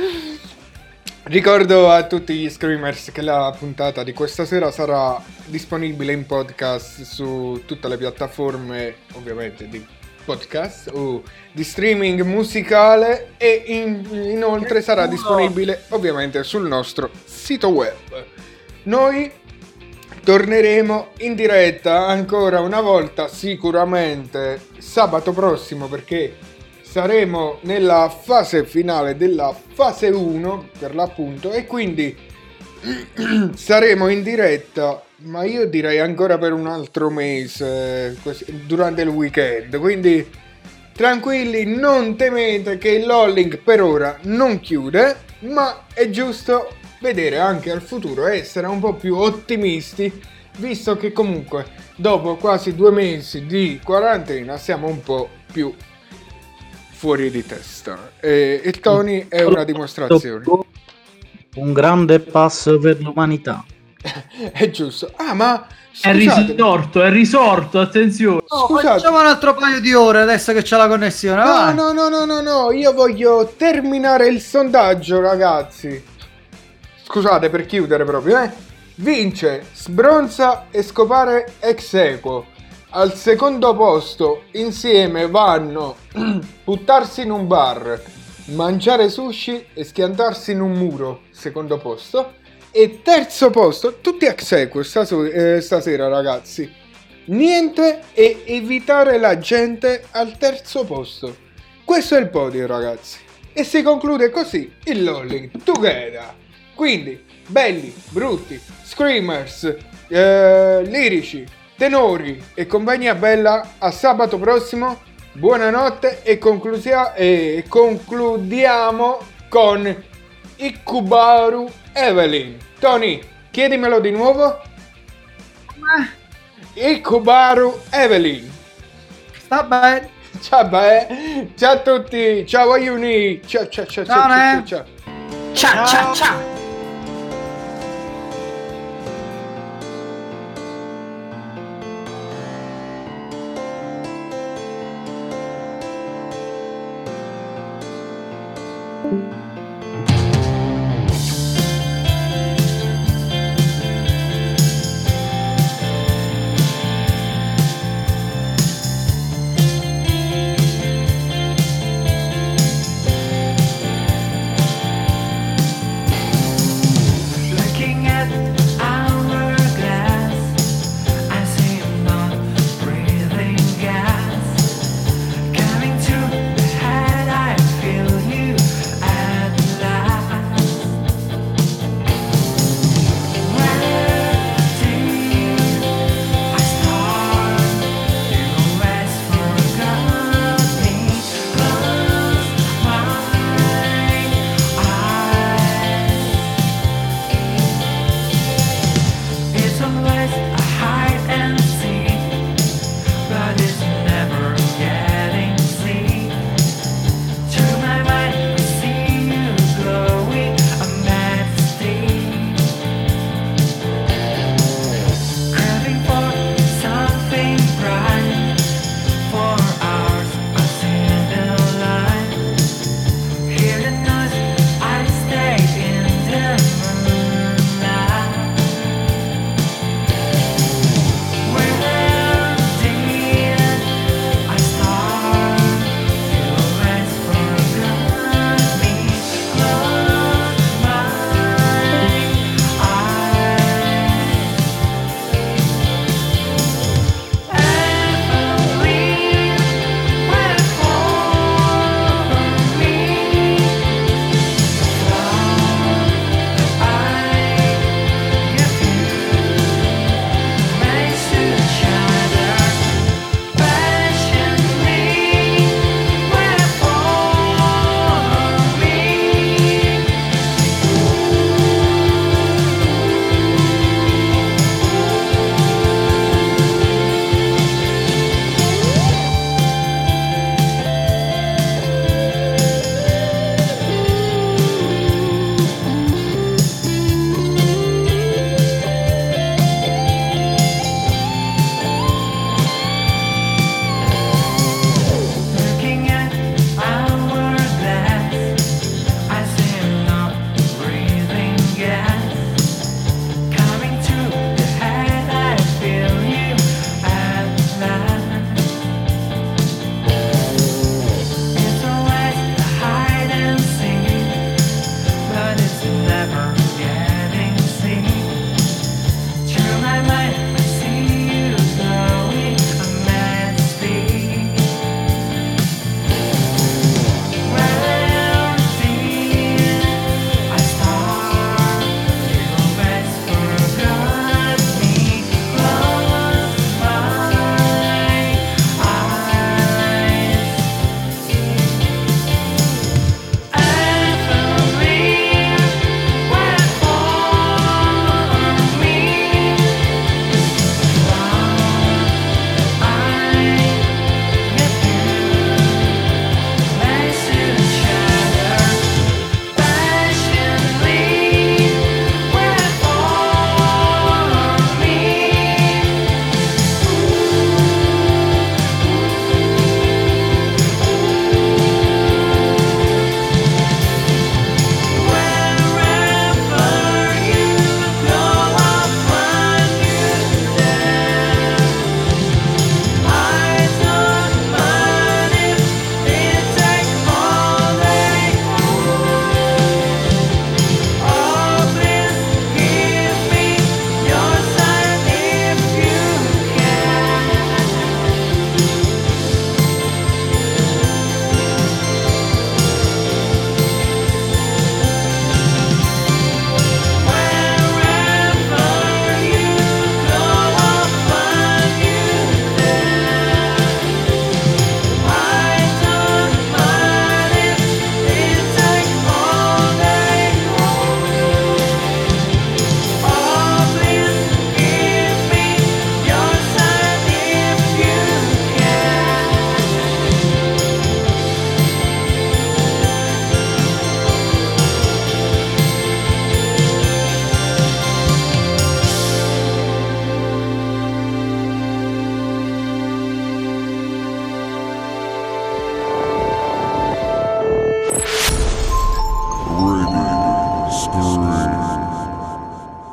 Ricordo a tutti gli screamers che la puntata di questa sera sarà disponibile in podcast su tutte le piattaforme, ovviamente, di podcast o di streaming musicale e inoltre sarà disponibile ovviamente sul nostro sito web. Noi torneremo in diretta ancora una volta sicuramente sabato prossimo, perché saremo nella fase finale della fase 1 per l'appunto e quindi saremo in diretta, ma io direi ancora per un altro mese durante il weekend, quindi tranquilli, non temete che il Lolling per ora non chiude, ma è giusto vedere anche al futuro e essere un po' più ottimisti, visto che comunque dopo quasi 2 mesi di quarantena siamo un po' più fuori di testa e il Tony è una dimostrazione. Un grande passo per l'umanità. È giusto. Ah, ma scusate. È risorto, attenzione. Scusate. Facciamo un altro paio di ore adesso che c'è la connessione. vai. No, io voglio terminare il sondaggio, ragazzi. Scusate, per chiudere proprio, Vince Sbronza e Scopare ex equo. Al secondo posto insieme vanno buttarsi in un bar, mangiare sushi e schiantarsi in un muro, secondo posto. E terzo posto, tutti ex equo stasera, ragazzi. Niente e evitare la gente al terzo posto. Questo è il podio, ragazzi. E si conclude così il Lolling Together. Quindi, belli, brutti, screamers, lirici, tenori e compagnia bella, a sabato prossimo. Buonanotte e concludiamo con Ikubaru Evelyn. Tony, chiedimelo di nuovo. Ikubaru Evelyn. Sta bene. Ciao a tutti. Ciao Ayuni. Ciao. Ciao. Ciao.